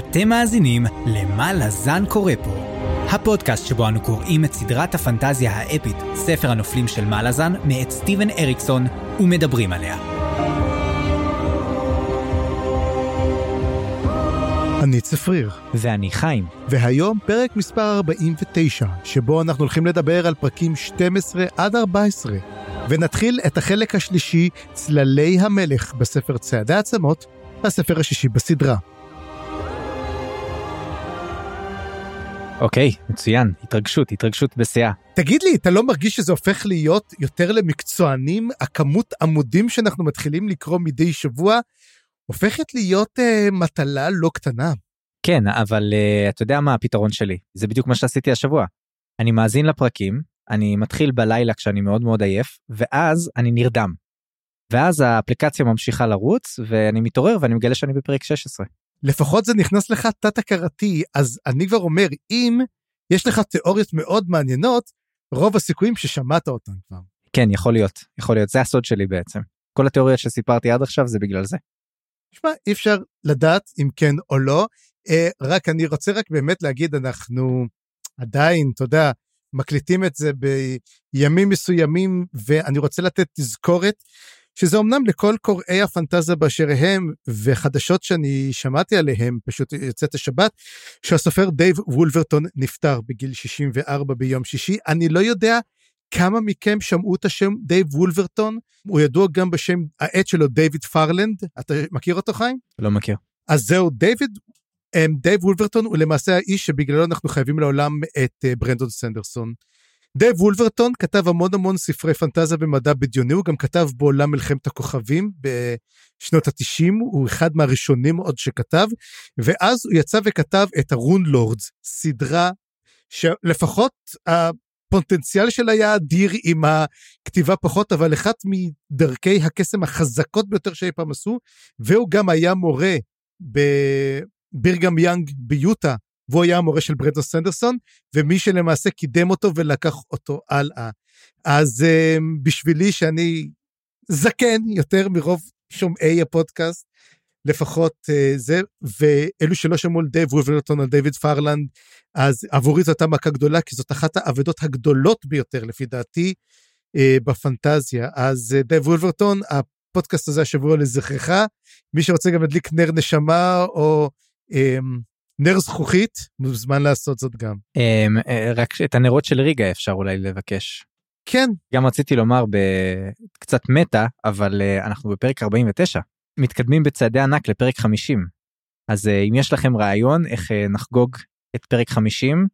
אתם מאזינים למה לזן קורא פה, הפודקאסט שבו אנו קוראים את סדרת הפנטזיה האפית, ספר הנופלים של מה לזן, מאת סטיבן אריקסון, ומדברים עליה. אני צפריר. ואני חיים. והיום פרק מספר 49, שבו אנחנו הולכים לדבר על פרקים 12 עד 14, ונתחיל את החלק השלישי, צללי המלך, בספר צעדי העצמות, הספר השישי בסדרה. אוקיי, מצוין, התרגשות בשיאה. תגיד לי, אתה לא מרגיש שזה הופך להיות יותר למקצוענים? הכמות עמודים שאנחנו מתחילים לקרוא מדי שבוע, הופכת להיות מטלה לא קטנה. כן, אבל אתה יודע מה הפתרון שלי? זה בדיוק מה שעשיתי השבוע. אני מאזין לפרקים, אני מתחיל בלילה כשאני מאוד מאוד עייף, ואז אני נרדם. ואז האפליקציה ממשיכה לרוץ, ואני מתעורר ואני מגלה שאני בפרק 16. לפחות זה נכנס לך תת-הכרתי, אז אני כבר אומר, אם יש לך תיאוריות מאוד מעניינות, רוב הסיכויים ששמעת אותן כבר. כן, יכול להיות, זה הסוד שלי בעצם. כל התיאוריות שסיפרתי עד עכשיו זה בגלל זה. תשמע, אי אפשר לדעת אם כן או לא, רק אני רוצה רק באמת להגיד, אנחנו עדיין, אתה יודע, מקליטים את זה בימים מסוימים, ואני רוצה לתת תזכורת, שזה אומנם לכל קוראי הפנטזיה באשר הם, וחדשות שאני שמעתי עליהם, פשוט יוצאת השבת, שהסופר דייב וולברטון נפטר בגיל 64 ביום שישי. אני לא יודע כמה מכם שמעו את השם דייב וולברטון, הוא ידוע גם בשם העט שלו דיוויד פרלנד, אתה מכיר אותו חיים? לא מכיר. אז זהו, דייב וולברטון הוא למעשה האיש שבגללו אנחנו חייבים לעולם את ברנדון סנדרסון. דייב וולברטון כתב המון ספרי פנטזיה ומדע בדיוני, הוא גם כתב בעולם מלחמת הכוכבים בשנות ה-90, הוא אחד מהראשונים עוד שכתב, ואז הוא יצא וכתב את הרון לורדס, סדרה שלפחות הפוטנציאל שלה היה אדיר עם הכתיבה פחות, אבל אחת מדרכי הקסם החזקות ביותר שאי פעם עשו, והוא גם היה מורה בבירגם יאנג ביוטה, והוא היה המורה של ברנדון סנדרסון, ומי שלמעשה קידם אותו ולקח אותו הלאה. אז בשבילי שאני זקן יותר מרוב שומעי הפודקאסט, לפחות זה, ואלו שלא שמעו על דייב וולברטון, על דיוויד פרלנד, אז עבורי זאת הייתה מכה גדולה, כי זאת אחת העבודות הגדולות ביותר, לפי דעתי, בפנטזיה. אז דייב וולברטון, הפודקאסט הזה השבוע לזכרך, מי שרוצה גם להדליק נר נשמה, או נר זכוכית, מוזמן לעשות זאת גם. רק את הנרות של ריגה אפשר אולי לבקש. כן. גם רציתי לומר קצת מטה, אבל אנחנו בפרק 49. מתקדמים בצעדי ענק לפרק 50. אז אם יש לכם רעיון איך נחגוג את פרק 50,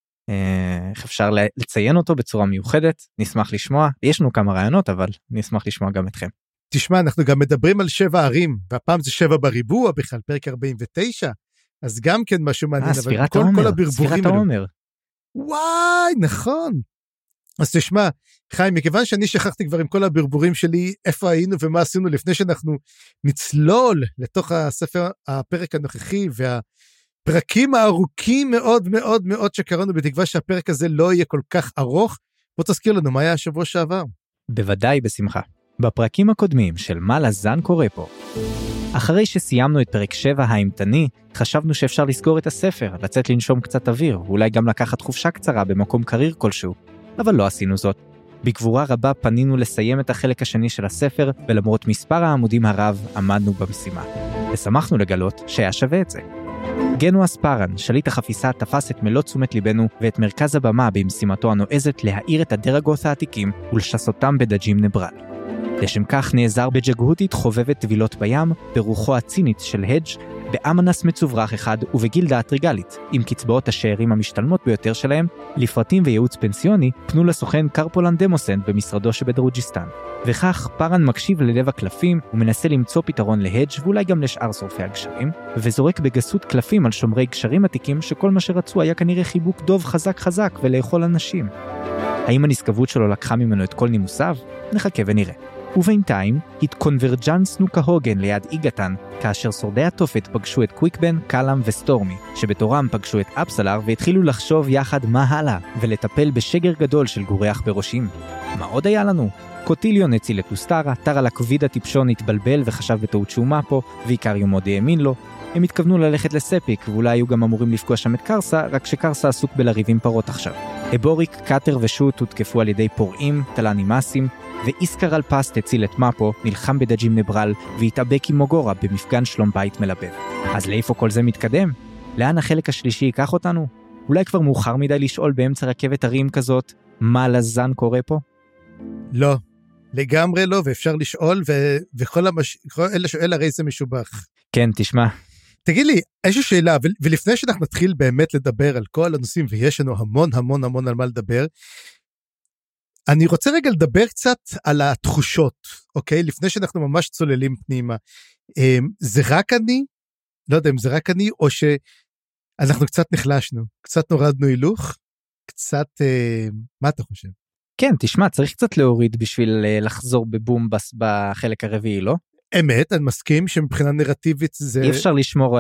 איך אפשר לציין אותו בצורה מיוחדת, נשמח לשמוע. יש לנו כמה רעיונות, אבל נשמח לשמוע גם אתכם. תשמע, אנחנו גם מדברים על 7 ערים, והפעם זה 7 בריבוע, בכלל פרק 49, אז גם כן משהו מעניין, אבל כל הברבורים... ספירת העומר. וואי, נכון. אז תשמע, חיים, מכיוון שאני שכחתי כבר עם כל הברבורים שלי, איפה היינו ומה עשינו לפני שאנחנו נצלול לתוך הספר, הפרק הנוכחי, והפרקים הארוכים מאוד מאוד מאוד שקראנו, בתקווה שהפרק הזה לא יהיה כל כך ארוך. בוא תזכיר לנו מה היה השבוע שעבר. בוודאי, בשמחה. בפרקים הקודמים של מה לזן קורא פה, אחרי שסיימנו את פרק 7 האימתני, חשבנו שאפשר לסגור את הספר, לצאת לנשום קצת אוויר, ואולי גם לקחת חופשה קצרה במקום קריר כלשהו. אבל לא עשינו זאת. בגבורה רבה פנינו לסיים את החלק השני של הספר, ולמרות מספר העמודים הרב, עמדנו במשימה. ושמחנו לגלות שהיה שווה את זה. גנו אספרן, שליט החפיסה, תפס את מלוא תשומת ליבנו, ואת מרכז הבמה במשימתו הנועזת להאיר את הדרגות העתיקים, ולשסותם בדג'ים נברל. לשם כך נעזר בג'גהותית חובבת טבילות בים, ברוחו הצינית של הדג', באמנס מצוברח אחד ובגילדה הטריגלית, עם קצבאות השערים המשתלמות ביותר שלהם, לפרטים וייעוץ פנסיוני, פנו לסוכן קרפולן דמוסן במשרדו שבדרוג'יסטן. וכך פרן מקשיב ללב הקלפים, ומנסה למצוא פתרון להדג' ואולי גם לשאר שורפי הגשרים, וזורק בגסות קלפים על שומרי גשרים עתיקים שכל מה שרצו היה כנראה חיבוק דוב חזק ולאכול אנשים. האם הנשגבות שלו לקחה ממנו את כל נימוסיו? נחכה ונראה. ובינתיים התקונברג'נסנו כהוגן ליד איגתן, כאשר שורדי התופת פגשו את קוויקבן, קלאם וסטורמי, שבתורם פגשו את אפסלר והתחילו לחשוב יחד מה הלאה, ולטפל בשגר גדול של גורח בראשים. מה עוד היה לנו? קוטיליון הציל את אוסטרה, טרה לקוויד הטיפשון התבלבל וחשב בטעות שהוא מפו, ואיקריום עוד האמין לו. הם התכוונו ללכת לספיק, ואולי היו גם אמורים לפגוש שם את קרסה, רק שקרסה עסוק בלריב עם פרות עכשיו. אבוריק, קאטר ושוט הותקפו על ידי פורעים, טלנימאסים, ואיסקר אלפסט הציל את מפו, נלחם בדג'ים נברל, והתאבק עם מוגורה במפגן שלום בית מלבב. אז לאיפה כל זה מתקדם? לאן החלק השלישי ייקח אותנו? אולי כבר מאוחר מדי לשאול באמצע רכבת הרים כזאת, מה לזן קורה פה? לא, לגמרי לא, ואפשר לשאול, וכל אלה שואל הרי זה משובח. כן, תשמע. תגיד לי, איזושהי שאלה, ולפני שאנחנו נתחיל באמת לדבר על כל הנושאים, ויש לנו המון המון המון על מה לדבר, אני רוצה רגע לדבר קצת על התחושות, אוקיי? לפני שאנחנו ממש צוללים פנימה. זה רק אני? לא יודע אם זה רק אני, או שאנחנו קצת נחלשנו, קצת נורדנו הילוך, קצת, מה אתה חושב? כן, תשמע, צריך קצת להוריד בשביל לחזור בבומבס בחלק הרביעי, לא? אמת, אני מסכים שמבחינה נרטיבית זה... אי אפשר לשמור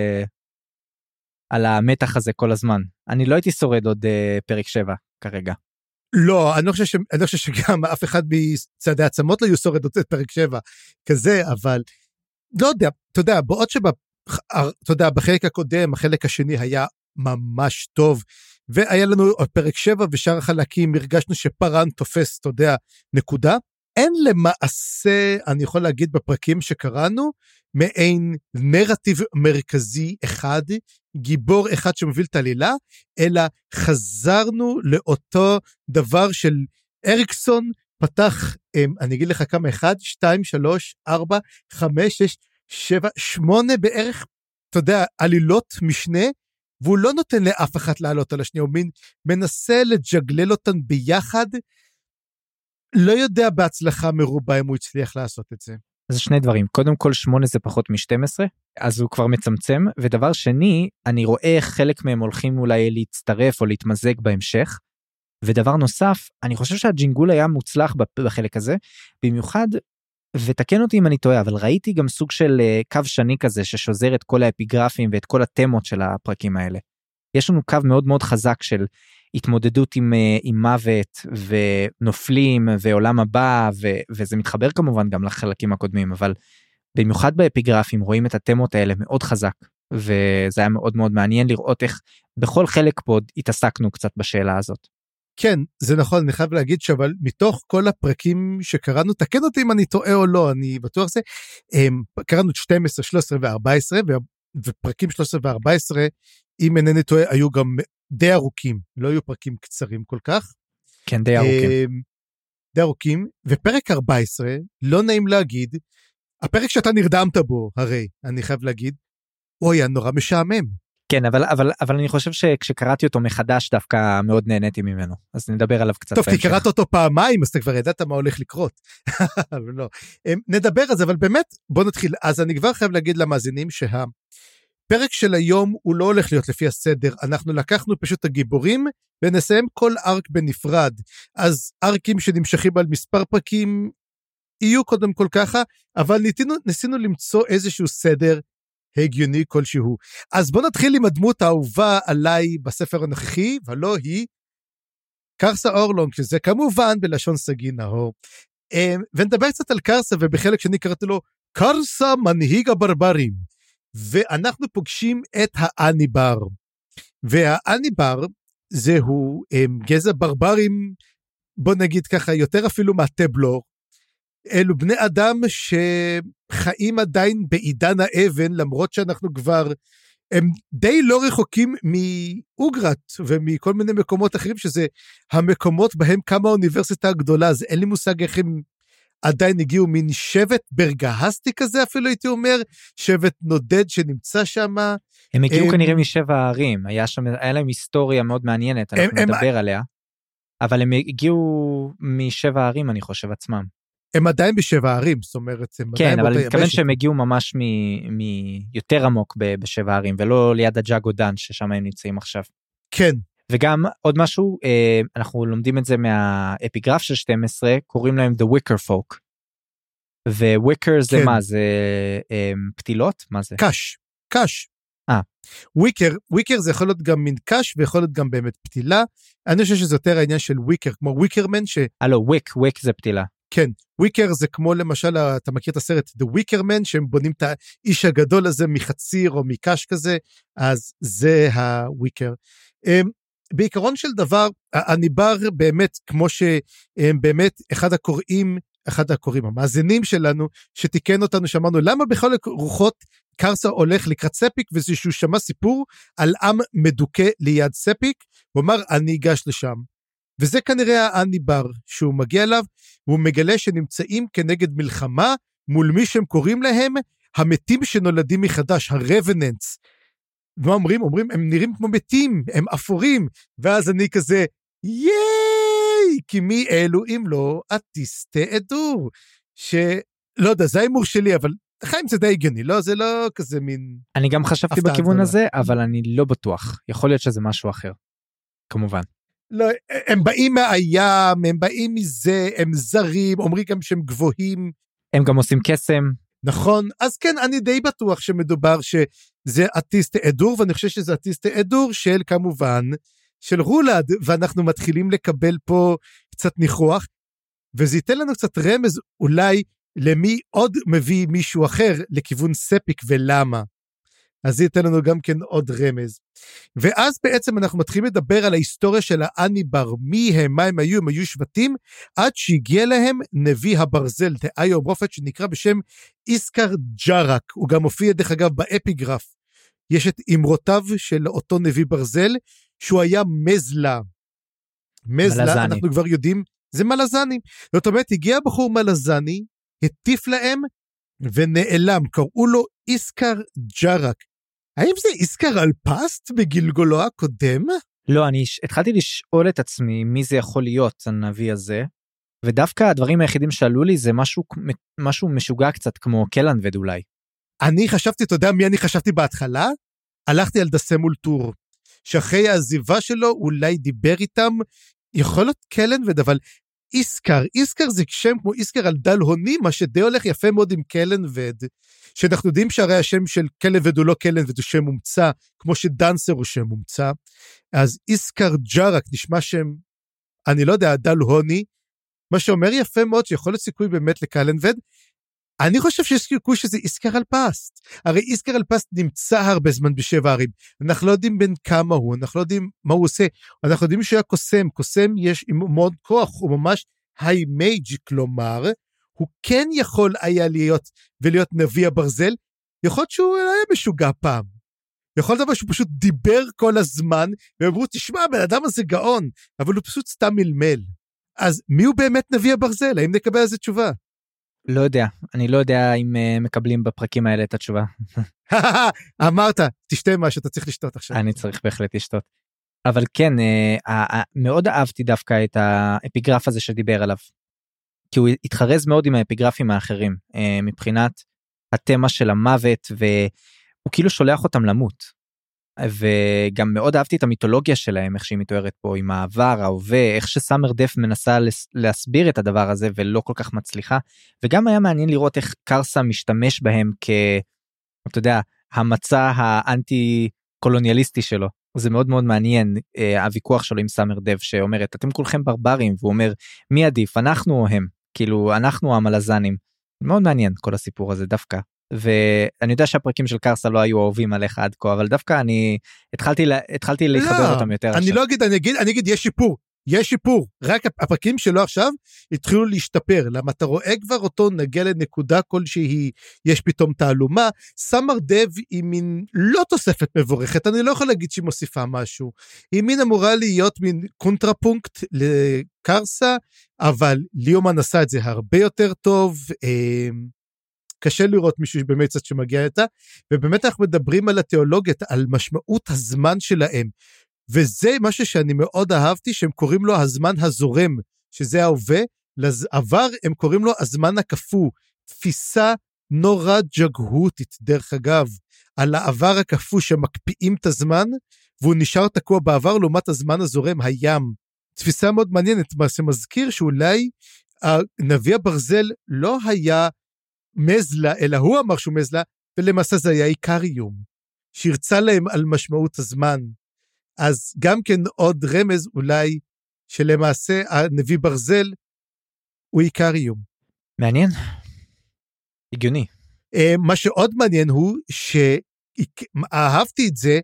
על המתח הזה כל הזמן. אני לא הייתי שורד עוד פרק 7 כרגע. לא, אני לא חושב שגם אף אחד מצעדי עצמות לא יושורד עוד פרק 7 כזה, אבל לא יודע, אתה יודע, בעוד אתה יודע, בחלק הקודם, החלק השני היה ממש טוב, והיה לנו עוד פרק 7 ושאר החלקים, הרגשנו שפרן תופס, אתה יודע, נקודה. אין למעשה, אני יכול להגיד בפרקים שקראנו, מעין נרטיב מרכזי אחד, גיבור אחד שמוביל את העלילה, אלא חזרנו לאותו דבר של אריקסון, פתח, אני אגיד לך כמה, 1, 2, 3, 4, 5, 6, 7, 8 בערך, אתה יודע, עלילות משנה, והוא לא נותן לאף אחד לעלות על השני, הוא מנסה לג'גלל אותן ביחד, לא יודע בהצלחה מרובה אם הוא הצליח לעשות את זה. אז שני דברים, קודם כל 8 זה פחות מ-12, אז הוא כבר מצמצם, ודבר שני, אני רואה איך חלק מהם הולכים אולי להצטרף או להתמזג בהמשך, ודבר נוסף, אני חושב שהג'ינגול היה מוצלח בחלק הזה, במיוחד, ותקן אותי אם אני טועה, אבל ראיתי גם סוג של קו שני כזה, ששוזר את כל האפיגרפים ואת כל התמות של הפרקים האלה. יש לנו קו מאוד מאוד חזק של התמודדות עם מוות ונופלים ועולם הבא, וזה מתחבר כמובן גם לחלקים הקודמים, אבל במיוחד באפיגרפים רואים את התמות האלה מאוד חזק, וזה היה מאוד מאוד מעניין לראות איך בכל חלק פה התעסקנו קצת בשאלה הזאת. כן, זה נכון, אני חייב להגיד שאבל מתוך כל הפרקים שקראנו, תקן אותי אם אני טועה או לא, אני בטוח זה, קראנו 12, 13 ו-14, ופרקים 13 ו-14, אם אינני טועה, היו גם די ארוכים, לא היו פרקים קצרים כל כך. כן, די ארוכים. די ארוכים, ופרק 14, לא נעים להגיד, הפרק שאתה נרדמת בו, הרי, אני חייב להגיד, הוא היה נורא משעמם. כן, אבל אני חושב שכשקראתי אותו מחדש, דווקא מאוד נהניתי ממנו, אז נדבר עליו קצת. טוב, כי קראת אותו פעמיים, אז אתה כבר ידעת מה הולך לקרות. לא. נדבר על זה, אבל באמת, בוא נתחיל. אז אני כבר חייב להגיד למאזינים שהפרק של היום הוא לא הולך להיות לפי הסדר, אנחנו לקחנו פשוט הגיבורים, ונסיים כל ארק בנפרד. אז ארקים שנמשכים על מספר פרקים, יהיו קודם כל ככה, אבל ניסינו למצוא איזשהו סדר, הגיוני כלשהו. אז בוא נתחיל עם הדמות האהובה עליי בספר הנוכחי, ולא היא, קרסה אורלונג, שזה כמובן בלשון סגי נהור. ונדבר קצת על קרסה, ובחלק שני קראתי לו, קרסה מנהיג הברברים. ואנחנו פוגשים את האניבר. והאניבר, זהו גזע ברברים, בוא נגיד ככה, יותר אפילו מהטבלור, אלו בני אדם שחיים עדיין בעידן האבן, למרות שאנחנו כבר, הם די לא רחוקים מאוגרת, ומכל מיני מקומות אחרים, שזה המקומות בהם קמה האוניברסיטה הגדולה, אז אין לי מושג איך הם עדיין הגיעו, מין שבט ברגהסטי כזה, אפילו הייתי אומר, שבט נודד שנמצא שם. הם הגיעו כנראה משבע הערים, היה להם היסטוריה מאוד מעניינת, אנחנו נדבר עליה, אבל הם הגיעו משבע הערים, אני חושב עצמם. הם עדיין בשבע הערים, זאת אומרת, כן, אבל אני מתכוון שהם הגיעו ממש יותר עמוק בשבע הערים, ולא ליד הג'אגודן, ששם הם נמצאים עכשיו. כן. וגם עוד משהו, אנחנו לומדים את זה מהאפיגרף של 12, קוראים להם The Wicker Folk. ו-Wicker זה מה? זה פתילות? מה זה? קש. וויקר זה יכול להיות גם מין קש, ויכול להיות גם באמת פתילה. אני חושב שזה יותר העניין של וויקר, כמו וויקרמן ש... לא, וויק זה פתילה. כן, וויקר זה כמו למשל, אתה מכיר את הסרט The Wicker Man, שהם בונים את האיש הגדול הזה מחציר או מקש כזה, אז זה הוויקר. בעיקרון של דבר, הניבר באמת, כמו שבאמת אחד הקוראים, המאזינים שלנו, שתיקן אותנו, שאמרנו, למה בכל רוחות קרסה הולך לקראת ספיק, וזה שהוא שמע סיפור על עם מדוכא ליד ספיק, הוא אמר, אני אגש לשם. וזה כנראה הניבר, שהוא מגיע אליו, והוא מגלה שנמצאים כנגד מלחמה, מול מי שהם קוראים להם, המתים שנולדים מחדש, הרבננטס. ומה אומרים? אומרים, הם נראים כמו מתים, הם אפורים, ואז אני כזה, ייי, כי מי אלו אם לא אטיסטי אדור, שלא יודע, זה האימור שלי, אבל חיים זה די הגיוני, לא? זה לא כזה מין... אני גם חשבתי בכיוון הזה, אבל אני לא בטוח, יכול להיות שזה משהו אחר, כמובן. לא, הם באים מהים, הם באים מזה, הם זרים, אומרים גם שהם גבוהים. הם גם עושים קסם. נכון, אז כן, אני די בטוח שמדובר שזה אטיסטי אדור, ואני חושב שזה אטיסטי אדור של כמובן, של רולד, ואנחנו מתחילים לקבל פה קצת ניחוח, וזה ייתן לנו קצת רמז אולי למי עוד מביא מישהו אחר לכיוון ספיק ולמה. אז זה ייתן לנו גם כן עוד רמז. ואז בעצם אנחנו מתחילים לדבר על ההיסטוריה של האניבר, מי הם, מה הם היו שבטים, עד שהגיע להם נביא הברזל, תאיו ברופת, שנקרא בשם איסקר ג'רק, הוא גם מופיע דרך אגב באפיגרף, יש את אמרותיו של אותו נביא ברזל, שהוא היה מזלה, אנחנו כבר יודעים, זה מלזני, זאת אומרת, הגיע בחור מלזני, הטיף להם, ונעלם, קראו לו איסקר ג'רק. האם זה איסקר אלפסט בגלגולו הקודם? לא, אני התחלתי לשאול את עצמי מי זה יכול להיות הנביא הזה, ודווקא הדברים היחידים שעלו לי זה משהו משוגע קצת כמו קלנבד אולי. אני חשבתי, אתה יודע מי אני חשבתי בהתחלה? הלכתי על דסמול טור, שאחרי העזיבה שלו אולי דיבר איתם, יכול להיות קלנבד, אבל איסקר זה שם כמו איסקר על דל הוני, מה שדי הולך יפה מאוד עם קלנבד, שאנחנו יודעים שהרי השם של קלנבד הוא לא קלנבד, הוא שם מומצא, כמו שדנסר הוא שם מומצא, אז איסקר ג'רק נשמע שם, אני לא יודע, דל הוני, מה שאומר יפה מאוד שיכול להיות סיכוי באמת לקלנבד, אני חושב שיש סיכוי שזה איסקר אלפסט, הרי איסקר אלפסט נמצא הרבה זמן בשבע ערים, אנחנו לא יודעים בין כמה הוא, אנחנו לא יודעים מה הוא עושה, אנחנו יודעים שהוא היה קוסם יש עם מאוד כוח, הוא ממש היי-מייג', כלומר, הוא כן יכול היה להיות נביא הברזל, יכול להיות שהוא היה משוגע פעם, יכול להיות שהוא פשוט דיבר כל הזמן, והם אמרו, תשמע, בן אדם הזה גאון, אבל הוא פשוט סתם מלמל, אז מי הוא באמת נביא הברזל? האם נקבל על זה תשובה? לא יודע, אני לא יודע אם מקבלים בפרקים האלה את התשובה. אמרת, תשתה משהו, אתה צריך לשתות עכשיו. אני צריך בהחלט לשתות. אבל כן, מאוד אהבתי דווקא את האפיגרף הזה שדיבר עליו. כי הוא התחרז מאוד עם האפיגרפים האחרים, מבחינת התמה של המוות, והוא כאילו שולח אותם למות. וגם מאוד אהבתי את המיתולוגיה שלהם, איך שהיא מתוארת פה, עם העבר, ההווה, איך שסאמר דף מנסה להסביר את הדבר הזה, ולא כל כך מצליחה, וגם היה מעניין לראות איך קרסה משתמש בהם אתה יודע, המצע האנטי-קולוניאליסטי שלו, זה מאוד מאוד מעניין, הוויכוח שלו עם סאמר דף, שאומרת, אתם כולכם ברברים, והוא אומר, מי עדיף, אנחנו או הם? כאילו, אנחנו המלזנים. מאוד מעניין כל הסיפור הזה דווקא. ואני יודע שהפרקים של קרסה לא היו אוהבים עליך עד כה, אבל דווקא אני התחלתי לחבר אותם יותר עכשיו. אני לא אגיד, יש שיפור, רק הפרקים שלו עכשיו התחילו להשתפר, למה אתה רואה כבר אותו נגיע לנקודה כלשהי, יש פתאום תעלומה, סאמר דב היא מין לא תוספת מבורכת, אני לא יכול להגיד שהיא מוסיפה משהו, היא מין אמורה להיות מין קונטרפונקט לקרסה, אבל ליאומן עשה את זה הרבה יותר טוב, קשה לראות מישהו באמת קצת שמגיע איתה, ובאמת אנחנו מדברים על התיאולוגיה, על משמעות הזמן שלהם, וזה משהו שאני מאוד אהבתי, שהם קוראים לו הזמן הזורם, שזה ההווה, לעבר הם קוראים לו הזמן הקפוא, תפיסה נורא ג'גהותית, דרך אגב, על העבר הקפוא שמקפיאים את הזמן, והוא נשאר תקוע בעבר לעומת הזמן הזורם, הים. תפיסה מאוד מעניינת, מה שמזכיר שאולי נביא הברזל לא היה מזלה, אלא הוא אמר שהוא מזלה, ולמעשה זה היה איקריום, שהרצה להם על משמעות הזמן. אז גם כן עוד רמז אולי, שלמעשה הנביא ברזל, הוא עיקר איום. מעניין. הגיוני. מה שעוד מעניין הוא שאהבתי את זה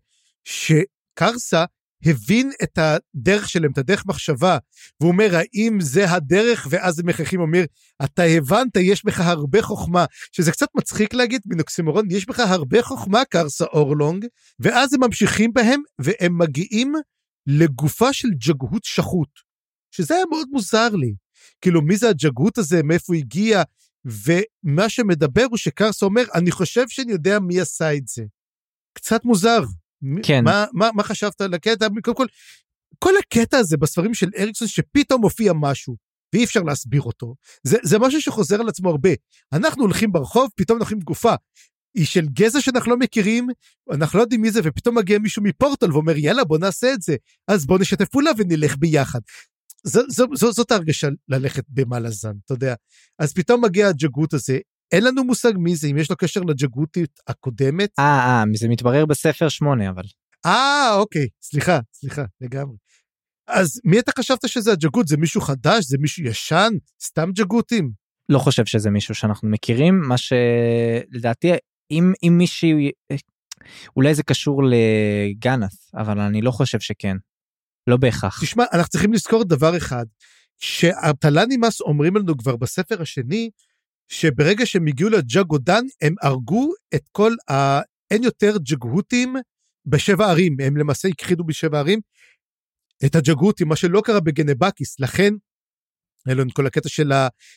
שקרסה הבין את הדרך שלהם, את הדרך מחשבה, והוא אומר, האם זה הדרך, ואז הם מכריחים, אומר, אתה הבנת, יש בך הרבה חוכמה, שזה קצת מצחיק להגיד, בנוקסימורון, יש בך הרבה חוכמה, קרסה אורלונג, ואז הם ממשיכים בהם, והם מגיעים לגופה של ג'גהות שחוט, שזה היה מאוד מוזר לי, כאילו, מי זה הג'גהות הזה, מאיפה הוא הגיע, ומה שמדבר הוא שקרסה אומר, אני חושב שאני יודע מי עשה את זה. קצת מוזר. כן. מה חשבת על הקטע? כל הקטע הזה בספרים של אריקסון, שפתאום מופיע משהו, ואי אפשר להסביר אותו, זה משהו שחוזר על עצמו הרבה. אנחנו הולכים ברחוב, פתאום אנחנו עם גופה, היא של גזע שאנחנו לא מכירים, אנחנו לא יודעים מי זה, ופתאום מגיע מישהו מפורטל, ואומר, יאללה, בוא נעשה את זה, אז בוא נשתף פעולה ונלך ביחד. זאת ההרגשה ללכת במלאזן, אתה יודע. אז פתאום מגיע הג'גות הזה, אין לנו מושג מי זה, אם יש לו קשר לג'גותית הקודמת. זה מתברר בספר 8, אבל. אוקיי, סליחה, לגמרי. אז מי אתה חשבת שזה הג'גות? זה מישהו חדש? זה מישהו ישן? סתם ג'גותים? לא חושב שזה מישהו שאנחנו מכירים, מה שלדעתי, אם מישהו, אולי זה קשור לגנת, אבל אני לא חושב שכן. לא בהכרח. תשמע, אנחנו צריכים לזכור דבר אחד, שהתלנימאס אומרים לנו כבר בספר השני, שברגע שהם הגיעו לג'גודן, הם הרגו את כל אין יותר ג'גהותים בשבע ערים, הם למעשה הכחידו בשבע ערים, את הג'גהותים, מה שלא קרה בגנבקיס, לכן, אלו כל הקטע של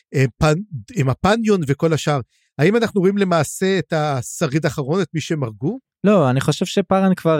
עם הפניון וכל השאר, האם אנחנו רואים למעשה את השריד האחרון, את מי שהם הרגו? לא, אני חושב שפארן כבר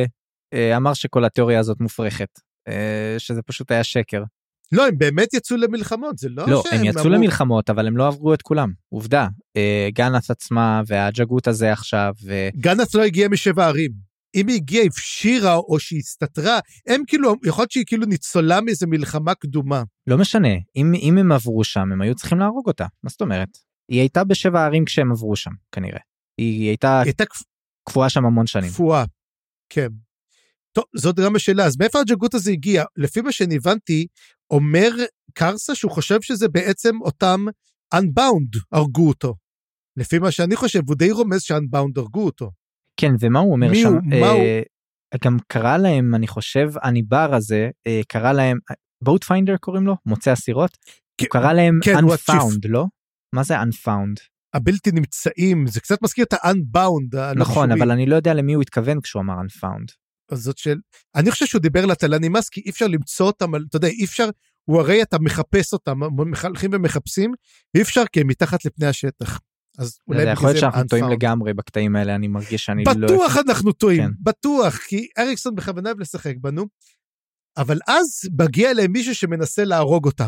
אמר שכל התיאוריה הזאת מופרכת, שזה פשוט היה שקר. לא, הם באמת יצאו למלחמות, זה לא לא, הם יצאו למלחמות, אבל הם לא עברו את כולם, עובדה. גנת עצמה והג'גות הזה עכשיו. גנת לא הגיעה משבע ערים. אם היא הגיעה, הפשירה או שהיא הסתתרה, הם כאילו, יכול להיות שהיא כאילו ניצולה מאיזו מלחמה קדומה. לא משנה, אם הם עברו שם, הם היו צריכים להרוג אותה. מה זאת אומרת? היא הייתה בשבע ערים כשהם עברו שם, כנראה. היא הייתה קפואה שם המון שנים. קפואה, כן. טוב, זאת גם השאלה, אז מאיפה הג'גות הזה הגיע? לפי מה שאני הבנתי, אומר קרסה שהוא חושב שזה בעצם אותם Unbound הרגו אותו. לפי מה שאני חושב, הוא די רומז ש-Unbound הרגו אותו. כן, ומה הוא אומר שם? גם קרא להם, אני חושב, הניבר הזה, קרא להם, Boatfinder קוראים לו? מוצא אסירות? הוא קרא להם Unfound, לא? מה זה Unfound? הבלתי נמצאים, זה קצת מזכיר את ה-Unbound. נכון, אבל אני לא יודע למי הוא התכוון כשהוא אמר Unfound. אז זאת אני חושב שהוא דיבר לתלנימאס, כי אי אפשר למצוא אותם, אתה יודע, אי אפשר, הוא הרי אתה מחפש אותם, הולכים ומחפשים, אי אפשר כי הם מתחת לפני השטח. אז אולי יכול להיות שאנחנו טועים לגמרי בקטעים האלה, אני מרגיש שאני לא... בטוח אנחנו טועים, בטוח, כי אריקסון בכוונה לשחק בנו, אבל אז מגיע אליהם מישהו שמנסה להרוג אותם.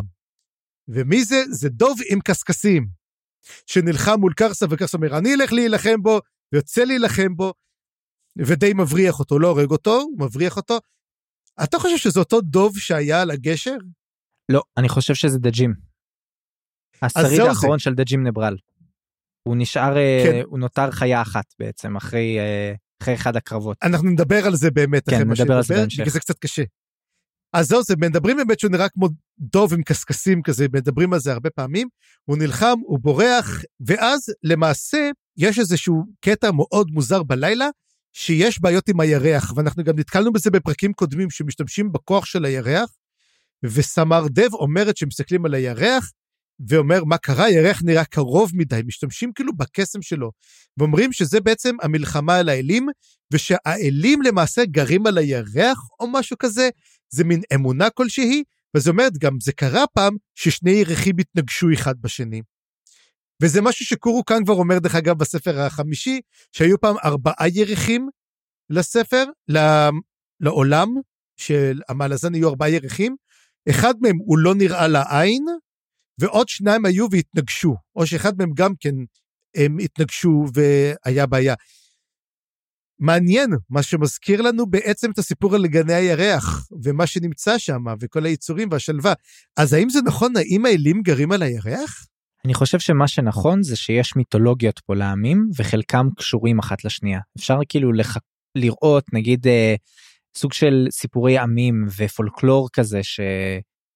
ומי זה? זה דוב עם קסקסים, שנלחם מול קרסה, וקרסה אומר, אני אלך להילחם בו, ויוצא להילחם בו, ודי מבריח אותו, לא הורג אותו, הוא מבריח אותו. אתה חושב שזה אותו דוב שהיה על הגשר? לא, אני חושב שזה דג'ים. השריד האחרון של דג'ים נברל. הוא נשאר, הוא נותר חיה אחת בעצם, אחרי אחד הקרבות. אנחנו נדבר על זה באמת. כן, נדבר על זה בהמשך. בגלל זה קצת קשה. אז זהו, זה מדברים באמת שהוא נראה כמו דוב עם קסקסים כזה, מדברים על זה הרבה פעמים, הוא נלחם, הוא בורח, ואז למעשה יש איזשהו קטע מאוד מוזר בלילה, שיש בעיות עם הירח, ואנחנו גם נתקלנו בזה בפרקים קודמים, שמשתמשים בכוח של הירח, וסמר דב אומרת שמסתכלים על הירח, ואומר מה קרה, הירח נראה קרוב מדי, משתמשים כאילו בקסם שלו, ואומרים שזה בעצם המלחמה על האלים, ושהאלים למעשה גרים על הירח, או משהו כזה, זה מין אמונה כלשהי, וזה אומרת גם, זה קרה פעם, ששני ירחים התנגשו אחד בשני, וזה משהו שקורו כאן כבר אומר דרך אגב בספר החמישי, שהיו פעם 4 ירחים לספר, לעולם של המלאזן היו 4 ירחים, אחד מהם הוא לא נראה לעין, ועוד 2 היו והתנגשו, או שאחד מהם גם כן הם התנגשו והיה בעיה. מעניין, מה שמזכיר לנו בעצם את הסיפור על גני הירח, ומה שנמצא שם, וכל היצורים והשלווה. אז האם זה נכון, האם האלים גרים על הירח? אני חושב שמה שנכון זה שיש מיתולוגיות פה לעמים, וחלקם קשורים אחת לשנייה. אפשר כאילו לראות, נגיד, סוג של סיפורי עמים ופולקלור כזה,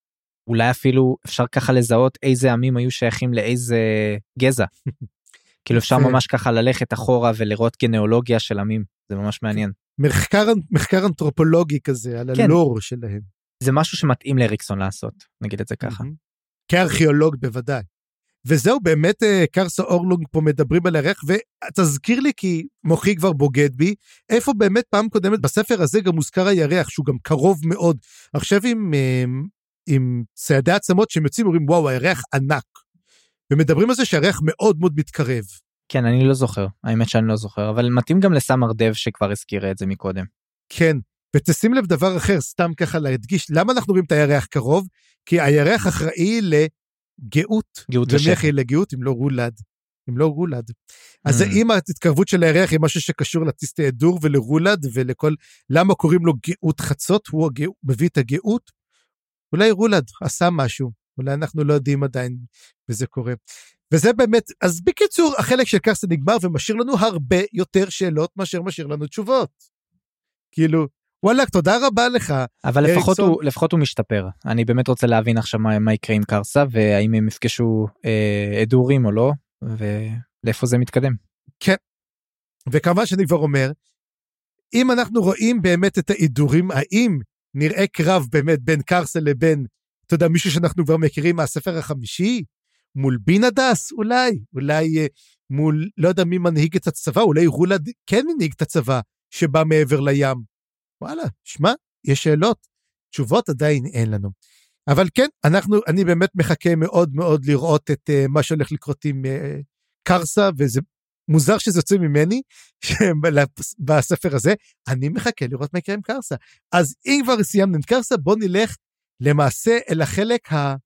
אולי אפילו אפשר ככה לזהות איזה עמים היו שייכים לאיזה גזע. כאילו אפשר ממש ככה ללכת אחורה ולראות גנאולוגיה של עמים, זה ממש מעניין. מחקר אנתרופולוגי כזה, על הלור שלהם. זה משהו שמתאים לאריקסון לעשות, נגיד את זה ככה. כארכיאולוג בוודאי. וזהו באמת קרסה אורלונג פה מדברים על הירח, ותזכיר לי כי מוחי כבר בוגד בי, איפה באמת פעם קודמת בספר הזה גם מוזכר הירח, שהוא גם קרוב מאוד. עכשיו עם צעדי עצמות שהם יוצאים, אומרים וואו, הירח ענק. ומדברים על זה שהירח מאוד מאוד מתקרב. כן, אני לא זוכר, האמת שאני לא זוכר, אבל מתאים גם לסמר דב שכבר הזכיר את זה מקודם. כן, ותשים לב דבר אחר, סתם ככה להדגיש, למה אנחנו רואים את הירח קרוב? כי הירח אחראי לגאות. ומי אחראי לגאות אם לא רולד? אם לא רולד. אז אם ההתקרבות של הירח היא משהו שקשור לטיסטי הדור ולרולד ולכל, למה קוראים לו גאות חצות? הוא מביא את הגאות? אולי רולד עשה משהו, אולי אנחנו לא יודעים עדיין וזה קורה. וזה באמת, אז בקיצור, החלק של קרסה נגמר ומשאיר לנו הרבה יותר שאלות מאשר משאיר לנו תשובות. כאילו, וואלק, תודה רבה לך. אבל לפחות הוא משתפר. אני באמת רוצה להבין עכשיו מה יקרה עם קרסה, והאם הם יפגשו אדורים או לא, ולאיפה זה מתקדם. כן, וכמובן שאני כבר אומר, אם אנחנו רואים באמת את האדורים, האם נראה קרב באמת בין קרסה לבין, אתה יודע, מישהו שאנחנו כבר מכירים מהספר החמישי, מול בינדס, אולי מול, לא יודע מי מנהיג את הצבא, אולי רולד כן מנהיג את הצבא, שבא מעבר לים. וואלה, שמע, יש שאלות, תשובות עדיין אין לנו. אבל כן, אני באמת מחכה מאוד מאוד לראות את מה שהולך לקרות עם קרסה, וזה מוזר שזה יוצא ממני, בספר הזה, אני מחכה לראות מה יקרה עם קרסה. אז אם כבר סיימנו עם קרסה, בוא נלך למעשה אל החלק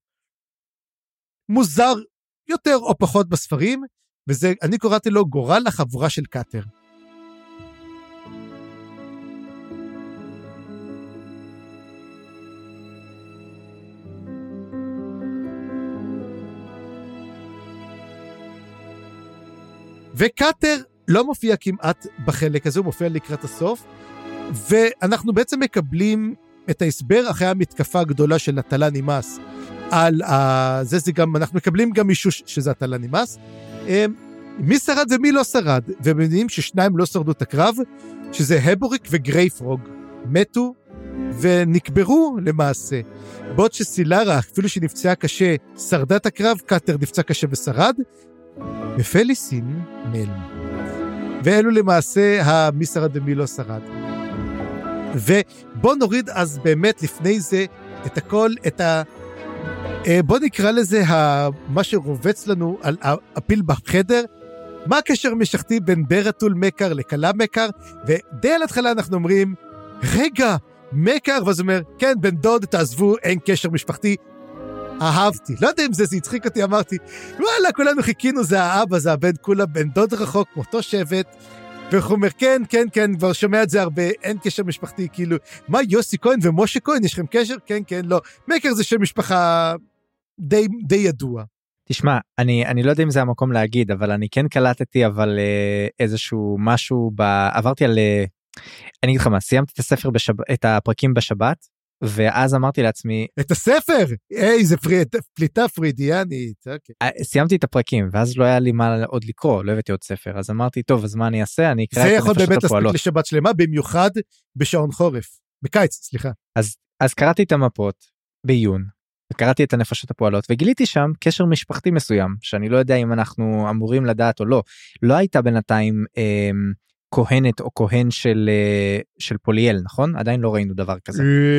המוזר יותר או פחות בספרים, וזה, אני קוראתי לו גורל החבורה של קאטר. וקאטר לא מופיע כמעט בחלק הזה, הוא מופיע לקראת הסוף, ואנחנו בעצם מקבלים את ההסבר אחרי המתקפה הגדולה של הטלה נימאס, על זה גם, אנחנו מקבלים גם מישוש שזה הטלה נימאס, מי שרד ומי לא שרד, ומבינים ששניים לא שרדו את הקרב, שזה הבוריק וגרייפרוג, מתו ונקברו למעשה, בעוד שסילרה, אפילו שנפצעה קשה, שרדה את הקרב, קאטר נפצע קשה ושרד, ופליסין נעלם. ואלו למעשה מי שרד ומי לא שרד. ובוא נוריד אז באמת לפני זה את הכל, בוא נקרא לזה מה שרובץ לנו על הפיל בחדר, מה הקשר המשפחתי בין ברטול מקר לקלה מקר, ודי על התחלה אנחנו אומרים, רגע, מקר, ואז אומר, כן, בן דוד, תעזבו, אין קשר משפחתי, אהבתי, לא יודע אם זה הצחיק אותי, אמרתי, וואלה, כולנו חיכינו, זה האבא, זה הבן, כולה בן דוד רחוק, מאותו שבט, והוא אומר, כן, כן, כן, כבר שומע את זה הרבה, אין קשר משפחתי, כאילו, מה, יוסי כהן ומשה כהן, יש לכם קשר? כן, כן, לא, מקר זה שם משפחה די ידוע. תשמע, אני לא יודע אם זה המקום להגיד, אבל אני כן קלטתי, אבל איזשהו משהו, עברתי על, אני אגיד לך מה, סיימתי את הספר, את הפרקים בשבת, ואז אמרתי לעצמי, את הספר? זה פליטה פרידיאנית, אוקיי. סיימתי את הפרקים, ואז לא היה לי מה עוד לקרוא, לא הבאתי עוד ספר, אז אמרתי, טוב, אז מה אני אעשה? אני אקרא את הנפשות הפועלות. זה יכול באמת להספיק לשבת שלמה, במיוחד בשעון חורף, בקיץ, סליחה. אז קראתי את המפות בעיון, וקראתי את הנפשות הפועלות, וגיליתי שם קשר משפחתי מסוים, שאני לא יודע אם אנחנו אמורים לדעת או לא. לא הייתה בינתיים כהנת או כהן של פוליאל, נכון? עדיין לא ראינו דבר כזה.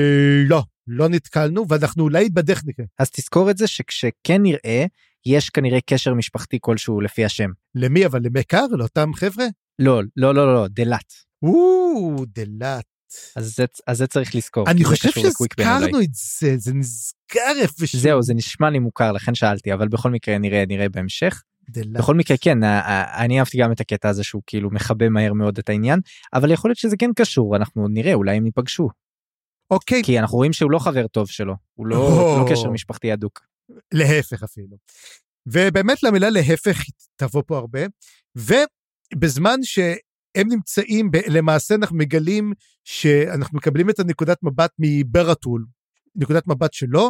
לא נתקלנו, ואנחנו אולי בדרך נקרא. אז תזכור את זה שכשכן נראה, יש כנראה קשר משפחתי כלשהו לפי השם. למי? אבל למקר? לאותם חבר'ה? לא, דלת. דלת. אז זה צריך לזכור. אני חושב שהזכרנו את זה, זה נזכר איפשהו. זהו, זה נשמע לי מוכר, לכן שאלתי, אבל בכל מקרה נראה בהמשך. בכל מקרה כן, אני אהבתי גם את הקטע הזה שהוא כאילו מחבא מהר מאוד את העניין, אבל יכול להיות שזה כן קשור, אנחנו נראה, אולי הם ניפגשו. אוקיי. כי אנחנו רואים שהוא לא חבר טוב שלו, הוא לא קשר משפחתי הדוק. להפך אפילו. ובאמת למילה להפך תבוא פה הרבה, ובזמן שהם נמצאים, למעשה אנחנו מגלים שאנחנו מקבלים את הנקודת מבט מברטול, נקודת מבט שלו,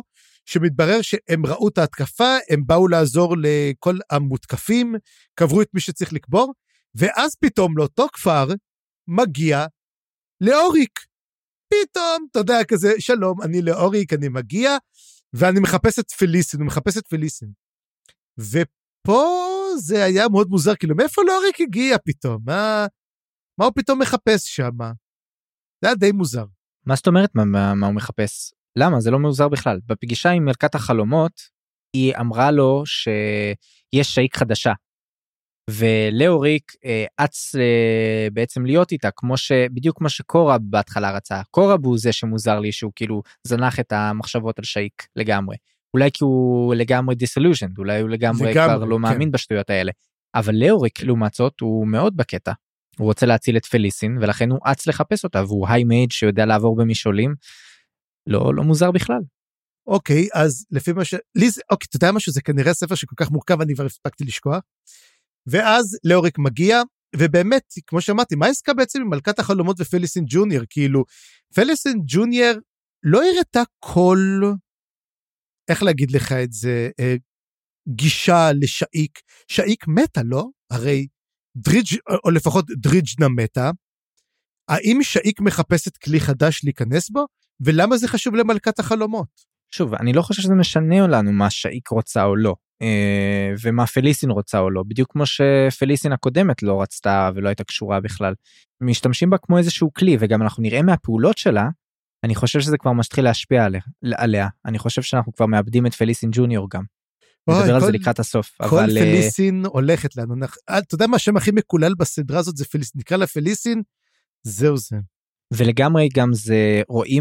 שמתברר שהם ראו את ההתקפה, הם באו לעזור לכל המותקפים, קברו את מי שצריך לקבור, ואז פתאום לאותו כפר מגיע לאוריק. פתאום, אתה יודע, כזה, שלום, אני לאוריק, אני מגיע, ואני מחפש את פליסין, ופה זה היה מאוד מוזר, כאילו, מאיפה לאוריק הגיע פתאום? מה הוא פתאום מחפש שם? זה היה די מוזר. מה זאת אומרת, מה הוא מחפש? למה? זה לא מוזר בכלל. בפגישה עם מלכת החלומות, היא אמרה לו שיש שייק חדשה, ולאוריק אץ בעצם להיות איתה, בדיוק כמו שקורב בהתחלה רצה. קורב הוא זה שמוזר לי, שהוא כאילו זנח את המחשבות על שייק לגמרי. אולי כי הוא לגמרי disillusioned, אולי הוא לגמרי כבר לא מאמין בשטויות האלה. אבל לאוריק, לעומת זאת, הוא מאוד בקטע. הוא רוצה להציל את פליסין, ולכן הוא אץ לחפש אותה, והוא היי-מייד שיודע לעבור במשעולים. לא מוזר בכלל. אוקיי, אז לפי מה אוקיי, אתה יודע משהו, זה כנראה ספר שכל כך מורכב, אני כבר הספקתי לשכוח. ואז לאוריק מגיע, ובאמת, כמו שאמרתי, מה העסקה בעצם עם מלכת החלומות ופליסין ג'וניור? כאילו, פליסין ג'וניור לא הראתה כל, איך להגיד לך את זה, גישה לשאיק. שאיק מתה, לא? הרי דריג' או לפחות דריג'נה מתה. האם שאיק מחפשת כלי חדש להיכנס בו? ולמה זה חשוב למלכת החלומות? שוב, אני לא חושב שזה משנה לנו מה שאיק רוצה או לא, ומה פליסין רוצה או לא, בדיוק כמו שפליסין הקודמת לא רצתה ולא הייתה קשורה בכלל. משתמשים בה כמו איזשהו כלי, וגם אנחנו נראה מהפעולות שלה, אני חושב שזה כבר מתחיל להשפיע עליה. אני חושב שאנחנו כבר מאבדים את פליסין ג'וניור גם. נדבר על זה לקראת הסוף. כל פליסין הולכת לנו. אתה יודע מה השם הכי מקולל בסדרה הזאת, זה פליסין. נקרא לה פליסין, זהו זה. ולגמרי גם זה,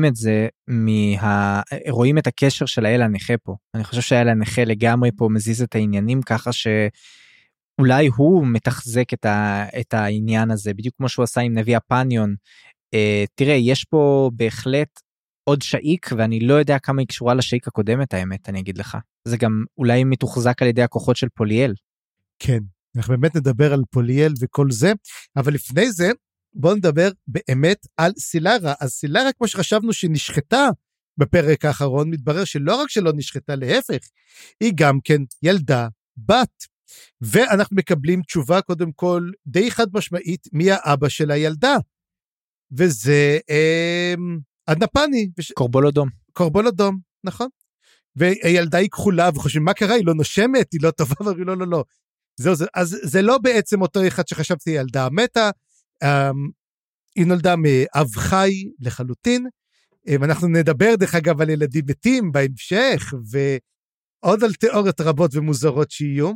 רואים את הקשר של האל הנכה פה. אני חושב שהאל הנכה לגמרי פה מזיז את העניינים ככה שאולי הוא מתחזק את העניין הזה, בדיוק כמו שהוא עשה עם נביא הפניון. תראה, יש פה בהחלט עוד שאיק, ואני לא יודע כמה היא קשורה לשאיק הקודמת, האמת, אני אגיד לך. זה גם אולי מתוחזק על ידי הכוחות של פוליאל. כן, אנחנו באמת נדבר על פוליאל וכל זה, אבל לפני זה, בואו נדבר באמת על סילרה. אז סילרה, כמו שחשבנו שנשחטה בפרק האחרון, מתברר שלא רק שלא נשחטה, להפך, היא גם כן ילדה בת. ואנחנו מקבלים תשובה קודם כל די חד משמעית מי האבא של הילדה. וזה אדנפני. קורבולודום, נכון. והילדה היא כחולה וחושבים מה קרה, היא לא נושמת, היא לא טובה, אבל לא. אז זה לא בעצם אותו אחד שחשבתי ילדה מתה, היא נולדה מאב חי לחלוטין, אנחנו נדבר דרך אגב על ילדים מתים בהמשך, ועוד על תיאוריות רבות ומוזרות שיהיו,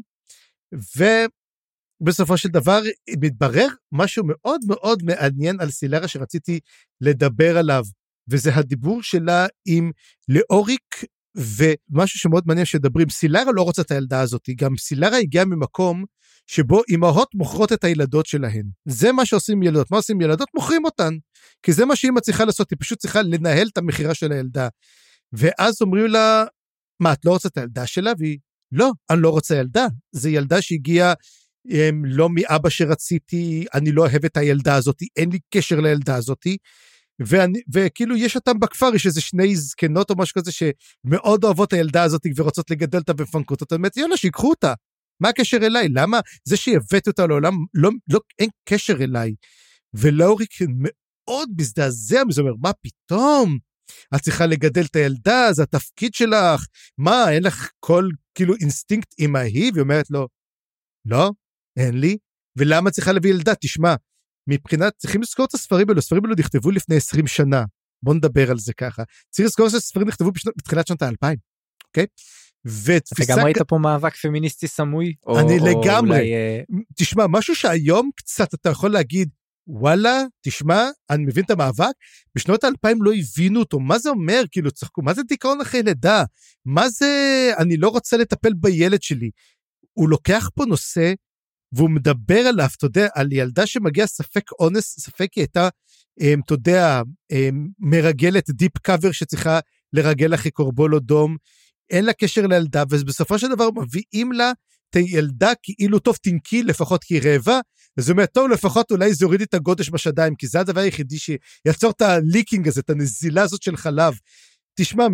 ובסופו של דבר מתברר משהו מאוד מאוד מעניין על סילרה שרציתי לדבר עליו, וזה הדיבור שלה עם לאוריק, ומשהו שמאוד מעניין שדברים, סילרה לא רוצה את הילדה הזאת, גם סילרה הגיעה ממקום שבו אמהות מוכרות את הילדות שלהן. זה מה שעושים ילדות. מה עושים ילדות? מוכרים אותן. כי זה מה שאמא צריכה לעשות, היא פשוט צריכה לנהל את המחירה של הילדה. ואז אומרים לה, מה, את לא רוצה את הילדה שלה? והיא, לא, אני לא רוצה ילדה. זו ילדה שהגיעה לא מאבא שרציתי, אני לא אוהב את הילדה הזאת, אין לי קשר לילדה הזאת, וכאילו יש אותם בכפר, יש איזה שני זקנות או משהו כזה, שמאוד אוהבות הילדה הזאת, ורוצות לגדל אותה בפנקות, זאת אומרת, יאללה, שיקחו אותה. מה הקשר אליי? למה? זה שהבאת אותה לעולם, לא, אין קשר אליי. ולאוריק מאוד מזדעזע, זה אומר, מה פתאום? את צריכה לגדל את הילדה, זה התפקיד שלך, מה, אין לך כל כאילו אינסטינקט אמהי? והיא אומרת לו, לא, אין לי, ולמה צריכה להביא ילדה? תשמע, מבחינת, צריכים לזכור את הספרים האלו, הספרים האלו נכתבו לפני 20 שנה, בוא נדבר על זה ככה, צריך לזכור שהספרים נכתבו בתחילת שנות ה-2000, אוקיי? אתה גם ראית פה מאבק פמיניסטי סמוי? אני לגמרי, תשמע, משהו שהיום קצת אתה יכול להגיד, וואלה, תשמע, אני מבין את המאבק, בשנות ה-2000 לא הבינו אותו, מה זה אומר, כאילו צחקו, מה זה דיכאון אחרי לידה, מה זה, אני לא רוצה לטפל בילד שלי, הוא לוקח פה נושא, והוא מדבר עליו, אתה יודע, על ילדה שמגיע ספק אונס, ספק היא הייתה, אתה יודע, מרגלת דיפ קאבר שצריכה לרגל אחרי קורבולודום, אין לה קשר לילדה, ובסופו של דבר מביאים לה את הילדה כאילו טוב תנקי, לפחות כי היא רעבה, אז הוא אומר, טוב, לפחות אולי זה הוריד את הגודש בשדיים, כי זה הדבר היחידי שיצור את הליקינג הזה, את הנזילה הזאת של חלב. תשמע,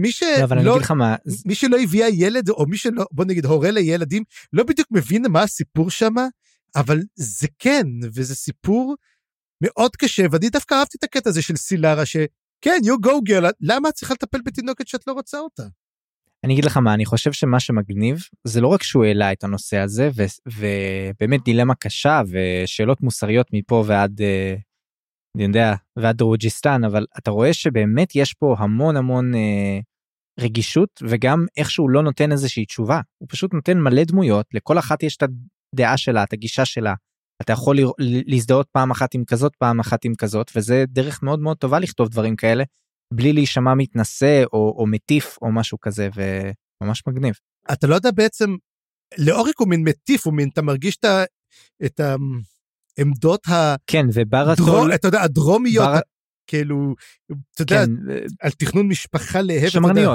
מי שלא הביאה ילד, או מי שלא, בוא נגיד, הורה לילדים, לא בדיוק מבין מה הסיפור שם, אבל זה כן, וזה סיפור מאוד קשה, ואני דווקא אהבתי את הקטע הזה של סילרה, שכן, you go girl, למה את צריכה לטפל בתינוקת שאת לא רוצה אותה? אני אגיד לך מה, אני חושב שמה שמגניב, זה לא רק שהוא העלה את הנושא הזה, ובאמת דילמה קשה, ושאלות מוסריות מפה ועד, אני יודע, ועד רוג'יסטן, אבל אתה רואה שבאמת יש פה המון המון רגישות, וגם איכשהו לא נותן איזושהי תשובה, הוא פשוט נותן מלא דמויות, לכל אחת יש את הדעה שלה, את הגישה שלה, אתה יכול להזדהות פעם אחת עם כזאת, פעם אחת עם כזאת, וזה דרך מאוד מאוד טובה לכתוב דברים כאלה, בלי להישמע מתנשא או מטיף או משהו כזה, וממש מגניב. אתה לא יודע בעצם, לאוריק הוא מין מטיף, הוא מין, אתה מרגיש את העמדות כן, וברטול, אתה יודע, הדרומיות, כאילו, אתה יודע, על תכנון משפחה להב,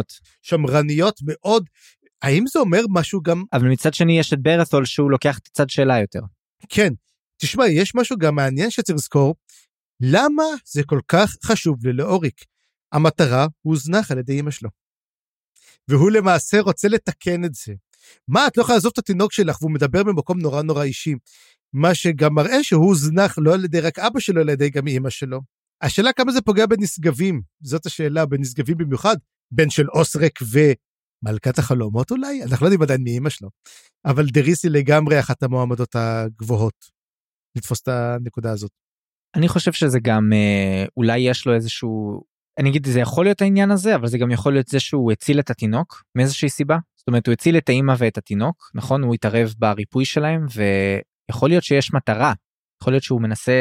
שמרניות מאוד, האם זה אומר משהו גם... אבל מצד שני יש את ברטול שהוא לוקח את הצד שלה יותר. כן, תשמע, יש משהו גם מעניין שצריך לזכור, למה זה כל כך חשוב לאוריק? המטרה הוא זנח על ידי אמא שלו. והוא למעשה רוצה לתקן את זה. מה, את לא יכולה לעזוב את התינוק שלך, והוא מדבר במקום נורא נורא אישי. מה שגם מראה שהוא זנח לא על ידי רק אבא שלו, על ידי גם אמא שלו. השאלה כמה זה פוגע בנשגבים, זאת השאלה, בנשגבים במיוחד, בין של אוסרק ומלכת החלומות אולי, אנחנו לא יודעים עדיין מאמא שלו. אבל דריסי לגמרי אחת המועמדות הגבוהות, לתפוס את הנקודה הזאת. אני חושב שזה גם, אולי יש לו איזשהו, אני אגיד, זה יכול להיות העניין הזה, אבל זה גם יכול להיות זה שהוא הציל את התינוק, מאיזושהי סיבה. זאת אומרת, הוא הציל את האמא ואת התינוק, נכון? הוא התערב בריפוי שלהם, ויכול להיות שיש מטרה. יכול להיות שהוא מנסה,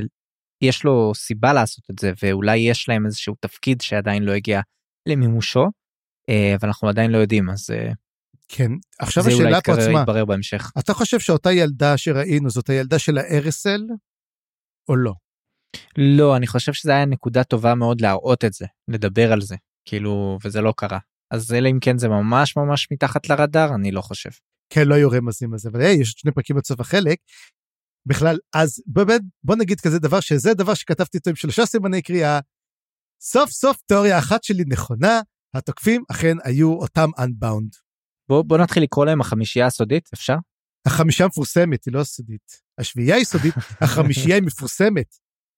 יש לו סיבה לעשות את זה, ואולי יש להם איזשהו תפקיד שעדיין לא הגיע למימושו, אבל אנחנו עדיין לא יודעים, אז... כן, עכשיו השאלה פה עצמה. זה אולי יתברר בהמשך. אתה חושב שאותה ילדה שראינו, זאת הילדה של הארסל, או לא? לא, אני חושב שזה היה נקודה טובה מאוד להראות את זה, לדבר על זה, כאילו, וזה לא קרה. אז אלא אם כן זה ממש ממש מתחת לרדאר, אני לא חושב. כן, לא היו רמזים על זה, אבל יש שני פרקים בסוף החלק, בכלל, אז בוא נגיד כזה דבר, שזה דבר שכתבתי איתו עם 3 סימני קריאה, סוף סוף תיאוריה אחת שלי נכונה, התוקפים אכן היו אותם Unbound. בוא נתחיל לקרוא להם החמישייה הסודית, אפשר? החמישה מפורסמת, היא לא סודית. השביעייה היא סודית, החמישייה היא מפורסמת.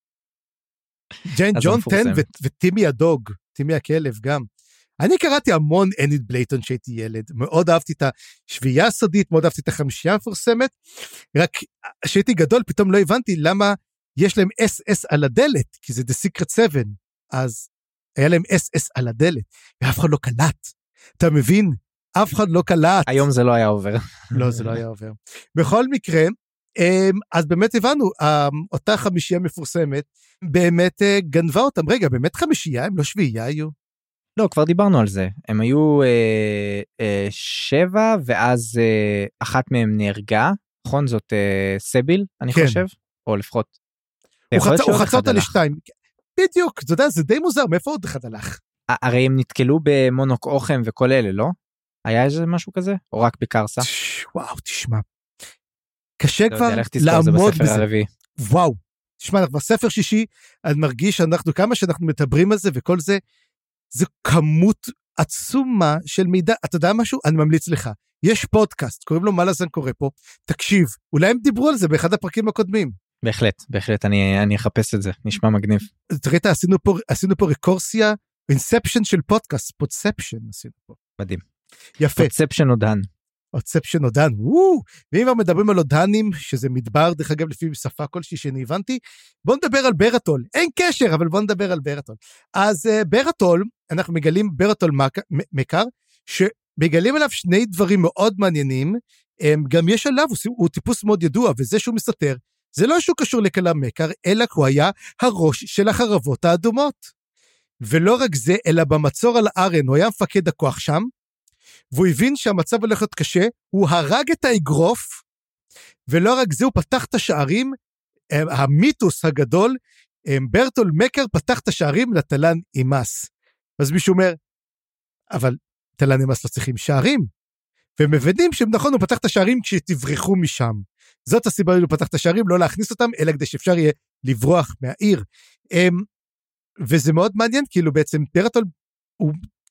ג'ון טן וטימי הדוג, טימי הכלב גם. אני קראתי המון אניד בלייטון שהייתי ילד, מאוד אהבתי את השביעייה הסודית, מאוד אהבתי את החמישייה המפורסמת, רק שהייתי גדול פתאום לא הבנתי למה יש להם SS על הדלת, כי זה The Secret 7, אז היה להם SS על הדלת, ואף אחד לא קלט, אתה מבין? אף אחד לא קלט. היום זה לא היה עובר. לא, זה לא היה עובר. בכל מקרה, אז באמת הבנו, אותה חמישייה מפורסמת, באמת גנבה אותם. רגע, באמת חמישייה, הם לא שביעייה היו? לא, כבר דיברנו על זה. הם היו 7, ואז אחת מהם נהרגה, נכון? זאת סביל, אני חושב? או לפחות. הוא חצה אותה לשתיים. בדיוק, אתה יודע, זה די מוזר, מאיפה עוד אחד הלך? הרי הם נתקלו במונוק אוכם וכל אלה, לא? היה איזה משהו כזה? או רק בקרסה? וואו, תשמע. קשה כבר לעמוד בזה. וואו, תשמע, בספר שישי, אני מרגיש שאנחנו, כמה שאנחנו מדברים על זה וכל זה, זה כמות עצומה של מידע. אתה יודע משהו? אני ממליץ לך. יש פודקאסט, קוראים לו מה לזן קורא פה. תקשיב, אולי הם דיברו על זה באחד הפרקים הקודמים. בהחלט, אני אחפש את זה, נשמע מגניב. תראי, עשינו פה רקורסיה, אינספשן של פודקאסט, פודספשן עשינו פה. מדהים. יפה. פודספשן עודן. פודספשן עודן, ואם כבר מדברים על עודנים, שזה מדבר, דרך אגב, לפי שפה כלשהי שאני הבנתי, בואו נדבר על ברטול. אין קשר, אבל בואו נדבר על ברטול. אז ברטול, אנחנו מגלים ברטול מקר, שמגלים עליו שני דברים מאוד מעניינים, גם יש עליו, הוא טיפוס מאוד ידוע, וזה שהוא מסתתר, זה לא שהוא קשור לקלה מקר, אלא הוא היה הראש של החרבות האדומות. ולא רק זה, אלא במצור על ארן, הוא היה מפקד הכוח שם, והוא הבין שהמצב הולך להיות קשה, הוא הרג את האגרוף, ולא רק זה, הוא פתח את השערים, המיתוס הגדול, ברטול מקר פתח את השערים לתלן אימס. אז מישהו אומר, אבל תלן אימס לא צריכים שערים, והם מבינים שהם נכון, הוא פתח את השערים כשתברחו משם. זאת הסיבה הוא פתח את השערים, לא להכניס אותם, אלא כדי שאפשר יהיה לברוח מהעיר. וזה מאוד מעניין, כאילו בעצם ברטול, הוא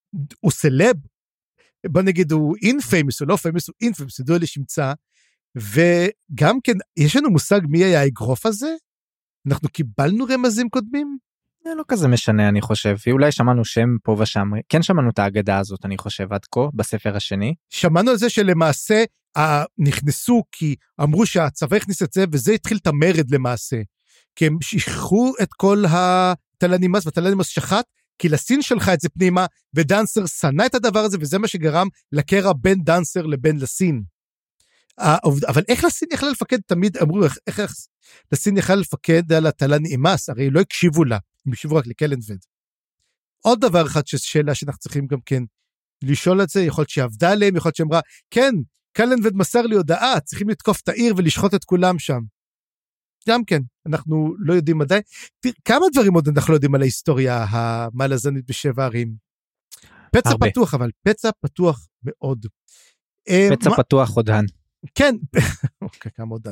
הוא סלב, בוא נגיד הוא אינפיימוס, או לא פיימוס, הוא אינפיימוס, ידוע לשמצה, וגם כן, יש לנו מושג מי היה האגרוף הזה? אנחנו קיבלנו רמזים קודמים? זה לא כזה משנה, אני חושב. אולי שמענו שם פה ושם. כן שמענו את ההגדה הזאת, אני חושב, עד כה, בספר השני. שמענו על זה שלמעשה נכנסו, כי אמרו שהצבא הכניס את זה, וזה התחיל את המרד למעשה. כי הם שכחו את כל התלנימאס, והתלנימאס שחט, כי לסין שלחה את זה פנימה, ודנסר שנא את הדבר הזה, וזה מה שגרם לקרע בין דנסר לבין לסין. אבל איך לסין יכלה לפקד, תמיד אמרו, איך לסין יכלה לפקד על התלנימאס, הרי לא הקשיבו לה, הם הקשיבו רק לקלנבד. עוד דבר אחד שאלה שאנחנו צריכים גם כן לשאול את זה, יכול להיות שעבדה עליהם, יכול להיות שאמרה, כן, קלנבד מסר לי הודעה, צריכים לתקוף את העיר ולשחוט את כולם שם. גם כן, אנחנו לא יודעים עדיין. כמה דברים עוד אנחנו לא יודעים על ההיסטוריה המלאזנית בשבע ערים. פצע הרבה. פתוח, אבל פצע פתוח מאוד. פצע פתוח עודן. כן, אוקיי, כמה עודן.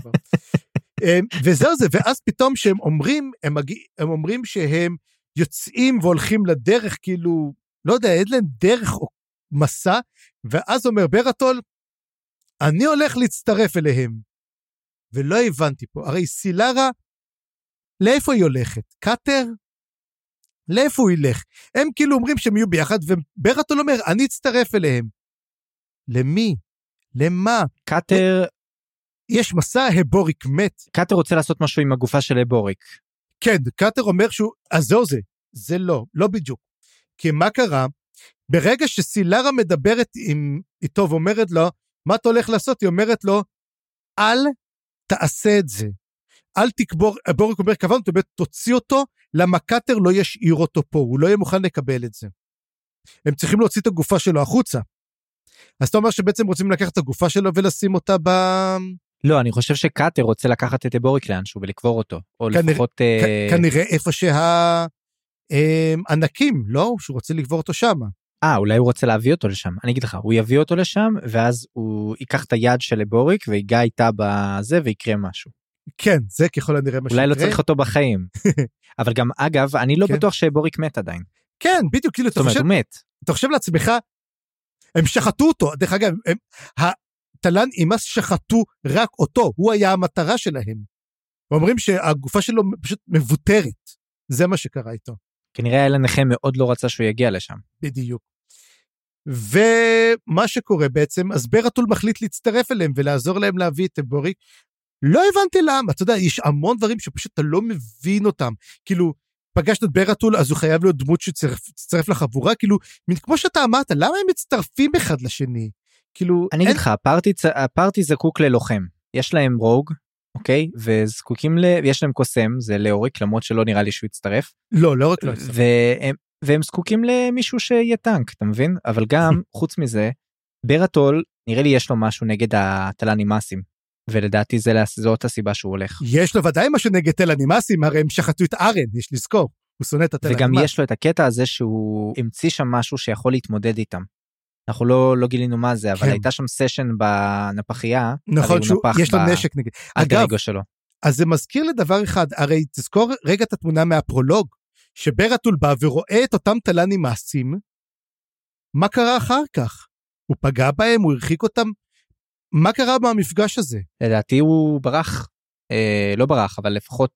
וזהו זה, ואז פתאום שהם אומרים, הם אומרים שהם יוצאים והולכים לדרך, כאילו, לא יודע, אין להם דרך או מסע, ואז אומר ברטול, אני הולך להצטרף אליהם. ולא הבנתי פה, הרי סילרה, לאיפה היא הולכת? קאטר? לאיפה הוא ילך? הם כאילו אומרים שהם יהיו ביחד, וברטול אומר, אני אצטרף אליהם. למי? למה? קאטר... יש מסע, הבוריק מת. קאטר רוצה לעשות משהו עם הגופה של הבוריק. כן, קאטר אומר שהוא, אז זהו זה. זה לא בדיוק. כי מה קרה? ברגע שסילרה מדברת איתו ואומרת לו, מה אתה הולך לעשות? היא אומרת לו, אל תעשה את זה. אל תקבור, הבוריק אומר, כוון, תוציא אותו, למה קאטר לא ישאיר אותו פה, הוא לא יהיה מוכן לקבל את זה. הם צריכים להוציא את הגופה שלו החוצה. אז אתה אומר שבעצם רוצים לקחת את הגופה שלו ולשים אותה ב... לא, אני חושב שקאטר רוצה לקחת את הבוריק לאנשהו ולקבור אותו, או לפחות... כנראה איפה שהענקים, לא? שהוא רוצה לקבור אותו שם. אולי הוא רוצה להביא אותו לשם. אני אגיד לך, הוא יביא אותו לשם, ואז הוא ייקח את היד של הבוריק, ויגע איתה בזה, ויקרה משהו. כן, זה ככל הנראה מה אולי לא צריך אותו בחיים. אבל גם, אגב, אני לא בטוח שבוריק מת עדיין. כן, בדיוק, כאילו, זאת אומרת, הוא מת. אתה חושב לעצמך, הם שחטו אותו, דרך אגב, התלן אימאס שחטו רק אותו, הוא היה המטרה שלהם. ואומרים שהגופה שלו פשוט מבוטרת. זה מה שקרה איתו. כנראה אלה נחם מאוד לא רצה שהוא יגיע לשם. בדיוק. ומה שקורה בעצם, אז ברטול מחליט להצטרף אליהם ולעזור להם להביא את הבוריק. לא הבנתי למה, אתה יודע, יש המון דברים שפשוט אתה לא מבין אותם. כאילו, פגשת את ברטול, אז הוא חייב להיות דמות שתצטרף לחבורה, כאילו, כמו שאתה אמרת, למה הם מצטרפים אחד לשני? כאילו... אני אגיד לך, הפארטי זקוק ללוחם. יש להם רוג, אוקיי? וזקוקים יש להם קוסם, זה לאוריק, למרות שלא נראה לי שהוא יצטרף. לא, לאוריק לא יצטרף. והם זקוקים למישהו שיהיה טנק, אתה מבין? אבל גם, חוץ מזה, ברטול, נראה לי יש לו משהו נגד התלנימאסים, ולדעתי זאת הסיבה שהוא הולך. יש לו ודאי משהו נגד תלנימאסים, הרי הם שחטו את ארן, יש לזכור, הוא שונא את התלנימאס. וגם יש לו את הקטע הזה שהוא המציא שם משהו שיכול להתמודד איתם. אנחנו לא גילינו מה זה, אבל הייתה שם סשן בנפחייה. נכון, יש לו נשק נגד. אגב, אז זה מזכיר לדבר אחד, הרי תזכור רגע את התמונה מהפרולוג, שברטול בא ורואה את אותם תלנימאסים, מה קרה אחר כך? הוא פגע בהם, הוא הרחיק אותם, מה קרה במפגש הזה? לדעתי הוא ברח, לא ברח, אבל לפחות,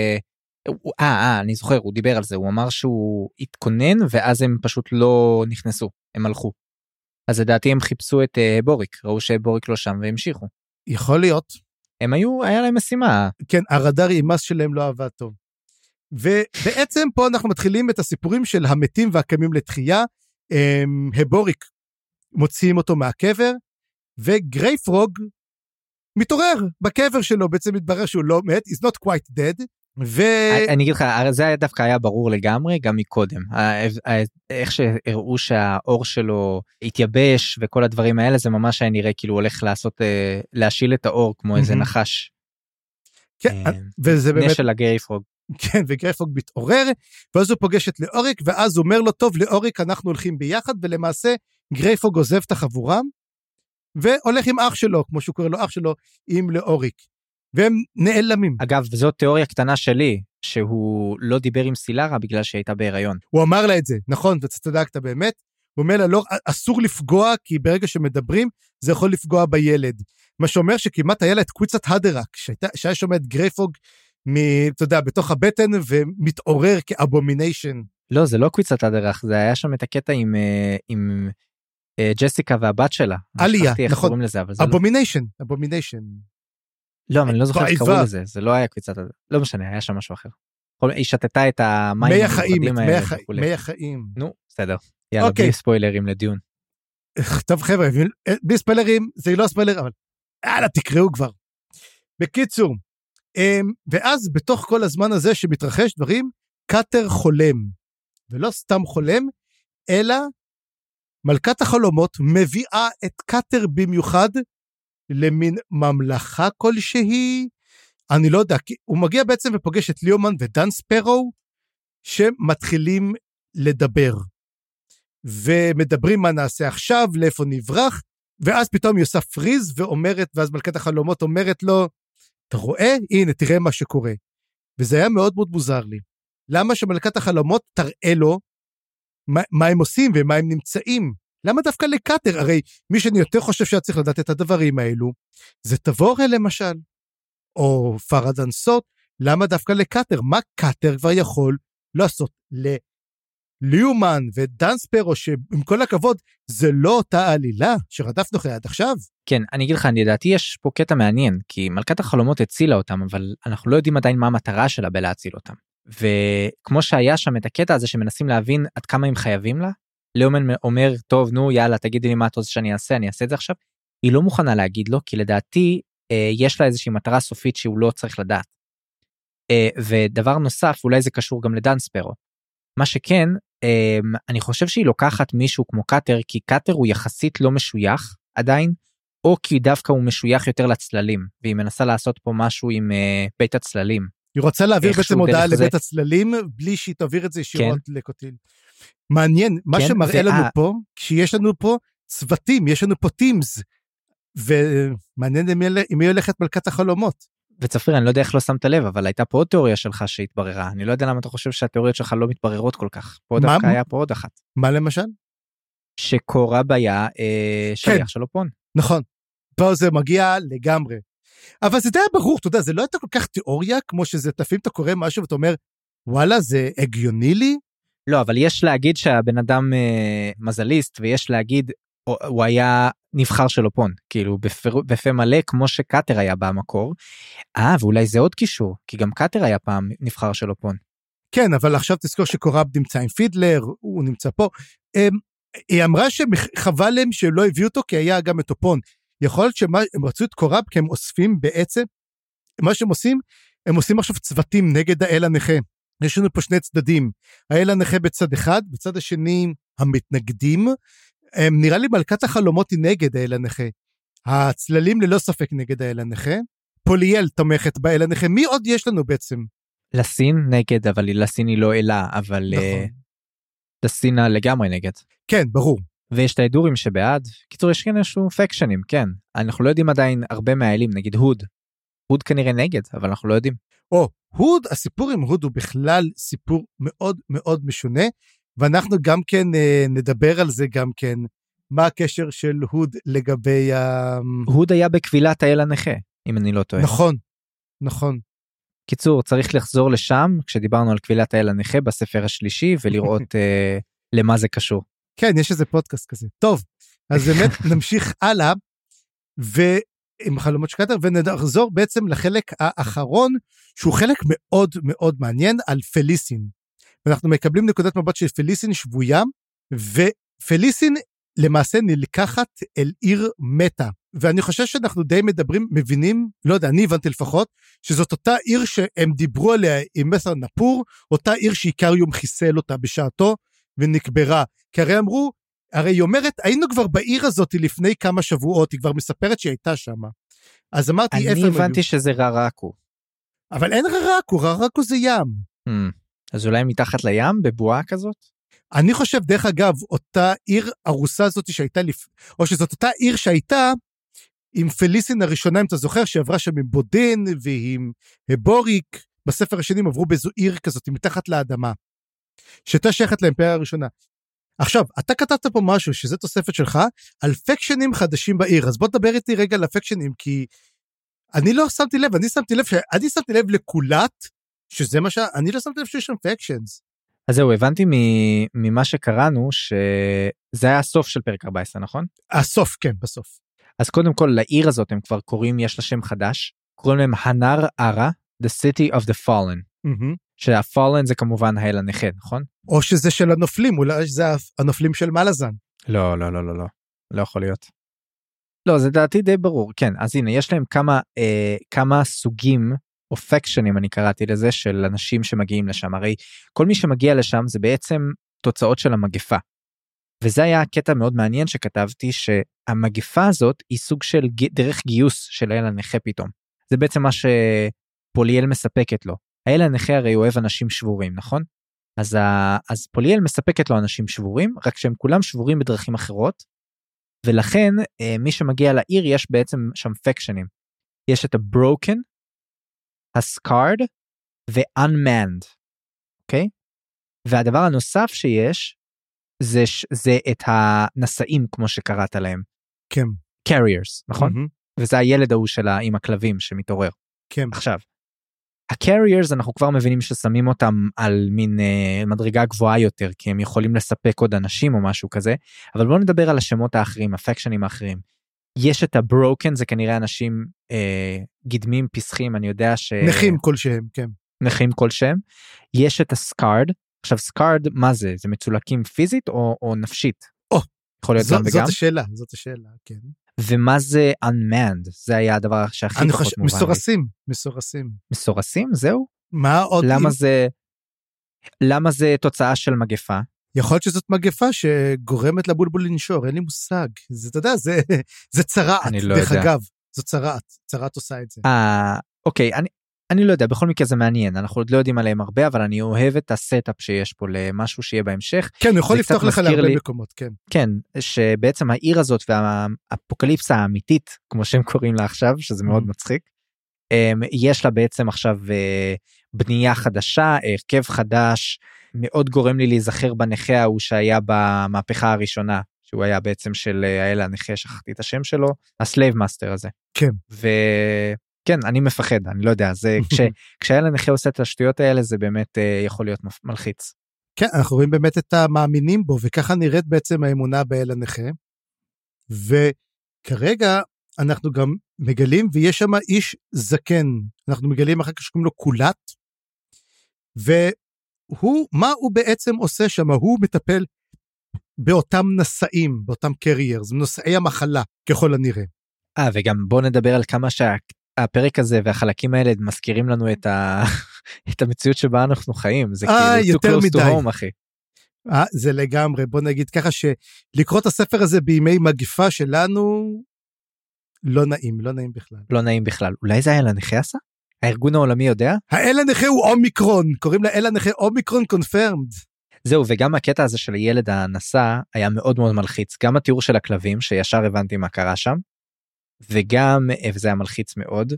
אני זוכר, הוא דיבר על זה, הוא אמר שהוא התכונן, ואז הם פשוט לא נכנסו, הם הלכו. אז לדעתי הם חיפשו את בוריק, ראו שבוריק לא שם והמשיכו. יכול להיות. היה להם משימה. כן, הרדאר אימאס שלהם לא עבד טוב. ובעצם פה אנחנו מתחילים את הסיפורים של המתים והקמים לתחייה, הבוריק מוציאים אותו מהקבר, וגרייפרוג מתעורר בקבר שלו, בעצם מתברר שהוא לא מת, he's not quite dead, אני אגיד לך, זה דווקא היה ברור לגמרי, גם מקודם, איך שהראו שהאור שלו התייבש, וכל הדברים האלה, זה ממש היה נראה כאילו הולך להשיל את האור, כמו איזה נחש. כן, וזה באמת... נשל הגרייפרוג. כן, וגרייפרוג מתעורר, ואז הוא פוגש את לאוריק, ואז הוא אומר לו, טוב, לאוריק אנחנו הולכים ביחד, ולמעשה גרייפרוג עוזב את החבורה, והולך עם אח שלו, כמו שהוא קורא לו אח שלו, עם לאוריק. והם נעלמים. אגב, וזאת תיאוריה קטנה שלי, שהוא לא דיבר עם סילרה בגלל שהיא הייתה בהיריון. הוא אמר לה את זה, נכון, ואתה צדקת באמת, הוא אומר לה, לא, אסור לפגוע, כי ברגע שמדברים, זה יכול לפגוע בילד. מה שאומר שכמעט היה לה את קוויצת הדרק, שהיה שומע את גרייפוג, אתה יודע, בתוך הבטן, ומתעורר כאבומיניישן. לא, זה לא קוויצת הדרק, זה היה שם את הקטע עם ג'סיקה והבת שלה. אליה, נכון, אבומיניישן. לא, אבל אני לא זוכר איך קראו לזה, זה לא היה קוויצת הדרק, לא משנה, היה שם משהו אחר. היא שתתה את המים המיוחדים האלה. מי החיים. נו, בסדר. יאללה, בלי ספוילרים לדיון. טוב חבר'ה, בלי ספוילרים, זה לא ספוילר, אבל יאללה, תקראו כבר. בקיצור, ואז בתוך כל הזמן הזה שמתרחש דברים, קאטר חולם, ולא סתם חולם, אלא מלכת החלומות מביאה את קאטר במיוחד למין ממלכה כלשהי, אני לא יודע, הוא מגיע בעצם ופוגש את ליאומן ודן ספרו, שמתחילים לדבר, ומדברים מה נעשה עכשיו, לאיפה נברח, ואז פתאום היא עושה פריז, ואומרת, ואז מלכת החלומות אומרת לו, אתה רואה? הנה, תראה מה שקורה. וזה היה מאוד מאוד מוזר לי. למה שמלכת החלומות תראה לו, מה הם עושים ומה הם נמצאים? למה דווקא לקאטר? הרי מי שאני יותר חושב שהיה צריך לדעת את הדברים האלו, זה תבורה למשל, או פרדנסות, למה דווקא לקאטר? מה קאטר כבר יכול לעשות ליאומן ודן ספרו, שעם כל הכבוד, זה לא אותה עלילה שרדפנו אחרי עד עכשיו? כן, אני אגיד לך, אני לדעתי יש פה קטע מעניין, כי מלכת החלומות הצילה אותם, אבל אנחנו לא יודעים עדיין מה המטרה שלה בלהציל אותם. וכמו שהיה שם את הקטע הזה שמנסים להבין עד כמה הם חייבים לה, ליאומן אומר, טוב, נו, יאללה, תגידי לי מה את רוצה שאני אעשה, אני אעשה את זה עכשיו. היא לא מוכנה להגיד לו, כי לדעתי יש לה איזושהי מטרה סופית שהוא לא צריך לדעת. ודבר נוסף, אולי זה קשור גם לדן ספרו. מה שכן, אני חושב שהיא לוקחת מישהו כמו קאטר, כי קאטר הוא יחסית לא משוייך עדיין, או כי דווקא הוא משוייך יותר לצללים, והיא מנסה לעשות פה משהו עם בית הצללים. היא רוצה להעביר בעצם הודעה לבית הצללים, בלי שהיא תעביר את זה ישירות לקוטיל. מעניין, מה שמראה לנו פה, כשיש לנו פה צוותים, יש לנו פה טימס, ומעניין אם היא הולכת מלכת החלומות. וצפריר, אני לא יודע איך לא שמת לב, אבל הייתה פה עוד תיאוריה שלך שהתבררה. אני לא יודע למה אתה חושב שהתיאוריות שלך לא מתבררות כל כך. פה דווקא היה פה עוד אחת. מה למשל? שקורב היה שליח של אופון. נכון. פה זה מגיע לגמרי. אבל זה די ברור, אתה יודע, זה לא הייתה כל כך תיאוריה, כמו שזה תפים, אתה קורא משהו ואתה אומר, וואלה, זה הגיוני לי? לא, אבל יש להגיד שהבן אדם מזליסט, ויש להגיד, הוא היה נבחר של אופון, כאילו בפה מלא, כמו שקאטר היה במקור. ואולי זה עוד קישור, כי גם קאטר היה פעם נבחר של אופון. כן, אבל עכשיו תזכור שקורב נמצא עם פידלר, הוא נמצא פה. היא אמרה שחבל להם שלא הביאו אותו, כי היה גם את אופון. יכול להיות שהם רצו את קורב, כי הם אוספים בעצם, מה שהם עושים, הם עושים עכשיו צוותים נגד האל הנכה. יש לנו פה שני צדדים, האל הנכה בצד אחד, בצד השני המתנגדים, נראה לי מלכת החלומות היא נגד האל הנכה, הצללים ללא ספק נגד האל הנכה, פוליאל תומכת באל הנכה, מי עוד יש לנו בעצם? לסין נגד, אבל לסין היא לא אלה, אבל לסינה לגמרי נגד. כן, ברור. ויש את ההידורים שבעד, קיצור יש כאן איזשהו פקשנים, כן, אנחנו לא יודעים עדיין הרבה מהאלים, נגיד הוד כנראה נגד, אבל אנחנו לא יודעים. הוד, הסיפור עם הוד הוא בכלל סיפור מאוד מאוד משונה, ואנחנו גם כן נדבר על זה גם כן, מה הקשר של הוד לגבי הוד היה בקבילת האל הנכה, אם אני לא טועה. נכון. קיצור, צריך לחזור לשם, כשדיברנו על קבילת האל הנכה בספר השלישי, ולראות למה זה קשור. כן, יש איזה פודקאסט כזה. טוב, אז באמת נמשיך הלאה, עם חלומות של קאטר, ונחזור בעצם לחלק האחרון, שהוא חלק מאוד מאוד מעניין, על פליסין. ואנחנו מקבלים נקודת מבט של פליסין שבויה, ופליסין למעשה נלקחת אל עיר מתה. ואני חושב שאנחנו די מבינים, לא יודע, אני הבנתי לפחות, שזאת אותה עיר שהם דיברו עליה עם מסר נפור, אותה עיר שאיקריום חיסל אותה בשעתו, ונקברה. כי הרי אמרו, הרי היא אומרת, היינו כבר בעיר הזאת לפני כמה שבועות, היא כבר מספרת שהיא הייתה שם. אז אמרתי, איפה הם היו? אני הבנתי שזה ררקו. אבל אין ררקו זה ים. אז אולי מתחת לים, בבועה כזאת? אני חושב, דרך אגב, אותה עיר הרוסה הזאת שהייתה, או שזאת אותה עיר שהייתה, עם פליסין הראשונה, אם אתה זוכר, שעברה שם עם בודן, ועם בוריק, בספר השני הם עברו באיזו עיר כזאת, מתחת לאדמה, שהייתה שייכת לאימפריה הראשונה. עכשיו, אתה כתבת פה משהו, שזה תוספת שלך, על פקשנים חדשים בעיר, אז בוא תדבר איתי רגע על הפקשנים, כי אני לא שמתי לב, אני שמתי לב לקולת, שזה מה אני לא שמתי לב שיש שם פקשנס. אז זהו, הבנתי ממה שקראנו, שזה היה הסוף של פרק 14, נכון? הסוף, כן, בסוף. אז קודם כל, לעיר הזאת הם כבר קוראים, יש לה שם חדש, קוראים להם הנר ארה, The City of the Fallen. שהפולן זה כמובן האל הנכה, נכון? או שזה של הנופלים, אולי זה הנופלים של מלאזן. לא, לא יכול להיות. לא, זה דעתי די ברור, כן, אז הנה, יש להם כמה סוגים, או פקשנים אני קראתי לזה, של אנשים שמגיעים לשם, הרי כל מי שמגיע לשם זה בעצם תוצאות של המגפה, וזה היה הקטע מאוד מעניין שכתבתי, שהמגפה הזאת היא סוג של דרך גיוס של האל הנכה פתאום, זה בעצם מה שפוליאל מספקת לו, האל הנכה הרי אוהב אנשים שבורים, נכון? אז פוליאל מספקת לו אנשים שבורים, רק שהם כולם שבורים בדרכים אחרות, ולכן מי שמגיע לעיר יש בעצם שם פקשנים. יש את ה-broken, ה-scarred ו-unmanned, אוקיי? והדבר הנוסף שיש, זה את הנשאים כמו שקראת להם. כן. carriers, נכון? וזה הילד ההוא שלה עם הכלבים שמתעורר. כן. עכשיו, ה-carriers אנחנו כבר מבינים ששמים אותם על מין מדרגה גבוהה יותר, כי הם יכולים לספק עוד אנשים או משהו כזה, אבל בואו נדבר על השמות האחרים, הפקשנים האחרים. יש את ה-broken, זה כנראה אנשים גדמים, פסחים, אני יודע נכים כלשהם, כן. נכים כלשהם. יש את ה-scarred, עכשיו scarred, מה זה? זה מצולקים פיזית או נפשית? יכול להיות גם וגם? זאת השאלה, כן. ומה זה unmanned? זה היה הדבר שהכי פחות מובן. מסורסים, זהו? מה עוד? למה זה תוצאה של מגפה? יכול להיות שזאת מגפה שגורמת לבולבול לנשור, אין לי מושג. אתה יודע, זה צרעת, דרך אגב. זו צרעת עושה את זה. אוקיי, אני לא יודע, בכל מקרה זה מעניין, אנחנו עוד לא יודעים עליהם הרבה, אבל אני אוהב את הסטאפ שיש פה למשהו שיהיה בהמשך. כן, הוא יכול לפתוח לך להרבה מקומות, כן. כן, שבעצם העיר הזאת והאפוקליפסה האמיתית, כמו שהם קוראים לה עכשיו, שזה מאוד מצחיק, יש לה בעצם עכשיו בנייה חדשה, הרכב חדש, מאוד גורם לי להיזכר בנכה ההוא שהיה במהפכה הראשונה, שהוא היה בעצם של האל הנכה, שכחתי את השם שלו, הסלייב מאסטר הזה. כן. כן, אני מפחד, אני לא יודע, זה כשהאל הנכה עושה את השטויות האלה, זה באמת יכול להיות מלחיץ. כן, אנחנו רואים באמת את המאמינים בו, וככה נראית בעצם האמונה באל הנכה, וכרגע אנחנו גם מגלים, ויש שם איש זקן, אנחנו מגלים אחר כך שקוראים לו קולת, והוא, מה הוא בעצם עושה שם? הוא מטפל באותם נשאים, באותם קריירס, נושאי המחלה, ככל הנראה. וגם בוא נדבר על כמה הפרק הזה והחלקים האלה מזכירים לנו את המציאות שבה אנחנו חיים, זה כאילו too close to home, אחי. זה לגמרי, בוא נגיד ככה שלקרוא את הספר הזה בימי מגפה שלנו, לא נעים בכלל. לא נעים בכלל, אולי זה האל הנכה עשה? הארגון העולמי יודע? האל הנכה הוא אומיקרון, קוראים לאל הנכה אומיקרון קונפרמד. זהו, וגם הקטע הזה של הילד הנשא היה מאוד מאוד מלחיץ, גם התיאור של הכלבים, שישר הבנתי מה קרה שם, וגם, וזה היה מלחיץ מאוד,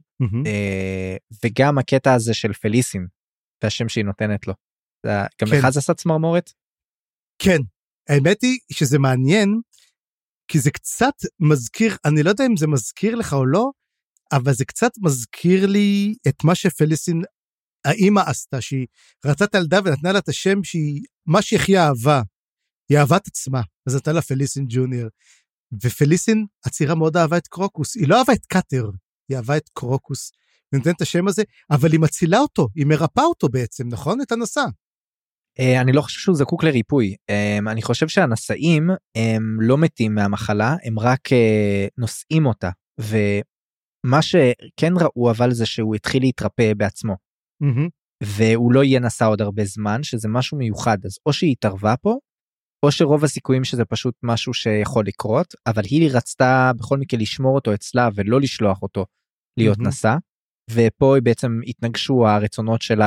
וגם הקטע הזה של פליסין, והשם שהיא נותנת לו. גם לך זה עשה צמרמורת? כן, האמת היא שזה מעניין, כי זה קצת מזכיר, אני לא יודע אם זה מזכיר לך או לא, אבל זה קצת מזכיר לי את מה שפליסין, האמא עשתה, שהיא רצתה את הילדה ונתנה לה את השם שהיא, מה שהיא אהבה, היא אהבה את עצמה, אז נתנה לה פליסין ג'וניור, ופליסין, הצעירה מאוד אהבה את קרוקוס, היא לא אהבה את קאטר, היא אהבה את קרוקוס, ונותנת את השם הזה, אבל היא מצילה אותו, היא מרפא אותו בעצם, נכון? את הנשא. אני לא חושב שהוא זקוק לריפוי, אני חושב שהנשאים הם לא מתים מהמחלה, הם רק נושאים אותה, ומה שכן ראו אבל זה שהוא התחיל להתרפא בעצמו, והוא לא יהיה נשא עוד הרבה זמן, שזה משהו מיוחד, אז או שהיא התערבה פה, או שרוב הסיכויים שזה פשוט משהו שיכול לקרות, אבל היא רצתה בכל מקרה לשמור אותו אצלה, ולא לשלוח אותו להיות נשא, ופה בעצם התנגשו הרצונות שלה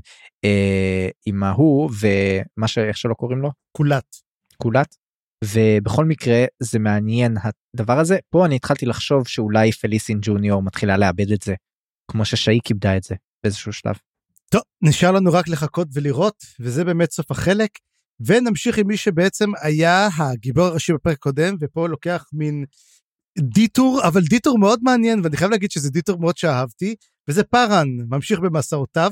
עם ההוא, ומה איך שלא קוראים לו? קולת, ובכל מקרה זה מעניין הדבר הזה, פה אני התחלתי לחשוב שאולי פליסין ג'וניור מתחילה לאבד את זה, כמו ששאי קיבדה את זה באיזשהו שלב. טוב, נשאר לנו רק לחכות ולראות, וזה באמת סוף החלק, ונמשיך עם מי שבעצם היה הגיבור הראשי בפרק קודם, ופה לוקח מין דיטור, אבל דיטור מאוד מעניין, ואני חייב להגיד שזה דיטור מאוד שאהבתי, וזה פארן, ממשיך במסעותיו,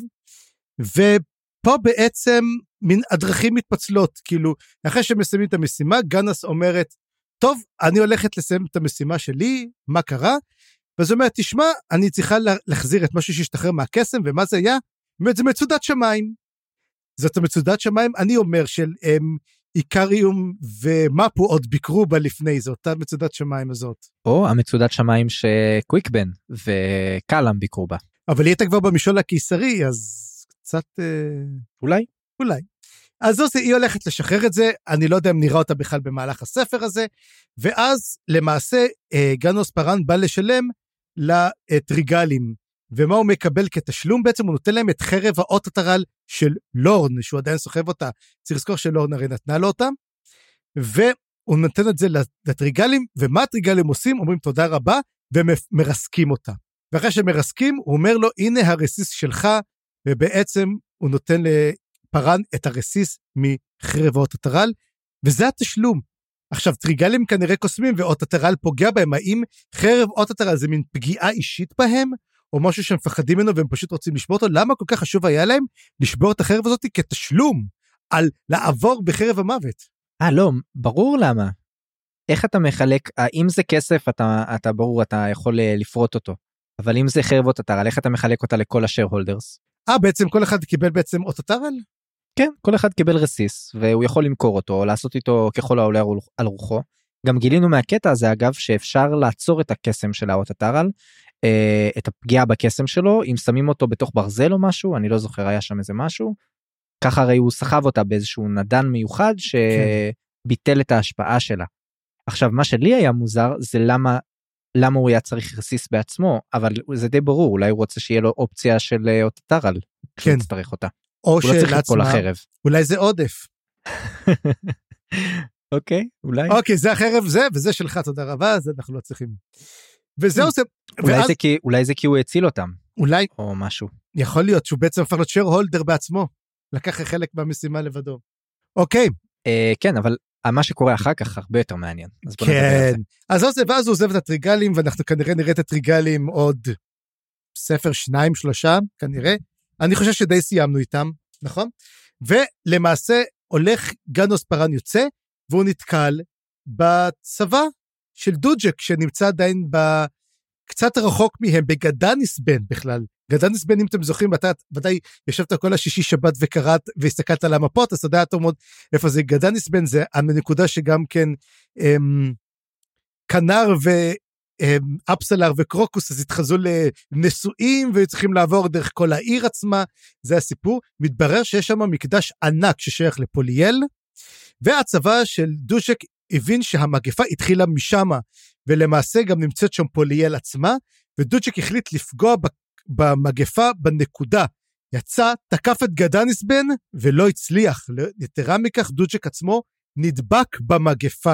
ופה בעצם מין הדרכים מתפצלות, כאילו, אחרי שמסיימים את המשימה, גנס אומרת, טוב, אני הולכת לסיים את המשימה שלי, מה קרה? ואז אומרת, תשמע, אני צריכה להחזיר את משהו שהשתחרר מהקסם, ומה זה היה? זה מצודת שמיים. זאת המצודת שמיים, אני אומר, של איקריום ומפו עוד ביקרו בה לפני, זו אותה מצודת שמיים הזאת. או המצודת שמיים שקוויקבן וקלאם ביקרו בה. אבל היא הייתה כבר במשעול הקיסרי, אז קצת... אולי. אז היא הולכת לשחרר את זה, אני לא יודע אם נראה אותה בכלל במהלך הספר הזה, ואז למעשה גנוס פארן בא לשלם לטריגלים, ומה הוא מקבל כתשלום? בעצם הוא נותן להם את חרב האות הטרל של לורן, שהוא עדיין סוחב אותה, צריך לזכור שלורן הרי נתנה לו אותה, והוא נותן את זה לטריגלים, ומה הטריגלים עושים? אומרים תודה רבה, ומרסקים אותה. ואחרי שמרסקים, הוא אומר לו, הנה הרסיס שלך, ובעצם הוא נותן לפארן את הרסיס מחרב האות הטרל, וזה התשלום. עכשיו, טריגלים כנראה קוסמים, ואות הטרל פוגע בהם, האם חרב אות הטרל זה מין פגיעה אישית בהם, או משהו שהם מפחדים ממנו, והם פשוט רוצים לשבור אותו? למה כל כך חשוב היה להם לשבור את החרב הזאת כתשלום, על לעבור בחרב המוות? לא, ברור למה. איך אתה מחלק, אם זה כסף, אתה ברור, אתה יכול לפרוט אותו, אבל אם זה חרב אות הטרל, איך אתה מחלק אותה לכל השאר-הולדרס? בעצם כל אחד קיבל בעצם אות הטרל? כן, כל אחד קיבל רסיס, והוא יכול למכור אותו, או לעשות איתו ככל העולה על רוחו. גם גילינו מהקטע הזה, אגב, שאפשר לעצור את הקסם של האות הטרל, את הפגיעה בקסם שלו, אם שמים אותו בתוך ברזל או משהו, אני לא זוכר, היה שם איזה משהו, ככה הרי הוא סחב אותה באיזשהו נדן מיוחד, שביטל את ההשפעה שלה. עכשיו, מה שלי היה מוזר, זה למה הוא היה צריך רסיס בעצמו, אבל זה די ברור, אולי הוא רוצה שיהיה לו אופציה של אות הטרל, כשהוא יצטרך אותה. או שלעצמה, אולי זה עודף. אוקיי, אולי. אוקיי, זה החרב זה, וזה שלך, תודה רבה, אז אנחנו לא צריכים. וזהו זה... אולי זה כי הוא הציל אותם. אולי. או משהו. יכול להיות שהוא בעצם הפך להיות shareholder בעצמו. לקח חלק במשימה לבדו. אוקיי. כן, אבל מה שקורה אחר כך הרבה יותר מעניין. כן. אז ואז הוא עוזב את הטריגלים, ואנחנו כנראה נראה את הטריגלים עוד ספר 2-3, כנראה. אני חושב שדי סיימנו איתם, נכון? ולמעשה הולך גנוס פארן יוצא, והוא נתקל בצבא של דוג'ק, שנמצא עדיין קצת רחוק מהם, בגדניסבן בכלל. גדניסבן, אם אתם זוכרים, אתה ודאי ישבת כל השישי שבת וקראת, והסתכלת על המפות, אז אתה יודע יותר מאוד איפה זה. גדניסבן זה הנקודה שגם כן כנר ואפסלר וקרוקוס, אז התחזו לנשואים, וצריכים לעבור דרך כל העיר עצמה, זה הסיפור. מתברר שיש שם מקדש ענק ששייך לפוליאל, והצבא של דוג'ק הבין שהמגפה התחילה משם, ולמעשה גם נמצאת שם פוליאל עצמה, ודוג'ק החליט לפגוע במגפה בנקודה, יצא, תקף את גדניסבן, ולא הצליח. יתרה מכך, דוג'ק עצמו נדבק במגפה.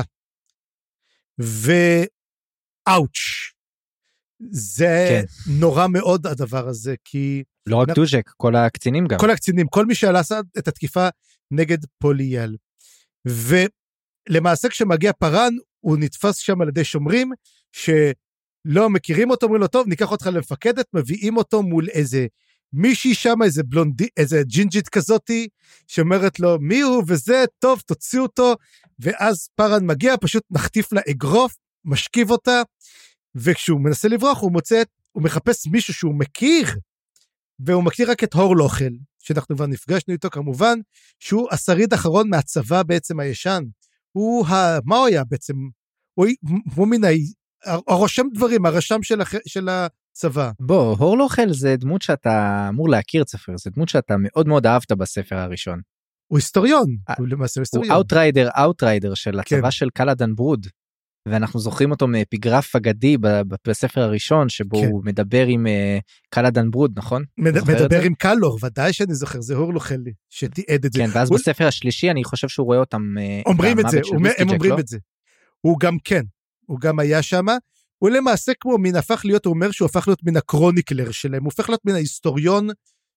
ואוץ'. זה כן. נורא מאוד הדבר הזה, כי... לא רק דוג'ק, כל הקצינים גם. כל הקצינים, כל מי שעשה את התקיפה נגד פוליאל. ולמעשה כשמגיע פארן, הוא נתפס שם על ידי שומרים, שלא מכירים אותו, אומרים לו, טוב, ניקח אותך למפקדת, מביאים אותו מול איזה מישהי שם, איזה בלונדי, איזה ג'ינג'ית כזאתי, שאומרת לו, מי הוא וזה, טוב, תוציאו אותו, ואז פארן מגיע, פשוט נחטיף לה אגרוף, משכיב אותה, וכשהוא מנסה לברוח, הוא מחפש מישהו שהוא מכיר, והוא מכיר רק את הורלוכל, שאנחנו כבר נפגשנו איתו כמובן, שהוא השריד האחרון מהצבא בעצם הישן, מה הוא היה בעצם? הוא מן הרושם דברים, הרשם של הצבא. בוא, הורלוכל זה דמות שאתה אמור להכיר ספר, זה דמות שאתה מאוד מאוד אהבת בספר הראשון. הוא היסטוריון, הוא למעשה היסטוריון. הוא אאוטריידר של הצבא של קלאדן ברוד, ואנחנו זוכרים אותו מאפיגרף אגדי בספר הראשון, שבו הוא מדבר עם קלאדן ברוד, נכון? מדבר עם קלור, ודאי שאני זוכר, זה הורלוכל שתיעד את זה. כן, ואז בספר השלישי אני חושב שהוא רואה אותם... אומרים את זה, הם אומרים את זה. הוא גם כן, הוא גם היה שם, הוא למעשה כמו מין הפך להיות, הוא אומר שהוא הפך להיות מן הקרוניקלר שלהם, הוא הפך להיות מן ההיסטוריון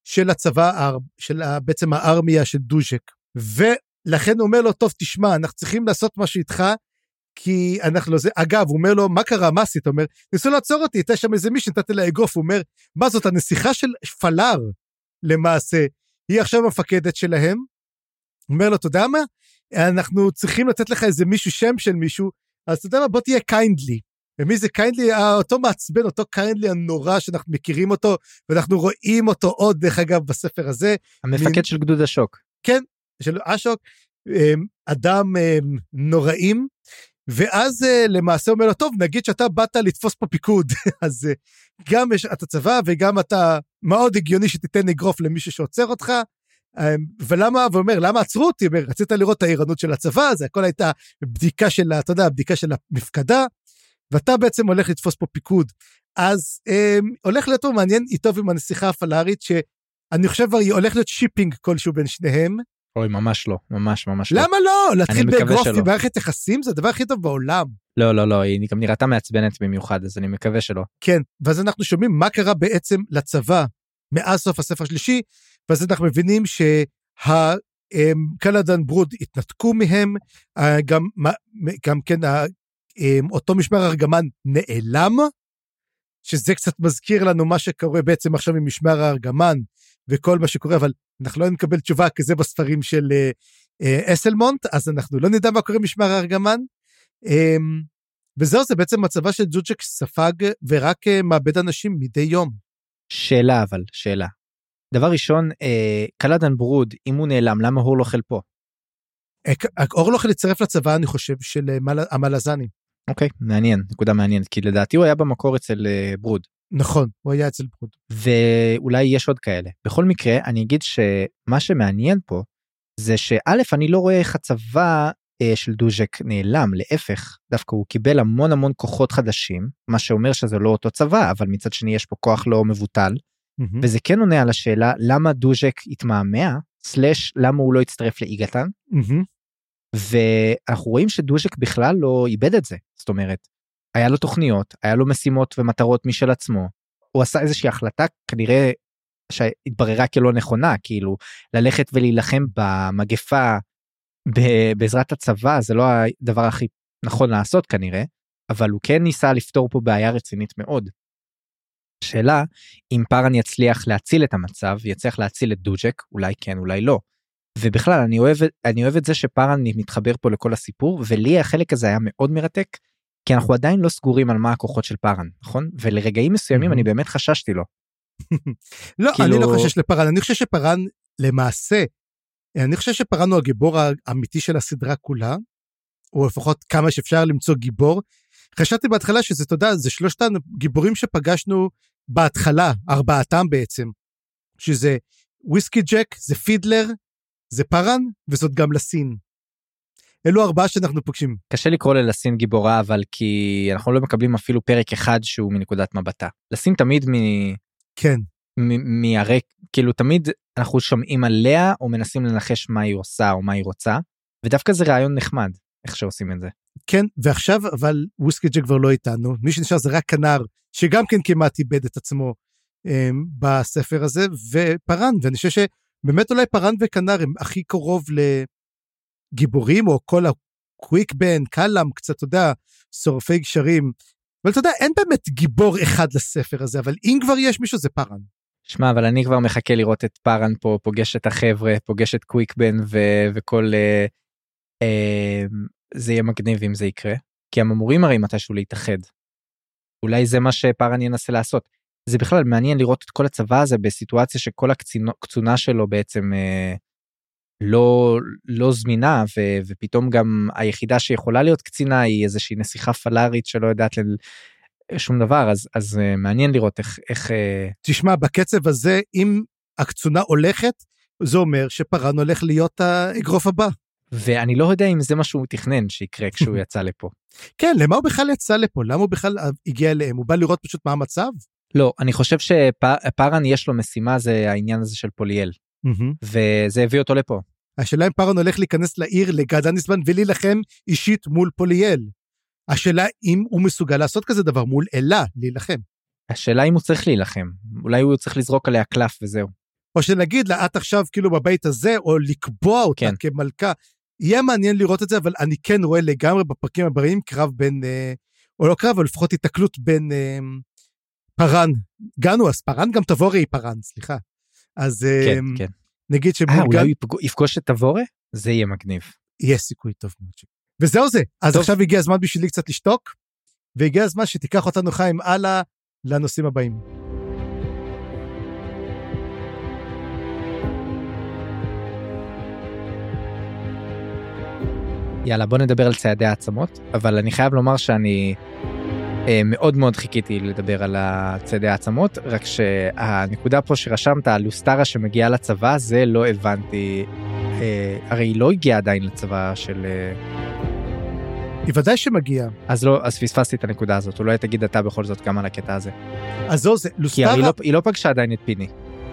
של הצבא, בעצם הארמיה של דוז'ק, ולכן הוא אומר לו, טוב, תשמע, אנחנו צריכים לעשות משהו איתך, כי אנחנו לא זה, אגב, הוא אומר לו, מה קרה, מה עשית? הוא אומר, ניסו לעצור אותי, הייתה שם איזה מישהו, נתתי לה אגרוף, הוא אומר, מה זאת, הנסיכה של פלאר, למעשה, היא עכשיו המפקדת שלהם, הוא אומר לו, אתה יודע מה? אנחנו צריכים לתת לך איזה מישהו, שם של מישהו, אז אתה יודע מה, בוא תהיה קיינדלי, ומי זה קיינדלי? אותו מעצבן, אותו קיינדלי הנורא, שאנחנו מכירים אותו, ואנחנו רואים אותו עוד, דרך אגב, בספר הזה. המפקד של גדוד השוק. כן, של השוק, אדם נוראים, ואז למעשה אומר לו, טוב, נגיד שאתה באת לתפוס פה פיקוד, אז גם יש את הצבא, וגם אתה מאוד הגיוני שתיתן אגרוף למישהו שעוצר אותך, ולמה, ואומר, למה עצרו אותי? רצית לראות את העירנות של הצבא, זה הכל הייתה בדיקה של, אתה יודע, בדיקה של המפקדה, ואתה בעצם הולך לתפוס פה פיקוד, אז הולך להיות מעניין איתו עם הנסיכה הפלארית, שאני חושב היא הולך להיות שיפינג כלשהו בין שניהם, אוי, ממש לא, ממש לא. למה לא? להתחיל באגרוף במערכת יחסים, זה הדבר הכי טוב בעולם. לא, היא גם נראתה מעצבנת במיוחד, אז אני מקווה שלא. כן, ואז אנחנו שומעים מה קרה בעצם לצבא, מאז סוף הספר השלישי, ואז אנחנו מבינים קלאדן ברוד התנתקו מהם, גם כן אותו משמר הארגמן נעלם, שזה קצת מזכיר לנו מה שקורה בעצם עכשיו עם משמר הארגמן, וכל מה שקורה, אבל אנחנו לא נקבל תשובה כזה בספרים של אסלמונט, אז אנחנו לא נדע מה קורה עם משמר הארגמן, וזהו, זה בעצם מצבה של דוז'ק ספג, ורק מאבד אנשים מדי יום. שאלה. דבר ראשון, קלאדן ברוד, אם הוא נעלם, למה הוא לא אוכל פה? אור לא אוכל לצרף לצבא, אני חושב, של המלזנים. אוקיי, מעניין, נקודה מעניינת, כי לדעתי הוא היה במקור אצל ברוד. נכון, הוא היה אצל ברוד. ואולי יש עוד כאלה. בכל מקרה, אני אגיד שמה שמעניין פה, זה שא' אני לא רואה איך הצבא של דוז'ק נעלם, להפך, דווקא הוא קיבל המון כוחות חדשים, מה שאומר שזה לא אותו צבא, אבל מצד שני יש פה כוח לא מבוטל, וזה כן עונה על השאלה, למה דוז'ק התמהמה, למה הוא לא הצטרף לאיגתן, ואנחנו רואים שדוז'ק בכלל לא איבד את זה, זאת אומרת, היה לו תוכניות, היה לו משימות ומטרות משל עצמו, הוא עשה איזושהי החלטה כנראה שהתבררה כלא נכונה, כאילו ללכת ולהילחם במגפה בעזרת הצבא, זה לא הדבר הכי נכון לעשות כנראה, אבל הוא כן ניסה לפתור פה בעיה רצינית מאוד. שאלה, אם פארן יצליח להציל את המצב, יצליח להציל את דוז'ק, אולי כן, אולי לא. ובכלל, אני אוהב את זה שפארן מתחבר פה לכל הסיפור, ולי החלק הזה היה מאוד מרתק, כי אנחנו עדיין לא סגורים על מה הכוחות של פארן, נכון? ולרגעים מסוימים אני באמת חששתי לו. לא, אני לא חושש לפארן, אני חושב שפארן למעשה, אני חושב שפארן הוא הגיבור האמיתי של הסדרה כולה, או לפחות כמה שאפשר למצוא גיבור. חשבתי בהתחלה שזה, תודה, זה שלושת הגיבורים שפגשנו בהתחלה, ארבעתם בעצם, שזה וויסקי ג'ק, זה פידלר, זה פארן, וזאת גם לסין. אלו ארבעה שאנחנו פוגשים. קשה לקרוא ללסין גיבורה, אבל כי אנחנו לא מקבלים אפילו פרק אחד שהוא מנקודת מבטה. לסין תמיד כן. מהרק, כאילו תמיד אנחנו שומעים עליה, או מנסים לנחש מה היא עושה, או מה היא רוצה, ודווקא זה רעיון נחמד, איך שעושים את זה. כן, ועכשיו, אבל וויסקי ג'ק כבר לא איתנו, מי שנשאר זה רק כנר, שגם כן כמעט איבד את עצמו בספר הזה, ופארן, ואני חושב שבאמת אולי פארן וכנר הם הכי קרוב גיבורים, או כל הקוויק בן, קלאם, קצת, אתה יודע, שורפי גשרים, אבל אתה יודע, אין באמת גיבור אחד לספר הזה, אבל אם כבר יש מישהו, זה פארן. שמע, אבל אני כבר מחכה לראות את פארן פה, פוגש את החבר'ה, פוגש את קוויק בן, וכל, זה יהיה מגניב אם זה יקרה, כי הם אמורים הרי מתישהו להתאחד. אולי זה מה שפארן ינסה לעשות. זה בכלל מעניין לראות את כל הצבא הזה, בסיטואציה שכל הקצונה שלו בעצם, לא זמינה, ופתאום גם היחידה שיכולה להיות קצינה היא איזושהי נסיכה פלארית שלא יודעת שום דבר, אז מעניין לראות איך... תשמע, בקצב הזה, אם הקצונה הולכת, זה אומר שפארן הולך להיות האגרוף הבא. ואני לא יודע אם זה מה שהוא תכנן שיקרה כשהוא יצא לפה. כן, למה הוא בכלל יצא לפה? למה הוא בכלל הגיע אליהם? הוא בא לראות פשוט מה המצב? לא, אני חושב שפארן יש לו משימה, זה העניין הזה של פוליאל. וזה הביא אותו לפה. השאלה אם פארן הולך להיכנס לעיר לגדניסבן ולהילחם אישית מול פוליאל. השאלה אם הוא מסוגל לעשות כזה דבר מול אלה, להילחם. השאלה אם הוא צריך להילחם. אולי הוא צריך לזרוק עליה קלף וזהו. או שנגיד לה, את עכשיו כאילו בבית הזה, או לקבוע אותה כמלכה, יהיה מעניין לראות את זה, אבל אני כן רואה לגמרי בפרקים הבאים, קרב בין, או לא קרב, אבל לפחות התקלות בין פרן, גנו, אז פרן גם תבורי היא פרן, סליחה. אז נגיד אולי הוא יפגוש את תבורי? זה יהיה מגניב. יהיה סיכוי טוב מאוד. וזהו זה, אז עכשיו הגיע הזמן בשבילי קצת לשתוק, והגיע הזמן שתיקח אותנו חיים הלאה לנושאים הבאים. יאללה, בוא נדבר על צעדי העצמות, אבל אני חייב לומר שאני מאוד מאוד חיכיתי לדבר על צעדי העצמות, רק שהנקודה פה שרשמת, הלוסטרה שמגיעה לצבא, זה לא הבנתי, הרי היא לא הגיעה עדיין לצבא של... היא ודאי שמגיעה. אז לא, אז פספסתי את הנקודה הזאת, אולי תגיד אתה בכל זאת גם על הקטע הזה. אז זו זה, לוסטרה... כי היא לא פגשה עדיין את פיני.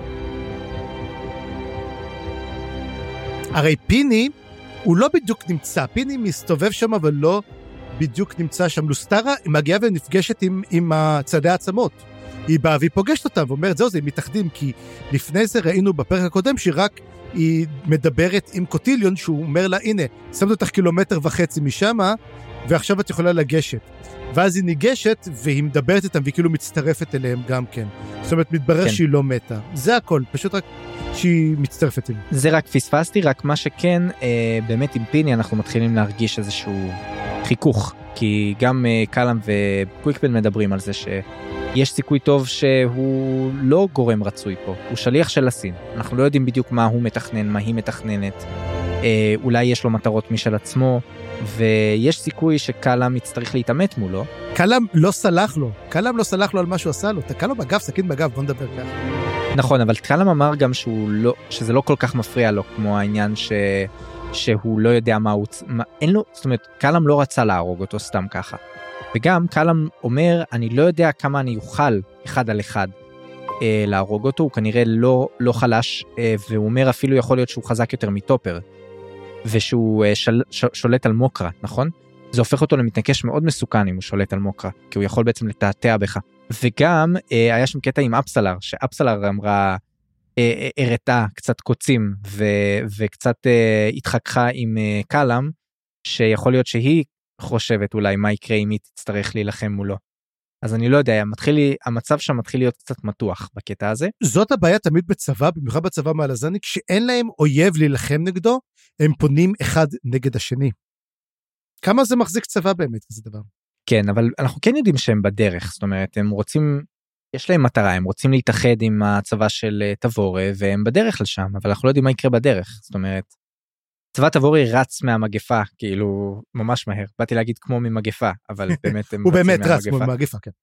הרי פיני, הוא לא בדיוק נמצא, פיני מסתובב שם, אבל לא בדיוק נמצא שם. לוסטרה, היא מגיעה ונפגשת עם צעדי העצמות. היא באה והיא פוגשת אותם, ואומרת, זהו, זה הם מתאחדים, כי לפני זה ראינו בפרק הקודם, שרק היא מדברת עם קוטיליון, שהוא אומר לה, הנה, שמת אותך 1.5 קילומטר משם, ועכשיו את יכולה לגשת. ואז היא ניגשת, והיא מדברת איתם, והיא כאילו מצטרפת אליהם גם כן. זאת אומרת, מתברר שהיא לא מתה. זה הכל, פשוט רק שהיא מצטרפת אליהם. זה רק פספסתי, רק מה שכן, באמת עם פיני אנחנו מתחילים להרגיש איזשהו חיכוך, כי גם קלאם וקוויקבן מדברים על זה שיש סיכוי טוב שהוא לא גורם רצוי פה, הוא שליח של הסין. אנחנו לא יודעים בדיוק מה הוא מתכנן, מה היא מתכננת, אולי יש לו מטרות משל עצמו, ויש סיכוי שקלאם יצטרך להתאמת מולו. קלאם לא סלח לו, קלאם לא סלח לו על מה שהוא עשה לו, תקע לו בגב, סכין בגב, בוא נדבר ככה. נכון, אבל קלאם אמר גם שזה לא כל כך מפריע לו, כמו העניין שהוא לא יודע מה הוא, אין לו, זאת אומרת, קלאם לא רצה להרוג אותו סתם ככה. וגם קלאם אומר, אני לא יודע כמה אני אוכל אחד על אחד להרוג אותו, הוא כנראה לא חלש, והוא אומר אפילו יכול להיות שהוא חזק יותר מטופר, ושהוא שולט על מוקרה, נכון? זה הופך אותו למתנקש מאוד מסוכן אם הוא שולט על מוקרה, כי הוא יכול בעצם לתעתע בך. וגם היה שם קטע עם אפסלר, שאפסלר אמרה, הראתה קצת קוצים, וקצת התחככה עם קלאם, שיכול להיות שהיא חושבת אולי מה יקרה אם היא תצטרך להילחם מולו. אז אני לא יודע, המצב שם מתחיל להיות קצת מתוח בקטע הזה. זאת הבעיה תמיד בצבא, במיוחד בצבא מלזני, כשאין להם אויב להילחם נגדו, הם פונים אחד נגד השני. כמה זה מחזיק צבא באמת, כזה דבר? כן, אבל אנחנו כן יודעים שהם בדרך, זאת אומרת, הם רוצים, יש להם מטרה, הם רוצים להתאחד עם הצבא של תבורי, והם בדרך לשם, אבל אנחנו לא יודעים מה יקרה בדרך, זאת אומרת, צבא תבורי רץ מהמגפה, כאילו, ממש מהר, באתי להגיד כמו ממגפה, אבל באמת הם הוא באמת רץ כמו ממגפה, כן.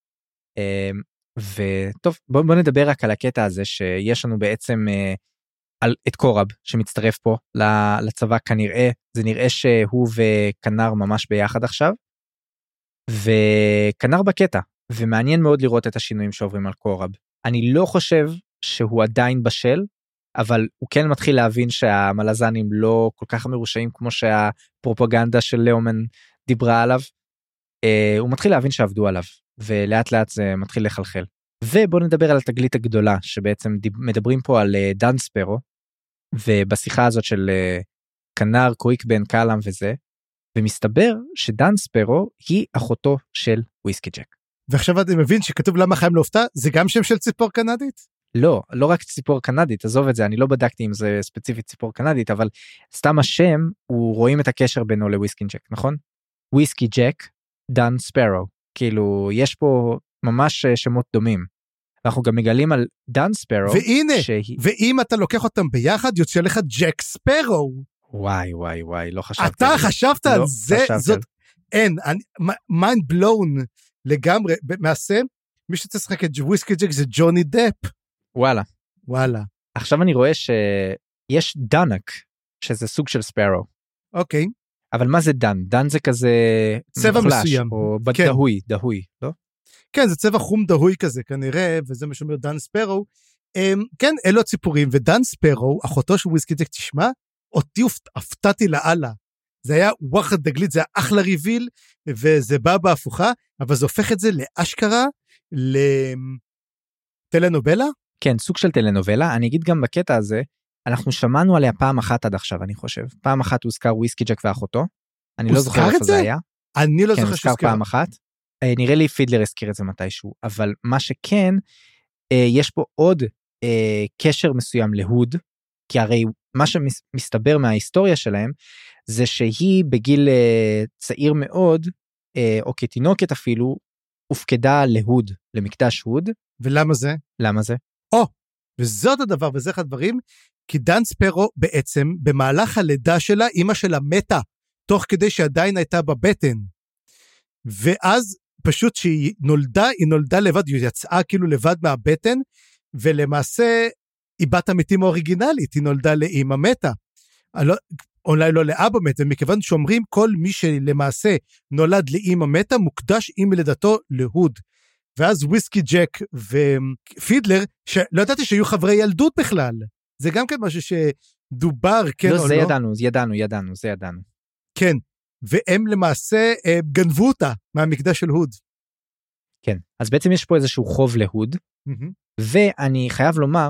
וטוב, בוא נדבר רק על הקטע הזה, שיש לנו בעצם את קורב, שמצטרף פה לצבא כנראה, זה נראה שהוא וקנר ממש ביחד עכשיו, וקנר בקטע, ומעניין מאוד לראות את השינויים שעוברים על קורב. אני לא חושב שהוא עדיין בשל, אבל הוא כן מתחיל להבין שהמלזנים לא כל כך מרושעים כמו שהפרופגנדה של לאומן דיברה עליו. הוא מתחיל להבין שעבדו עליו, ולאט לאט זה מתחיל לחלחל. ובוא נדבר על התגלית הגדולה, שבעצם מדברים פה על דן ספרו, ובשיחה הזאת של קנר, קוויקבן, קלאם וזה, ומסתבר שדן ספרו היא אחותו של וויסקי ג'ק. ועכשיו אני מבין שכתוב למה חיים לא הופתע, זה גם שם של ציפור קנדית? לא רק ציפור קנדית, עזוב את זה, אני לא בדקתי אם זה ספציפית ציפור קנדית, אבל סתם השם, הוא רואים את הקשר בינו לוויסקי ג'ק, נכון? וויסקי ג'ק, דן ספרו, כאילו יש פה ממש שמות דומים. אנחנו גם מגלים על דן ספרו. והנה, ואם אתה לוקח אותם ביחד, יוצא לך ג'ק ספרו. וואי, לא חשבתי. אתה חשבת על זה, זאת, אין, mind blown לגמרי, מעשה, מי שצריך את וויסקי ג'ק זה ג'וני דפ. וואלה. עכשיו אני רואה שיש דנק, שזה סוג של ספרו. אוקיי. אבל מה זה דן? דן זה כזה צבע מוחלש, מסוים. או דהוי, לא? כן, זה צבע חום דהוי כזה כנראה, וזה מה שאומר דן ספרו. כן, אלו הציפורים, ודן ספרו, אחותו של וויסקי ג'ק, תשמע, אותי הפתעתי לאללה. זה היה וואחד דגלית, זה היה אחלה ריביל, וזה בא בהפוכה, אבל זה הופך את זה לאשכרה, לטלנובלה, כן, סוג של טלנובלה, אני אגיד גם בקטע הזה, אנחנו שמענו עליה פעם אחת עד עכשיו, אני חושב. פעם אחת הוזכר וויסקי ג'ק ואחותו, אני לא זוכר איפה זה היה. אני לא כן, זוכר הוזכר פעם אחת. נראה לי פידלר הזכיר את זה מתישהו, אבל מה שכן, יש פה עוד קשר מסוים להוד, כי הרי מה שמסתבר מההיסטוריה שלהם, זה שהיא בגיל צעיר מאוד, או כתינוקת אפילו, הופקדה להוד, למקדש הוד. ולמה זה? למה זה? וזאת הדבר, וזה אחד הדברים, כי דן ספרו בעצם, במהלך הלידה שלה, אמא שלה מתה, תוך כדי שעדיין הייתה בבטן. ואז פשוט שהיא נולדה, היא נולדה לבד, היא יצאה כאילו לבד מהבטן, ולמעשה היא בת המתים האוריגינלית, היא נולדה לאמא מתה. אולי לא לאבא מת, ומכיוון שאומרים כל מי שלמעשה נולד לאמא מתה, מוקדש עם לידתו להוד. ואז וויסקי ג'ק ופידלר, שלא ידעתי שהיו חברי ילדות בכלל. זה גם כן משהו שדובר, כן לא, או לא? זה ידענו, זה ידענו. כן, והם למעשה גנבו אותה מהמקדש של הוד. כן. אז בעצם יש פה איזשהו חוב להוד, ואני חייב לומר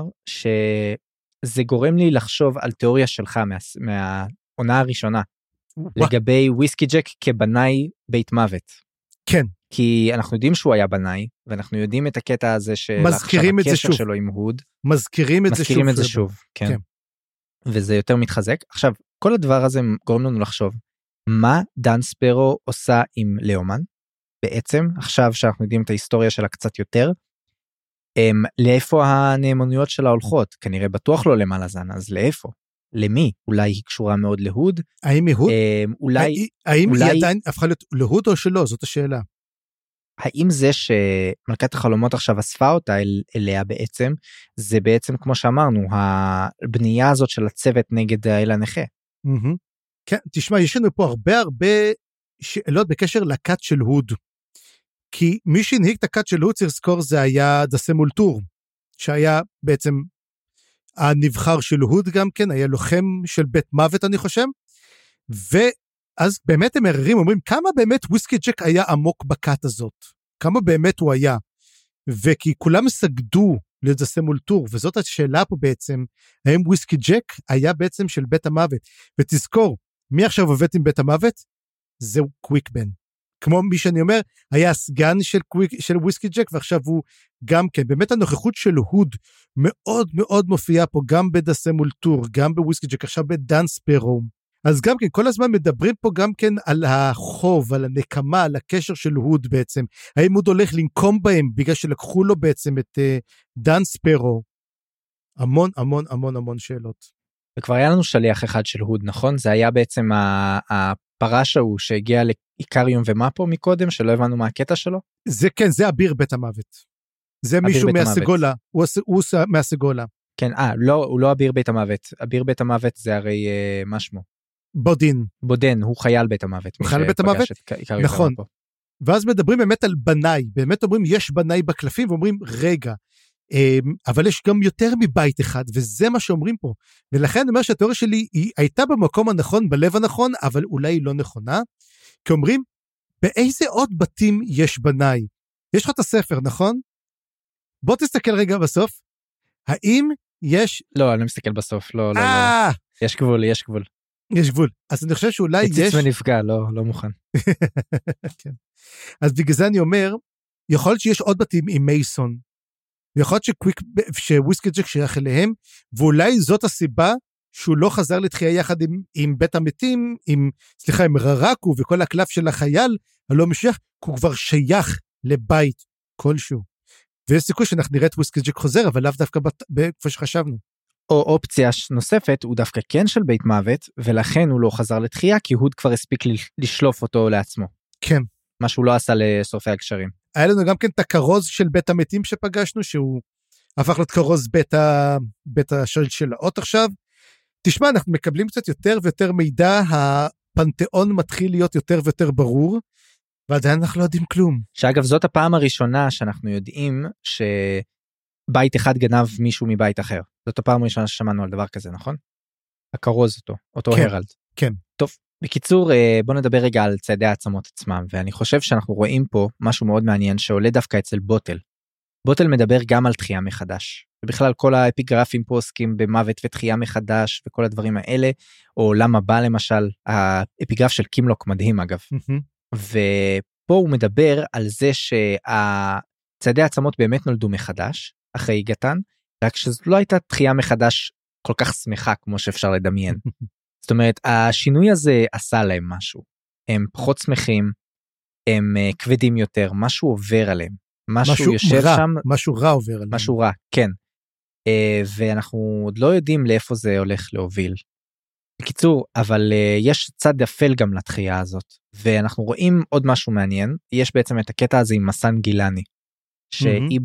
שזה גורם לי לחשוב על תיאוריה שלך מהעונה הראשונה, לגבי וויסקי ג'ק כבנאי בית מוות. כן. כי אנחנו יודעים שהוא היה בנאי, ואנחנו יודעים את הקטע הזה של מזכירים את זה שוב. שלו עם הוד. מזכירים את זה שוב. כן. וזה יותר מתחזק. עכשיו, כל הדבר הזה גורם לנו לחשוב, מה דן ספרו עושה עם לאומן? בעצם, עכשיו שאנחנו יודעים את ההיסטוריה שלה קצת יותר, לאיפה הנאמנויות שלה הולכות? כנראה בטוח לא למלאזן, אז לאיפה? למי? אולי היא קשורה מאוד להוד? האם היא הוד? האם היא עדיין הפכה להיות להוד או שלא? זאת השאלה. האם זה שמלכת החלומות עכשיו אספה אותה אליה בעצם, זה בעצם כמו שאמרנו, הבנייה הזאת של הצוות נגד האל הנכה? כן, תשמע, יש לנו פה הרבה שאלות בקשר לכת של הוד. כי מי שהנהיג את הכת של הוד, צריך לזכור, זה היה דסה מולטור, שהיה בעצם הנבחר של הוד גם כן, היה לוחם של בית מוות אני חושב, ואז באמת הם מררים, אומרים כמה באמת וויסקי ג'ק היה עמוק בכת הזאת, כמה באמת הוא היה, וכי כולם סגדו לדסה מולטור, וזאת השאלה פה בעצם, האם וויסקי ג'ק היה בעצם של בית המוות, ותזכור, מי עכשיו עובד עם בית המוות? זהו קוויקבן. כמו מי שאני אומר, היה הסגן של וויסקי ג'ק, ועכשיו הוא גם כן, באמת הנוכחות של הוד מאוד מאוד מופיעה פה, גם בדסה מולטור, גם בוויסקי ג'ק, עכשיו בדן ספרו. אז גם כן, כל הזמן מדברים פה גם כן על החוב, על הנקמה, על הקשר של הוד בעצם. האם הוד הולך לנקום בהם, בגלל שלקחו לו בעצם את דן ספרו. המון המון המון המון שאלות. וכבר היה לנו שליח אחד של הוד, נכון? זה היה בעצם הפרש ההוא שהגיע לאיקריום ומאפו מקודם, שלא הבנו מה הקטע שלו? זה כן, זה אביר בית המוות. זה מישהו מהסגולה, הוא מהסגולה. כן, לא, הוא לא אביר בית המוות. אביר בית המוות זה הרי, מה שמו? בודן, הוא חייל בית המוות. חייל בית המוות? נכון. ואז מדברים באמת על בנאי, באמת אומרים יש בנאי בקלפים, ואומרים רגע, אבל יש גם יותר מבית אחד, וזה מה שאומרים פה, ולכן אני אומר שהתיאוריה שלי היא הייתה במקום הנכון, בלב הנכון, אבל אולי היא לא נכונה, כי אומרים, באיזה עוד בתים יש בנאי? יש לך את הספר, נכון? בוא תסתכל רגע בסוף, האם יש... לא, אני לא מסתכל בסוף, לא. יש גבול. יש גבול, אז אני חושב שאולי יש... הציץ ונפגע, לא מוכן. כן. אז בגלל זה אני אומר, יכול להיות שיש עוד בתים עם מייסון, ויכול להיות שוויסקי ג'ק שייך אליהם, ואולי זאת הסיבה שהוא לא חזר לתחייה יחד עם בית המתים, עם ררקו וכל הקלף של החייל, הלא משיח, כי הוא כבר שייך לבית כלשהו. ויש סיכוי שאנחנו נראה את וויסקי ג'ק חוזר, אבל לאו דווקא כפי שחשבנו. או אופציה נוספת, הוא דווקא כן של בית מוות, ולכן הוא לא חזר לתחייה, כי הוד כבר הספיק לשלוף אותו לעצמו. כן. מה שהוא לא עשה לסופי הקשרים. היה לנו גם כן את הכרוז של בית המתים שפגשנו, שהוא הפך להיות כרוז בית השלשלאות עכשיו. תשמע, אנחנו מקבלים קצת יותר ויותר מידע, הפנתיאון מתחיל להיות יותר ויותר ברור, ועדיין אנחנו לא יודעים כלום. שאגב, זאת הפעם הראשונה שאנחנו יודעים שבית אחד גנב מישהו מבית אחר. זאת הפעם הראשונה ששמענו על דבר כזה, נכון? הכרוז אותו כן, הרלד. כן. טוב, בקיצור, בוא נדבר רגע על צעדי העצמות עצמם, ואני חושב שאנחנו רואים פה משהו מאוד מעניין שעולה דווקא אצל בוטל. בוטל מדבר גם על תחייה מחדש, ובכלל כל האפיגרפים פה עוסקים במוות ותחייה מחדש וכל הדברים האלה, או עולם הבא למשל, האפיגרף של קימלוק מדהים אגב, ופה הוא מדבר על זה שהצעדי העצמות באמת נולדו מחדש, אחרי גתן, רק שזאת לא הייתה תחייה מחדש כל כך שמחה כמו שאפשר לדמיין. זאת אומרת, השינוי הזה עשה להם משהו, הם פחות שמחים, הם כבדים יותר, משהו עובר עליהם, משהו יושב רע, שם, משהו רע עובר עליהם. משהו רע, כן. ואנחנו עוד לא יודעים לאיפה זה הולך להוביל. בקיצור, אבל יש צד אפל גם לתחייה הזאת, ואנחנו רואים עוד משהו מעניין, יש בעצם את הקטע הזה עם מסן גילני, שהיא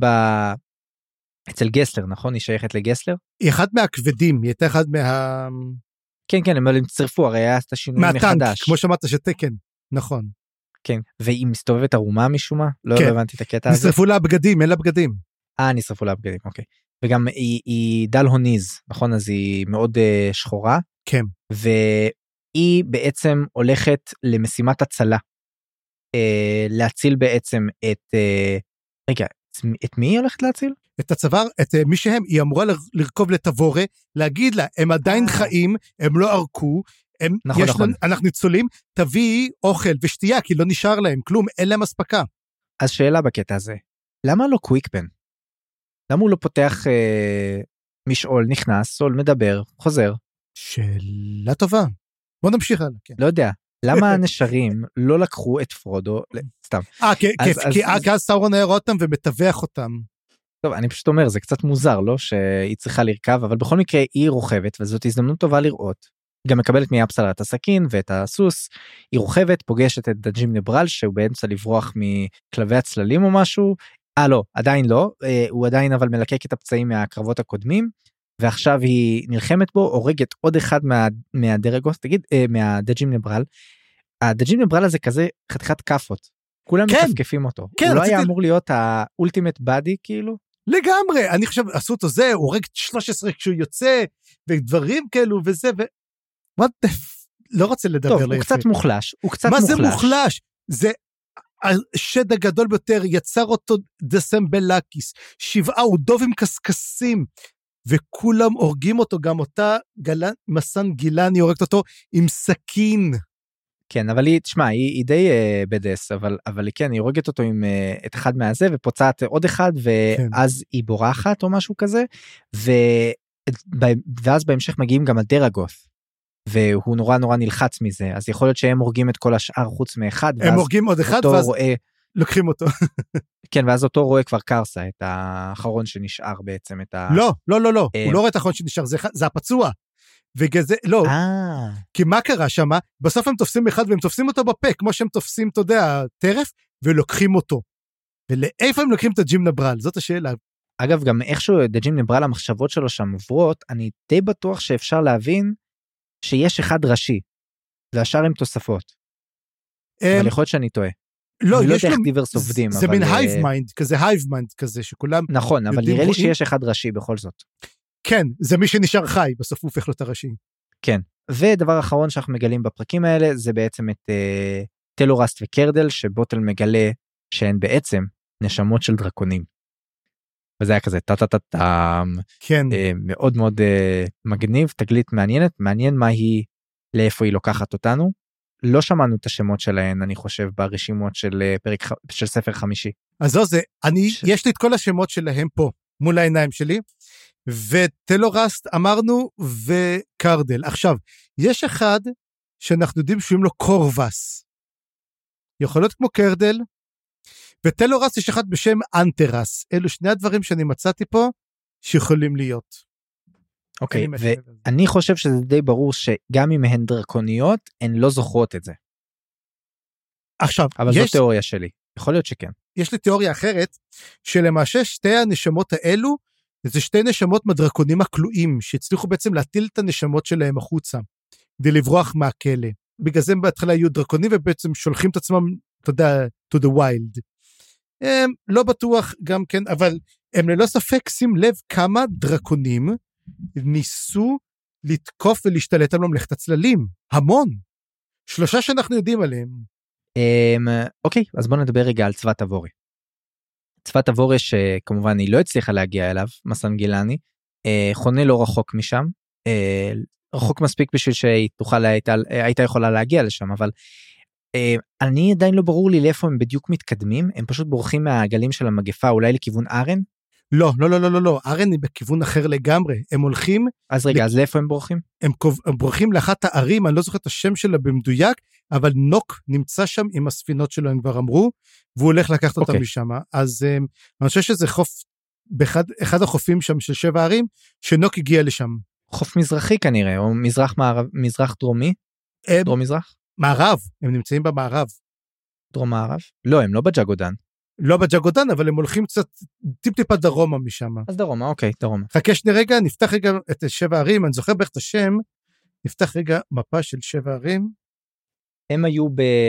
אצל גסלר, נכון? היא שייכת לגסלר? היא אחד מהכבדים, היא הייתה אחד מה... כן, כן, הם נצטרפו, הרי היה את השינוי מחדש. מהטנק, כמו שאמרת שתקן, נכון. כן, והיא מסתובבת ערומה משום מה? לא הבנתי את הקטע הזה. נשרפו לה בגדים, אין לה בגדים. נשרפו לה בגדים, אוקיי. וגם היא דל הוניז, נכון? אז היא מאוד שחורה. כן. והיא בעצם הולכת למשימת הצלה. להציל בעצם את... רגע, את מי היא הולכת להציל? את הצוואר, את מי שהם, היא אמורה לרכוב לתבורה, להגיד לה, הם עדיין חיים, הם לא ערקו, נכון. אנחנו ניצולים, תביאי אוכל ושתייה, כי לא נשאר להם כלום, אין להם הספקה. אז שאלה בקטע הזה, למה לא קוויקפן? למה הוא לא פותח משעול, נכנס, סול, מדבר, חוזר? שאלה טובה. בוא נמשיך הלאה. כן. לא יודע, למה הנשרים לא לקחו את פרודו, סתם. כי אז סאורון היה רואה אותם ומתווך אותם. טוב, אני פשוט אומר, זה קצת מוזר, לא? שהיא צריכה לרכב, אבל בכל מקרה היא רוכבת, וזאת הזדמנות טובה לראות. היא גם מקבלת מאפסלר את הסכין ואת הסוס, היא רוכבת, פוגשת את דג'ים נברל, שהוא באמצע לברוח מכלבי הצללים או משהו, לא, עדיין לא, הוא עדיין אבל מלקק את הפצעים מהקרבות הקודמים, ועכשיו היא נלחמת בו, הורגת עוד אחד מהדרגוס, תגיד, מהדג'ים נברל, הדג'ים נברל הזה כזה חתיכת כפות, כולם מתקפים אותו, הוא לא היה אמור להיות האולטימט בדי כאילו? לגמרי, אני חושב, עשו אותו זה, הוא הורג 13 כשהוא יוצא, ודברים כאלו וזה, לא רוצה לדבר טוב, הוא קצת מוחלש, מה זה מוחלש? זה השד הגדול ביותר, יצר אותו דסמבלקיס, 7 עודוב עם קסקסים, וכולם הורגים אותו, גם אותה מסן גילני הורגת אותו עם סכין. כן, אבל היא, תשמע, היא די בדס, אבל כן, היא הורגת אותו עם את אחד מהזה, ופוצעת עוד אחד, ואז היא בורחת או משהו כזה, ואז בהמשך מגיעים גם הדרגות, והוא נורא נורא נלחץ מזה, אז יכול להיות שהם הורגים את כל השאר חוץ מאחד, הם הורגים עוד אחד, ואז לוקחים אותו. כן, ואז אותו רואה כבר קרסה, את האחרון שנשאר בעצם, לא, הוא לא רואה את האחרון שנשאר, זה הפצוע. וגזה, לא, כי מה קרה שם? בסוף הם תופסים אחד והם תופסים אותו בפה, כמו שהם תופסים, אתה יודע, טרף, ולוקחים אותו. ולאיפה הם לוקחים את הג'ים נברל? זאת השאלה. אגב, גם איכשהו דג'ים נברל, המחשבות שלו שם עוברות, אני די בטוח שאפשר להבין שיש אחד ראשי, והשאר עם תוספות. אבל יכול להיות שאני טועה. לא, אני לא יודע איך דיברס עובדים. זה מין הייב מיינד כזה, שכולם... נכון, אבל נראה לי שיש אחד ראשי בכל זאת. כן, זה מי שנשאר חי, בסוף הוא הופך לו את הראשי. כן, ודבר אחרון שאנחנו מגלים בפרקים האלה, זה בעצם את טלורסט וקרדל, שבוטל מגלה שהן בעצם נשמות של דרקונים. וזה היה כזה טה-טה-טה-טם, כן. מאוד מאוד מגניב, תגלית מעניינת, מעניין מה היא, לאיפה היא לוקחת אותנו. לא שמענו את השמות שלהן, אני חושב, ברשימות של ספר חמישי. אז זה, יש לי את כל השמות שלהם פה, מול העיניים שלי, וטלורסט אמרנו, וקרדל. עכשיו, יש אחד שאנחנו יודעים שומעים לו קורבס. יכול להיות כמו קרדל, וטלורסט יש אחד בשם אנטרס. אלו שני הדברים שאני מצאתי פה, שיכולים להיות. אוקיי, ואני חושב שזה די ברור שגם אם הן דרקוניות, הן לא זוכרות את זה. עכשיו, אבל זו תיאוריה שלי. יכול להיות שכן. יש לי תיאוריה אחרת, שלמעשה שתי הנשמות האלו, זה שתי נשמות מדרקונים הכלואים, שהצליחו בעצם להטיל את הנשמות שלהם החוצה, כדי לברוח מהכלא. בגלל זה בהתחלה היו דרקונים, ובעצם שולחים את עצמם, אתה יודע, to the wild. הם לא בטוח גם כן, אבל הם ללא ספק, שים לב כמה דרקונים ניסו לתקוף ולהשתלט על ממלכת הצללים. המון. 3 שאנחנו יודעים עליהם. אוקיי, אז בוא נדבר רגע על צבא תבורי. צפת תבורה שכמובן היא לא הצליחה להגיע אליו, מסנגילני, חונה לא רחוק משם, רחוק מספיק בשביל הייתה יכולה להגיע לשם, אבל אני עדיין לא ברור לי לאיפה הם בדיוק מתקדמים, הם פשוט בורחים מהגלים של המגפה, אולי לכיוון ארן? לא, ארן היא בכיוון אחר לגמרי, הם הולכים... אז רגע, אז לאיפה הם בורחים? הם בורחים לאחת הערים, אני לא זוכר את השם שלה במדויק, אבל נוק נמצא שם עם הספינות שלו, הם כבר אמרו, והוא הולך לקחת אותם משם. אז אני חושב שזה חוף, באחד החופים שם של 7 ערים, שנוק הגיע לשם. חוף מזרחי כנראה, או מזרח דרומי? דרום מזרח? מערב, הם נמצאים במערב. דרום מערב? לא, הם לא בג'גודן. לא בג'גודן, אבל הם הולכים קצת טיפ-טיפה דרומה משם. אז דרומה, אוקיי, דרומה. חכה שני רגע, נפתח רגע את 7 ערים, אני זוכר בערך את השם, נפתח רגע מפה של 7 ערים. הם היו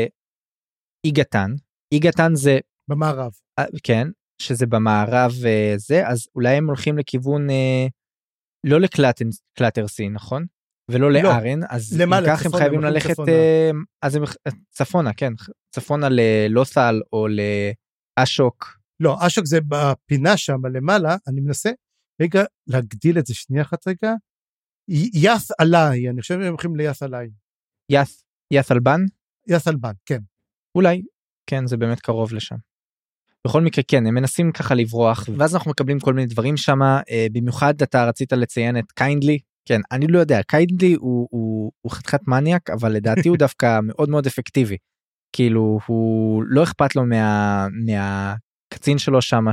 באיגתן, איגתן זה... במערב. כן, שזה במערב זה, אז אולי הם הולכים לכיוון, לא לקלטרסי, נכון? ולא לארן, אז אם כך הם חייבים ללכת, אז הם צפונה, כן, צפונה ללוסל או לאשוק. לא, אשוק זה בפינה שם למעלה, אני מנסה רגע להגדיל את זה שנייה אחת רגע, יס עליי, אני חושב שהם הולכים ליס עליי. יס אלבן? יס אלבן, כן. אולי, כן, זה באמת קרוב לשם. בכל מקרה, כן, הם מנסים ככה לברוח, ואז אנחנו מקבלים כל מיני דברים שם, במיוחד אתה רצית לציין את קיינדלי, כן, אני לא יודע, קיינדלי הוא חתיכת מניאק, אבל לדעתי הוא דווקא מאוד מאוד אפקטיבי, כאילו הוא לא אכפת לו מהקצין שלו שם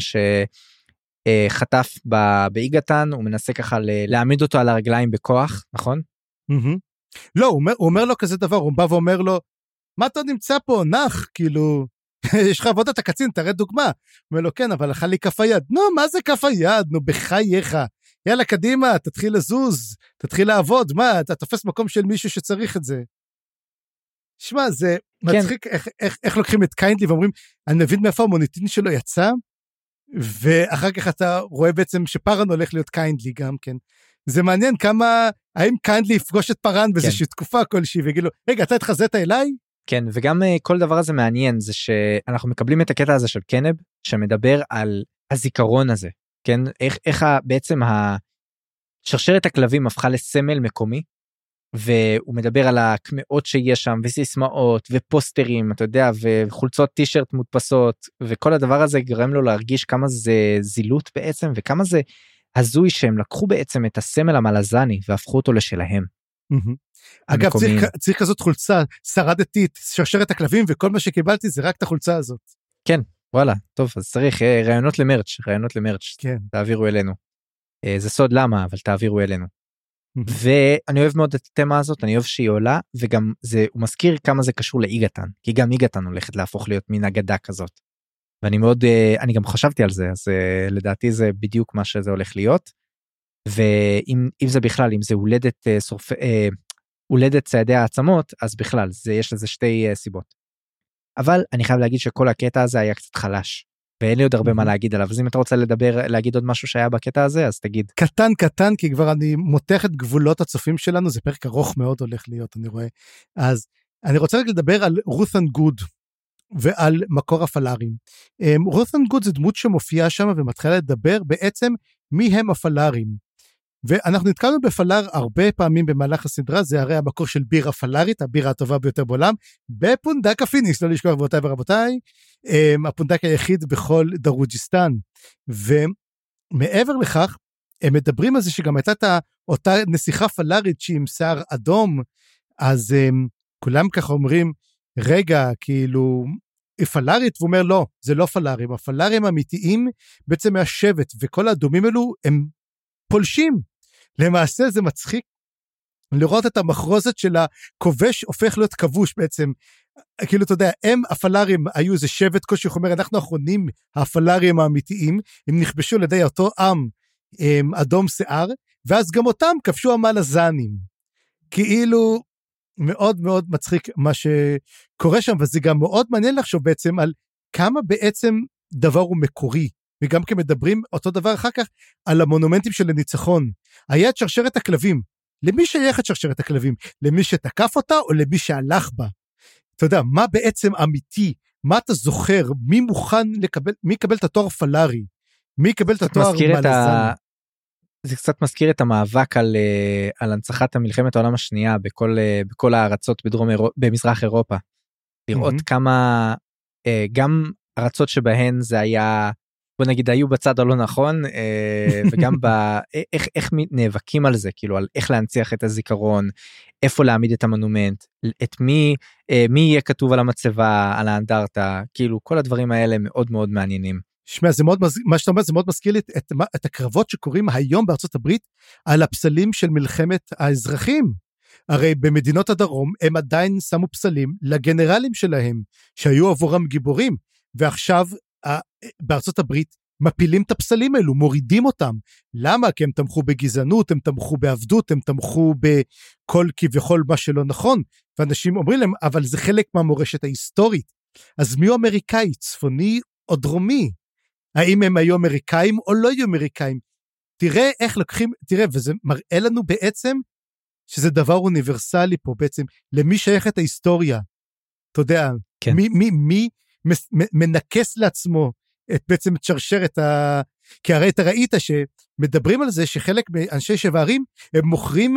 שחטף באיגתן, הוא מנסה ככה להעמיד אותו על הרגליים בכוח, נכון? לא, הוא אומר לו כזה דבר, הוא בא ואומר לו, מה אתה נמצא פה, נח, כאילו, יש לך עבודת הקצין, תראה דוגמה, הוא אומר לו, כן, אבל לך לי כף היד, נו, מה זה כף היד, נו, בחייך, יאללה, קדימה, תתחיל לזוז, תתחיל לעבוד, מה, אתה תופס מקום של מישהו שצריך את זה. שמע, זה מצחיק איך לוקחים את קיינדלי ואומרים, אני מבין מאיפה המוניטין שלו יצא, ואחר כך אתה רואה בעצם שפרן הולך להיות קיינדלי גם כן. זה מעניין כמה, האם קיינדלי יפגוש את פרן באיזושהי תקופה כלשהי, ויגיד לו, רגע, אתה התחזית אליי? כן, וגם כל דבר הזה מעניין, זה שאנחנו מקבלים את הקטע הזה של קנב, שמדבר על הזיכרון הזה, כן? איך בעצם שרשרת הכלבים הפכה לסמל מקומי, והוא מדבר על הקמאות שיש שם, וסיסמאות, ופוסטרים, אתה יודע, וחולצות טישרט מודפסות, וכל הדבר הזה גרם לו להרגיש כמה זה זילות בעצם, וכמה זה הזוי שהם לקחו בעצם את הסמל המלזני, והפכו אותו לשלהם. אגב, צריך כזאת חולצה, שרדתי את שרשרת הכלבים, וכל מה שקיבלתי זה רק את החולצה הזאת. כן, וואלה, טוב, אז צריך רעיונות למרץ', כן. תעבירו אלינו. זה סוד למה, אבל תעבירו אלינו. ואני אוהב מאוד את התמה הזאת, אני אוהב שהיא עולה, וגם הוא מזכיר כמה זה קשור לאיגתן, כי גם איגתן הולכת להפוך להיות מין אגדה כזאת. אני גם חשבתי על זה, אז לדעתי זה בדיוק מה שזה הולך להיות, ואם זה בכלל, אם זה הולדת צעדי העצמות, אז בכלל, יש לזה 2 סיבות. אבל אני חייב להגיד שכל הקטע הזה היה קצת חלש, ואין לי עוד הרבה מה להגיד עליו, אז אם אתה רוצה להגיד עוד משהו שהיה בקטע הזה, אז תגיד. קטן, כי כבר אני מותח את גבולות הצופים שלנו, זה פרק ארוך מאוד הולך להיות, אני רואה. אז אני רוצה רק לדבר על רות'ן גוד, ועל מקור הפלארים. רות'ן גוד זה דמות שמופיעה שם, ומתחילה לדבר בעצם מי הם הפלארים. ואנחנו נתקלנו בפלאר הרבה פעמים במהלך הסדרה, זה הרי המקור של בירה פלארית, הבירה הטובה ביותר בעולם, בפונדק הפיניס, לא לשכוח רבותיי ורבותיי, הפונדק היחיד בכל דרוג'יסטן. ומעבר לכך, הם מדברים על זה שגם הייתה אותה נסיכה פלארית שהיא עם שיער אדום, אז כולם ככה אומרים, רגע, כאילו, היא פלארית, והוא אומר לא, זה לא פלארים, הפלארים האמיתיים בעצם מהשבט, וכל האדומים אלו הם פולשים. למעשה זה מצחיק לראות את המחרוזת של הכובש הופך להיות כבוש בעצם, כאילו אתה יודע, הם הפלארים היו איזה שבט כלשהו, אומר אנחנו האחרונים הפלארים האמיתיים, הם נכבשו על ידי אותו עם אדום שיער, ואז גם אותם כבשו המלזנים, כאילו מאוד מאוד מצחיק מה שקורה שם, וזה גם מאוד מעניין לחשוב בעצם על כמה בעצם דבר הוא מקורי, וגם כמדברים אותו דבר אחר כך על המונומנטים של הניצחון. היה את שרשרת הכלבים. למי שייך את שרשרת הכלבים? למי שתקף אותה או למי שהלך בה? אתה יודע, מה בעצם אמיתי? מה אתה זוכר? מי מוכן לקבל, מי יקבל את התואר פלארי? מי יקבל את התואר מלזן? זה קצת מזכיר את המאבק על הנצחת המלחמת העולם השנייה בכל הארצות במזרח אירופה. לראות כמה, גם ארצות שבהן זה היה, בוא נגיד, היו בצד הלא נכון, וגם איך נאבקים על זה, כאילו, על איך להנציח את הזיכרון, איפה להעמיד את המונומנט, את מי יהיה כתוב על המצבה, על האנדרטה, כאילו, כל הדברים האלה מאוד מאוד מעניינים. שמע, מה שאתה אומר, זה מאוד מזכיר לי את הקרבות שקורים היום בארצות הברית, על הפסלים של מלחמת האזרחים. הרי במדינות הדרום, הם עדיין שמו פסלים לגנרלים שלהם, שהיו עבורם גיבורים, ועכשיו בארצות הברית מפילים את הפסלים האלו, מורידים אותם. למה? כי הם תמכו בגזענות, הם תמכו בעבדות, הם תמכו בכל כביכול מה שלא נכון, ואנשים אומרים להם, אבל זה חלק מהמורשת ההיסטורית. אז מי הוא אמריקאי, צפוני או דרומי? האם הם היו אמריקאים או לא היו אמריקאים? תראה איך לקחים, תראה, וזה מראה לנו בעצם, שזה דבר אוניברסלי פה בעצם, למי שייכת ההיסטוריה. אתה יודע, כן. מי מנקס לעצמו בעצם את שרשרת כי הרי אתה ראית שמדברים על זה שחלק מאנשי שבע ערים הם מוכרים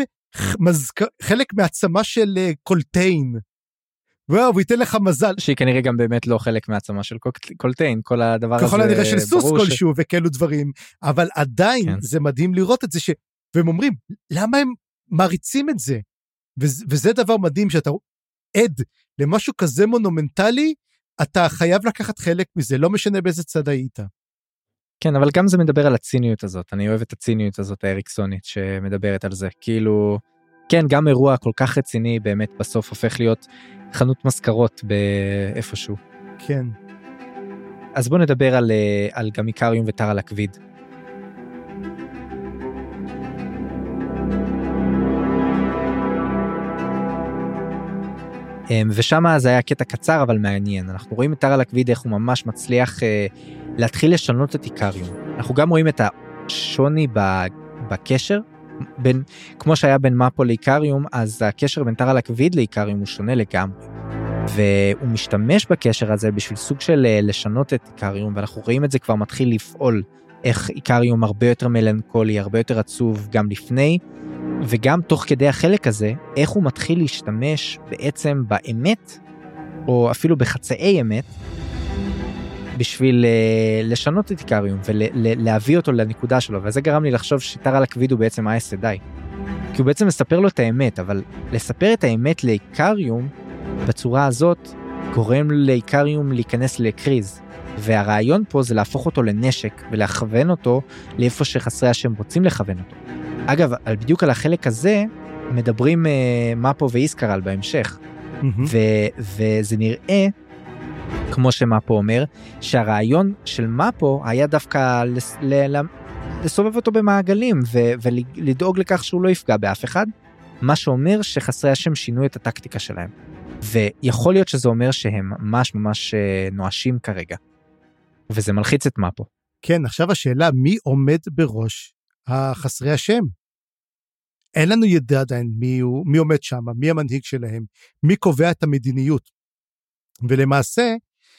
חלק מעצמה של קולטיין. וואו, ייתן לך מזל. שהיא כנראה גם באמת לא חלק מעצמה של קולטיין, כל הדבר הזה. ככל הנראה של סוס כלשהו וכאלו דברים, אבל עדיין כן. זה מדהים לראות את זה והם אומרים, למה הם מריצים את זה? וזה דבר מדהים שאתה עד למשהו כזה מונומנטלי, אתה חייב לקחת חלק מזה, לא משנה באיזה צד היית. כן, אבל גם זה מדבר על הציניות הזאת, אני אוהב את הציניות הזאת האריקסונית שמדברת על זה, כאילו, כן, גם אירוע כל כך רציני באמת בסוף הופך להיות חנות מזכרות באיפשהו. כן. אז בוא נדבר על גם איקריום וטרה לקוויד. ושם זה היה קטע קצר אבל מעניין, אנחנו רואים את טרה לקוויד איך הוא ממש מצליח להתחיל לשנות את איקריום, אנחנו גם רואים את השוני בקשר, כמו שהיה בין מפו לאיקריום, אז הקשר בין טרה לקוויד לאיקריום הוא שונה לגמרי, והוא משתמש בקשר הזה בשביל סוג של לשנות את איקריום, ואנחנו רואים את זה כבר מתחיל לפעול, איך איקריום הרבה יותר מלנכולי, הרבה יותר עצוב גם לפני, וגם תוך כדי החלק הזה, איך הוא מתחיל להשתמש בעצם באמת, או אפילו בחצאי אמת, בשביל לשנות את איקריום, ולהביא אותו לנקודה שלו, וזה גרם לי לחשוב שטרה לקוויד הוא בעצם אייס סדאי. כי הוא בעצם מספר לו את האמת, אבל לספר את האמת לאיקריום, בצורה הזאת, גורם לאיקריום להיכנס לקריז, והרעיון פה זה להפוך אותו לנשק, ולהכוון אותו לאיפה שחסרי השם רוצים לכוון אותו. אגב, בדיוק על החלק הזה, מדברים מפו ואיסקרל בהמשך, וזה נראה, כמו שמפו אומר, שהרעיון של מפו היה דווקא לסובב אותו במעגלים, ולדאוג לכך שהוא לא יפגע באף אחד, מה שאומר שחסרי השם שינו את הטקטיקה שלהם. ויכול להיות שזה אומר שהם ממש ממש נואשים כרגע. וזה מלחיץ את מפו. כן, עכשיו השאלה, מי עומד בראש החסרי השם? אין לנו ידע עדיין מי עומד שם, מי המנהיג שלהם, מי קובע את המדיניות. ולמעשה,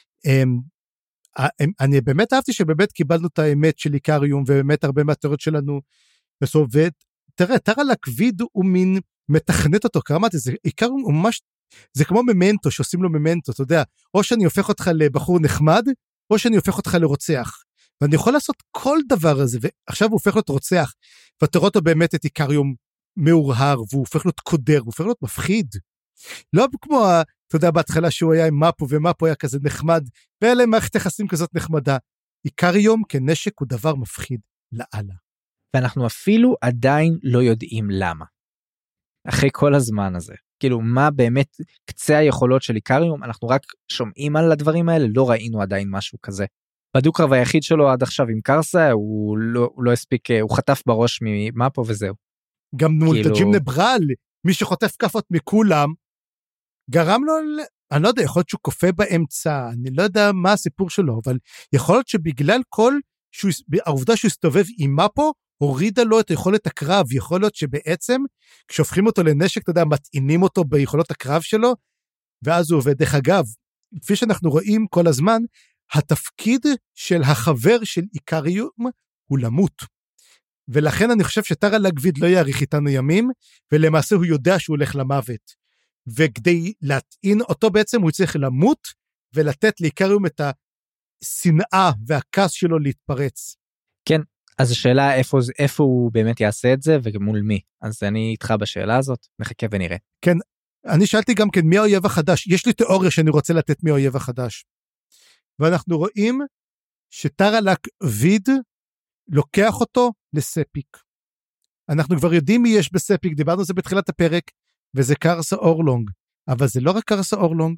אני באמת אהבתי שבאמת קיבלנו את האמת של איקריום, ובאמת הרבה מהתיאוריות שלנו, ותראה, טרה לקוויד הוא מין מתכנת אותו, קראתי, איקריום הוא ממש, זה כמו ממנטו, שעושים לו ממנטו, אתה יודע, או שאני הופך אותך לבחור נחמד, או שאני הופך אותך לרוצח. ואני יכול לעשות כל דבר הזה, ועכשיו הוא הופך להיות רוצח, ואתה רואה אותו באמת את איקריום מאורהר, והוא הופך להיות קודר, הוא הופך להיות מפחיד. לא כמו, אתה יודע, בהתחלה שהוא היה עם מפו, ומפו היה כזה נחמד, והיה להם מערכת יחסים כזאת נחמדה. איקריום כנשק הוא דבר מפחיד לאללה. ואנחנו אפילו עדיין לא יודעים למה. אחרי כל הזמן הזה. כאילו, מה באמת קצה היכולות של איקריום, אנחנו רק שומעים על הדברים האלה, לא ראינו עדיין משהו כזה. בדו-קרב היחיד שלו עד עכשיו עם קרסה, הוא לא הספיק, הוא חטף בראש ממפו וזהו. גם מול תג'ים נברל, מי שחוטף כפות מכולם, גרם לו, אני לא יודע, יכול להיות שהוא קופא באמצע, אני לא יודע מה הסיפור שלו, אבל יכול להיות שבגלל כל, העובדה שהוא הסתובב עם מפו, הורידה לו את יכולת הקרב, יכול להיות שבעצם, כשהופכים אותו לנשק, אתה יודע, מתאינים אותו ביכולות הקרב שלו, ואז הוא עובד. דרך אגב, כפי שאנחנו רואים כל הזמן, התפקיד של החבר של איקריום הוא למות. ולכן אני חושב שטרה לגביד לא יאריך איתנו ימים, ולמעשה הוא יודע שהוא הולך למוות. וכדי להטעין אותו בעצם הוא צריך למות, ולתת לאיקריום את השנאה והכעס שלו להתפרץ. כן, אז השאלה איפה הוא באמת יעשה את זה, ומול מי. אז אני איתך בשאלה הזאת, נחכה ונראה. כן, אני שאלתי גם כן מי האויב החדש, יש לי תיאוריה שאני רוצה לתת מי האויב החדש. ואנחנו רואים שטרה לגביד לוקח אותו לספיק. אנחנו כבר יודעים מי יש בספיק, דיברנו על זה בתחילת הפרק, וזה קרסה אורלונג, אבל זה לא רק קרסה אורלונג,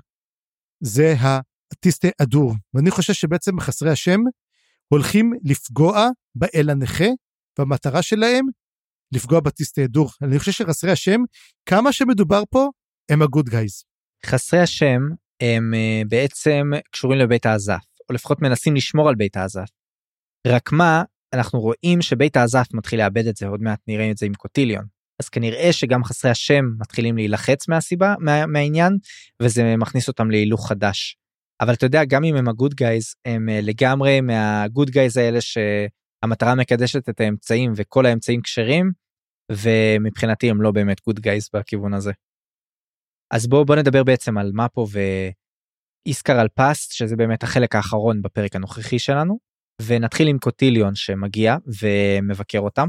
זה הטיסטה אדור, ואני חושב שבעצם חסרי השם הולכים לפגוע באל הנכה, והמטרה שלהם לפגוע בטיסטה אדור. אני חושב שחסרי השם, כמה שמדובר פה, הם הגוד גייז. חסרי השם הם בעצם קשורים לבית האזף, או לפחות מנסים לשמור על בית האזף. רק מה, אנחנו רואים שבית האזף מתחיל לאבד את זה, עוד מעט נראה את זה עם קוטיליון. אז כנראה שגם חסרי השם מתחילים להילחץ מהעניין, וזה מכניס אותם להילוך חדש. אבל אתה יודע, גם אם הם הגוד גייז, הם לגמרי מהגוד גייז האלה שהמטרה מקדשת את האמצעים, וכל האמצעים כשרים, ומבחינתי הם לא באמת גוד גייז בכיוון הזה. אז בוא נדבר בעצם על מפו ואיסקר על פסט, שזה באמת החלק האחרון בפרק הנוכחי שלנו, ונתחיל עם קוטיליון שמגיע ומבקר אותם,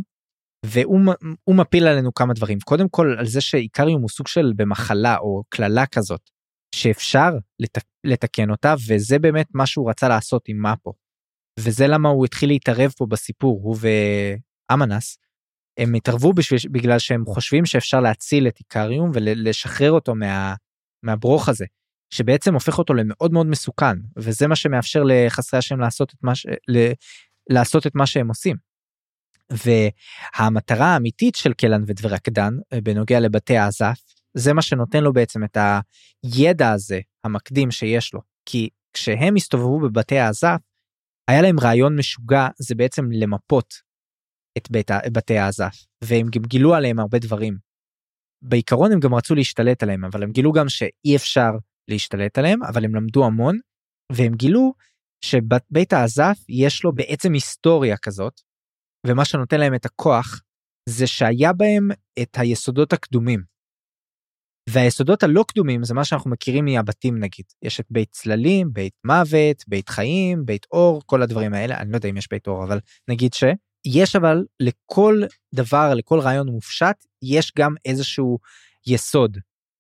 והוא מפיל עלינו כמה דברים. קודם כל על זה שאיקריום הוא סוג של במחלה או כללה כזאת, שאפשר לתקן אותה, וזה באמת מה שהוא רצה לעשות עם מפו. וזה למה הוא התחיל להתערב פה בסיפור, הוא ואמנס, הם התערבו בגלל שהם חושבים שאפשר להציל את איקריום, ולשחרר אותו מהברוך הזה, שבעצם הופך אותו למאוד מאוד מסוכן, וזה מה שמאפשר לחסרי השם לעשות את מה שהם עושים. והמטרה האמיתית של קלן ודברקדן, בנוגע לבתי האזף, זה מה שנותן לו בעצם את הידע הזה, המקדים שיש לו, כי כשהם הסתובבו בבתי האזף, היה להם רעיון משוגע, זה בעצם למפות את בתי האזף, והם גם גילו עליהם הרבה דברים. בעיקרון הם גם רצו להשתלט עליהם, אבל הם גילו גם שאי אפשר להשתלט עליהם, אבל הם למדו המון, והם גילו שבית האזף יש לו בעצם היסטוריה כזאת, ומה שנותן להם את הכוח, זה שהיה בהם את היסודות הקדומים. והיסודות הלא קדומים, זה מה שאנחנו מכירים מהבתים נגיד. יש את בית צללים, בית מוות, בית חיים, בית אור, כל הדברים האלה. אני לא יודע אם יש בית אור, אבל נגיד שיש אבל לכל דבר, לכל רעיון מופשט, יש גם איזשהו יסוד.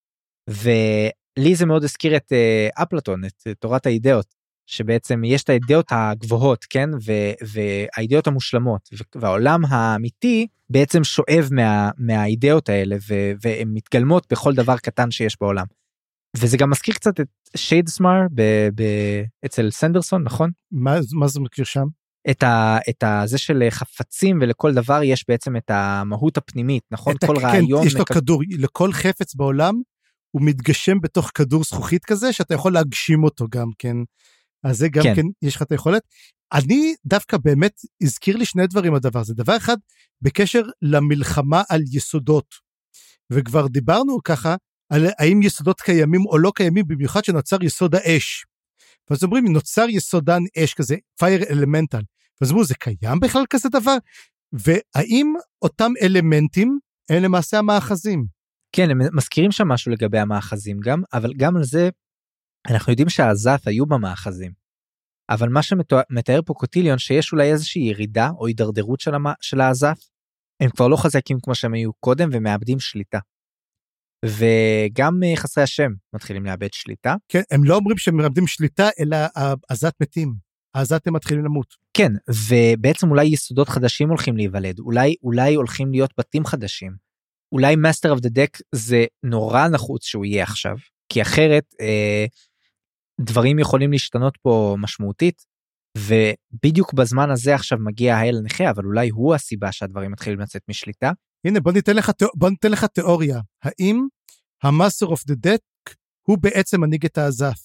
ולי זה מאוד הזכיר את אפלטון, את תורת האידאות, שבעצם יש את האידאות הגבוהות, כן? והאידאות המושלמות, והעולם האמיתי בעצם שואב מהאידאות האלה, והן מתגלמות בכל דבר קטן שיש בעולם. וזה גם מזכיר קצת את שיידסמאר אצל סנדרסון, נכון? מה זה מכיר שם? את זה של חפצים, ולכל דבר יש בעצם את המהות הפנימית, נכון? כל רעיון... כן, יש לו כדור, לכל חפץ בעולם, הוא מתגשם בתוך כדור זכוכית כזה, שאתה יכול להגשים אותו גם כן. אז זה גם כן, יש לך את היכולת. אני דווקא באמת הזכיר לי שני דברים הדבר הזה. דבר אחד, בקשר למלחמה על יסודות. וכבר דיברנו ככה, על האם יסודות קיימים או לא קיימים, במיוחד שנוצר יסוד האש. ואז אומרים, נוצר יסודן אש כזה, fire elemental. ואז אומרים, זה קיים בכלל כזה דבר? והאם אותם אלמנטים, הם למעשה המאחזים? כן, הם מזכירים שם משהו לגבי המאחזים גם, אבל גם על זה, אנחנו יודעים שהאזף היו במאחזים, אבל מה שמתאר פה קוטיליון, שיש אולי איזושהי ירידה או הידרדרות של האזף, הם כבר לא חזקים כמו שהם היו קודם, ומאבדים שליטה. וגם חסרי השם מתחילים לאבד שליטה. כן, הם לא אומרים שהם מאבדים שליטה, אלא האזת מתים. האזת הם מתחילים למות. כן, ובעצם אולי יסודות חדשים הולכים להיוולד, אולי הולכים להיות בתים חדשים. אולי Master of the Deck זה נורא נחוץ שהוא יהיה עכשיו, כי אחרת דברים יכולים להשתנות פה משמעותית, ובדיוק בזמן הזה עכשיו מגיע האל הנכה, אבל אולי הוא הסיבה שהדברים מתחילים לצאת משליטה. הנה, בוא ניתן לך תיאוריה. האם ה-Master of the Deck הוא בעצם מנהיג את האזף?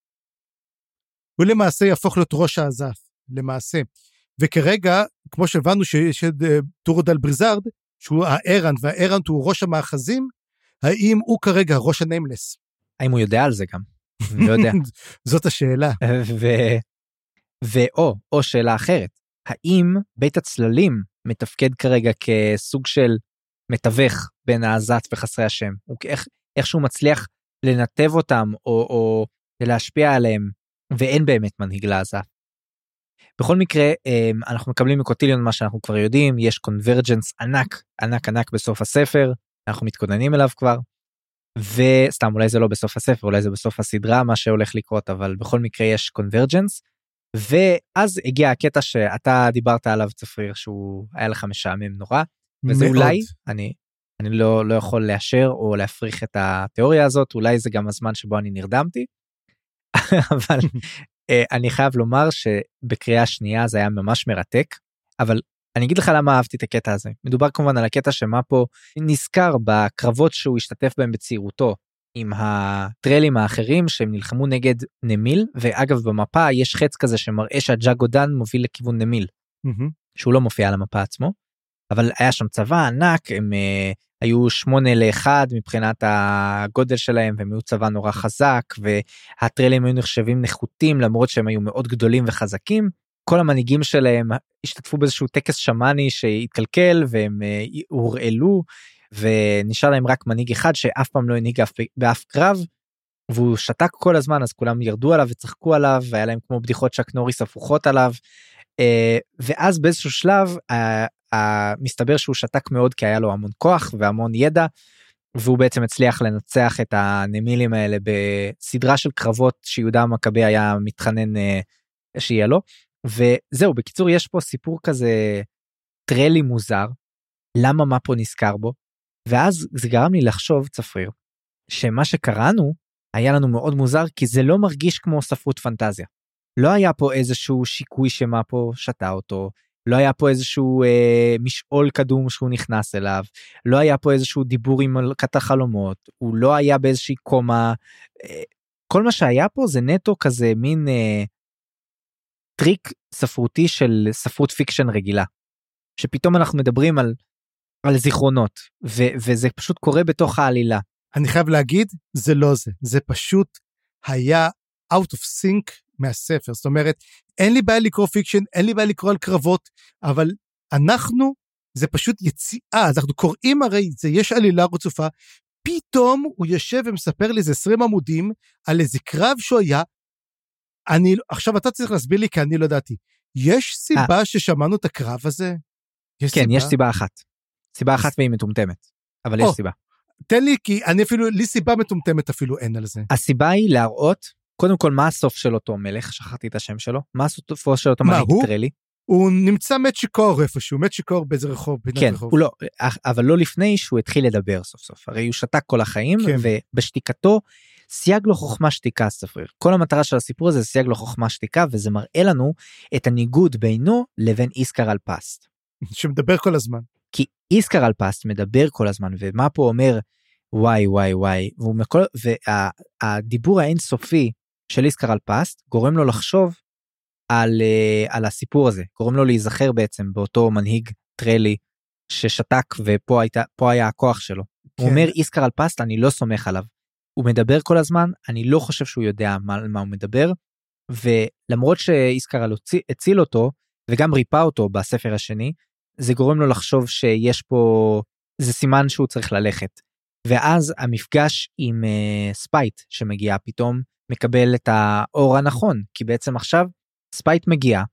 הוא למעשה יהפוך להיות ראש האזף, למעשה. וכרגע, כמו שהבנו שיש את טורודל בריזארד, שהוא הארנט, והארנט הוא ראש המאחזים, האם הוא כרגע ראש הניימלס? האם הוא יודע על זה גם? לא יודע. זאת השאלה. או שאלה אחרת, האם בית הצללים מתפקד כרגע כסוג של מתווך בין העזת וחסרי השם? איך שהוא מצליח לנתב אותם או להשפיע עליהם, ואין באמת מנהיג לעזה. בכל מקרה, אנחנו מקבלים מקוטיליון מה שאנחנו כבר יודעים, יש קונברג'נס ענק בסוף הספר, אנחנו מתכוננים אליו כבר, וסתם אולי זה לא בסוף הספר, אולי זה בסוף הסדרה, מה שהולך לקרות, אבל בכל מקרה יש קונברג'נס, ואז הגיע הקטע שאתה דיברת עליו צפריר, שהוא היה לך משעמם נורא, וזה מאוד. אולי, אני לא יכול לאשר או להפריך את התיאוריה הזאת, אולי זה גם הזמן שבו אני נרדמתי, אבל אני חייב לומר שבקריאה שנייה זה היה ממש מרתק, אבל אני אגיד לך למה אהבתי את הקטע הזה. מדובר כמובן על הקטע שמאפו נזכר בקרבות שהוא השתתף בהם בצעירותו, עם הטרלים האחרים שהם נלחמו נגד נמיל, ואגב במפה יש חץ כזה שמראה שהג'אגודן מוביל לכיוון נמיל, שהוא לא מופיע על המפה עצמו, אבל היה שם צבא ענק, הם היו 8-1 מבחינת הגודל שלהם, והם היו צבא נורא חזק, והטרלים היו נחשבים נחותים, למרות שהם היו מאוד גדולים וחזקים, כל המנהיגים שלהם השתתפו באיזשהו טקס שמאני שהתקלקל, והם הורעלו, ונשאר להם רק מנהיג אחד, שאף פעם לא הנהיג באף קרב, והוא שתק כל הזמן, אז כולם ירדו עליו וצחקו עליו, והיה להם כמו בדיחות שק נוריס הפוכות עליו, ואז באיזשהו שלב, מסתבר שהוא שתק מאוד, כי היה לו המון כוח והמון ידע, והוא בעצם הצליח לנצח את הנמילים האלה, בסדרה של קרבות שיהודה המכבי היה מתחנן שיהיה לו, וזהו, בקיצור יש פה סיפור כזה טרלי מוזר, למה מה פה נזכר בו, ואז זה גרם לי לחשוב צפריר, שמה שקראנו היה לנו מאוד מוזר, כי זה לא מרגיש כמו ספרות פנטזיה, לא היה פה איזשהו שיקוי שמה פה שתה אותו, לא היה פה איזשהו משעול קדום שהוא נכנס אליו, לא היה פה איזשהו דיבור עם מלכת החלומות, הוא לא היה באיזושהי קומה, כל מה שהיה פה זה נטו כזה מין טריק ספרותי של ספרות פיקשן רגילה, שפתאום אנחנו מדברים על זיכרונות, וזה פשוט קורה בתוך העלילה. אני חייב להגיד, זה לא זה, זה פשוט היה out of sync מהספר, זאת אומרת, אין לי בעיה לקרוא פיקשן, אין לי בעיה לקרוא על קרבות, אבל אנחנו, זה פשוט יציאה, אנחנו קוראים הרי, יש עלילה רצופה, פתאום הוא יושב ומספר לי איזה 20 עמודים, על איזה קרב שהוא היה, עכשיו אתה צריך להסביר לי, כי אני לא ידעתי, יש סיבה ששמענו את הקרב הזה? כן, יש סיבה אחת, סיבה אחת והיא מטומטמת, אבל יש סיבה. תן לי, כי אני אפילו, לי סיבה מטומטמת אפילו אין על זה. הסיבה היא להראות, קודם כל, מה הסוף של אותו מלך? שכחתי את השם שלו. מה הסוף של אותו מנהיג טרלי? הוא נמצא מת שיכור איפשהו, מת שיכור באיזה רחוב. כן, הוא לא, אבל לא לפני שהוא התחיל לדבר סוף סוף. הרי הוא שתק כל החיים, ובשתיקתו סייג לו חוכמה שתיקה, ספריר. כל המטרה של הסיפור הזה סייג לו חוכמה שתיקה, וזה מראה לנו את הניגוד בינו לבין איסקר אלפסט. שמדבר כל הזמן. כי איסקר אלפסט מדבר כל הזמן, ומה פה אומר, וואי, והדיבור האינסופי של איסקר אלפסט גורם לו לחשוב על הסיפור הזה, גורם לו להיזכר בעצם באותו מנהיג טרלי ששתק, ופה היה הכוח שלו. הוא אומר, איסקר אלפסט, אני לא סומך עליו. הוא מדבר כל הזמן, אני לא חושב שהוא יודע מה הוא מדבר, ולמרות שאיסקר הציל אותו, וגם ריפא אותו בספר השני, זה גורם לו לחשוב שיש פה, זה סימן שהוא צריך ללכת. ואז המפגש עם ספייט שמגיע פתאום, מקבל את האור הנכון, כי בעצם עכשיו ספייט מגיע,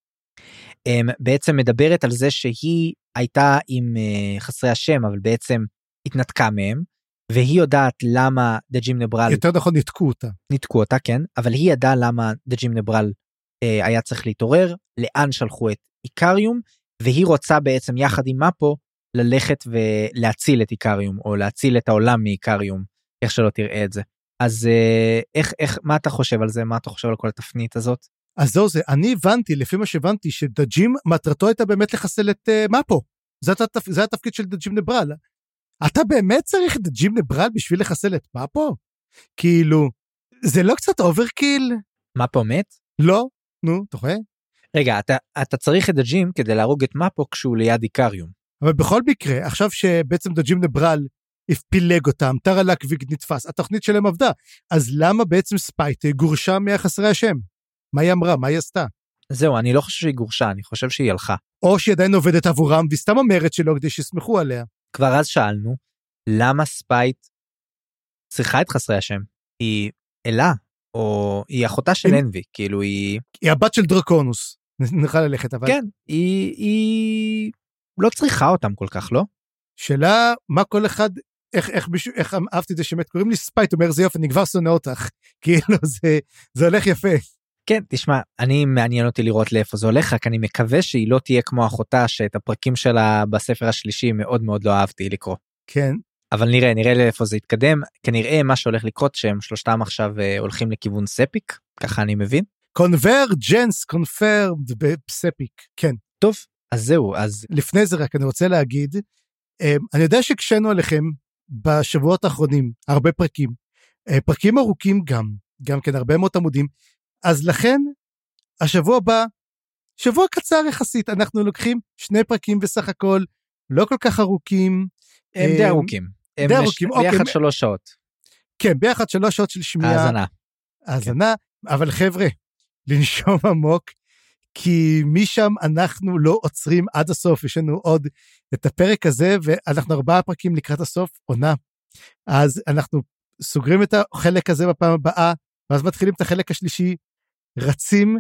בעצם מדברת על זה שהיא הייתה עם חסרי השם, אבל בעצם התנתקה מהם, והיא יודעת למה דג'ים נברל... יותר נכון, ניתקו אותה, כן, אבל היא ידעה למה דג'ים נברל היה צריך להתעורר, לאן שלחו את איקריום, והיא רוצה בעצם יחד עם מפו, ללכת ולהציל את איקריום, או להציל את העולם מאיקריום, איך שלא תראה את זה. אז מה אתה חושב על זה? מה אתה חושב על כל התפנית הזאת? אז זהו זה, אני הבנתי, לפי מה שהבנתי, שדג'ים מטרתו הייתה באמת לחסל את מפו. זה התפקיד של דג'ים נברל. אתה באמת צריך את דג'ים נברל בשביל לחסל את מפו? כאילו, זה לא קצת אוברקיל? מפו מת? לא, נו, אתה רואה? רגע, אתה צריך את דג'ים כדי להרוג את מפו כשהוא ליד איקריום. אבל בכל מקרה, עכשיו שבעצם דג'ים נברל פילג אותם, טרלק ונתפס, התוכנית שלהם עבדה, אז למה בעצם ספייט גורשה מהחסרי השם? מה היא אמרה? מה היא עשתה? זהו, אני לא חושב שהיא גורשה, אני חושב שהיא הלכה. או שהיא עדיין עובדת עבורם, והיא סתם אומרת שלא כדי שיסמכו עליה. כבר אז שאלנו, למה ספייט צריכה את חסרי השם? היא אלה, או היא אחותה של אנבי, כאילו היא... היא הבת של דרקונוס, נוכל ללכת, אבל... כן, היא לא צריכה אותם כל כך, לא? שאלה, מה כל אחד, איך אהבתי את זה שמת, קוראים לי ספייט, אומר זה יופי, אני כבר שונא אותך, כאילו זה הולך יפה. כן, תשמע, מעניין אותי לראות לאיפה זה הולך, רק אני מקווה שהיא לא תהיה כמו אחותה, שאת הפרקים שלה בספר השלישי מאוד מאוד לא אהבתי לקרוא. כן. אבל נראה לאיפה זה יתקדם, כנראה מה שהולך לקרות, שהם שלושתם עכשיו הולכים לכיוון ספיק, ככה אני מבין. קונברג'נס, קונפרד בספיק, כן. טוב, אז זהו, אז... לפני זה רק אני רוצה להגיד, אני יודע שקשנו עליכם בשבועות האחרונים, הרבה פרקים, פרקים ארוכים גם כן הרבה מאוד עמודים, אז לכן, השבוע הבא, שבוע קצר יחסית, אנחנו לוקחים 2 פרקים בסך הכל, לא כל כך ארוכים. הם די ארוכים. די ארוכים. ביחד 3 שעות. כן, ביחד 3 שעות של שמיעה. האזנה, אבל חבר'ה, לנשום עמוק, כי משם אנחנו לא עוצרים עד הסוף, יש לנו עוד את הפרק הזה, ואנחנו 4 פרקים לקראת הסוף, עונה. אז אנחנו סוגרים את החלק הזה בפעם הבאה, ואז מתחילים את החלק השלישי, רצים,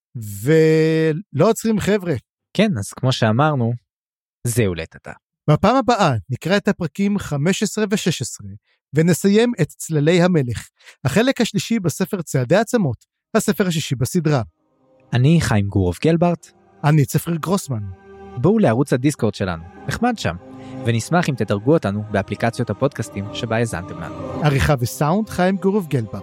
ולא עוצרים חבר'ה. כן, אז כמו שאמרנו, זהו לטאטה. בפעם הבאה נקרא את הפרקים 15 ו-16, ונסיים את צללי המלך, החלק השלישי בספר צעדי עצמות, הספר השישי בסדרה. אני חיים גורוב גלברט. אני צפריר גרוסמן. בואו לערוץ הדיסקורד שלנו, נחמד שם, ונשמח אם תדרגו אותנו באפליקציות הפודקאסטים שבה הזנתם לנו. עריכה וסאונד חיים גורוב גלברט.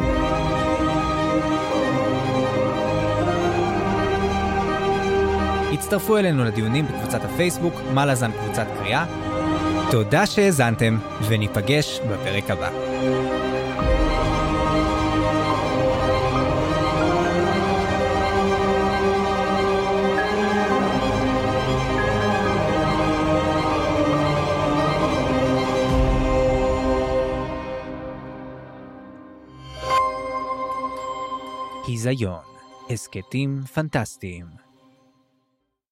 הצטרפו אלינו לדיונים בקבוצת הפייסבוק, מה לזן קבוצת קריאה. תודה שהזנתם, וניפגש בפרק הבא. היזיון, הסקטים פנטסטיים.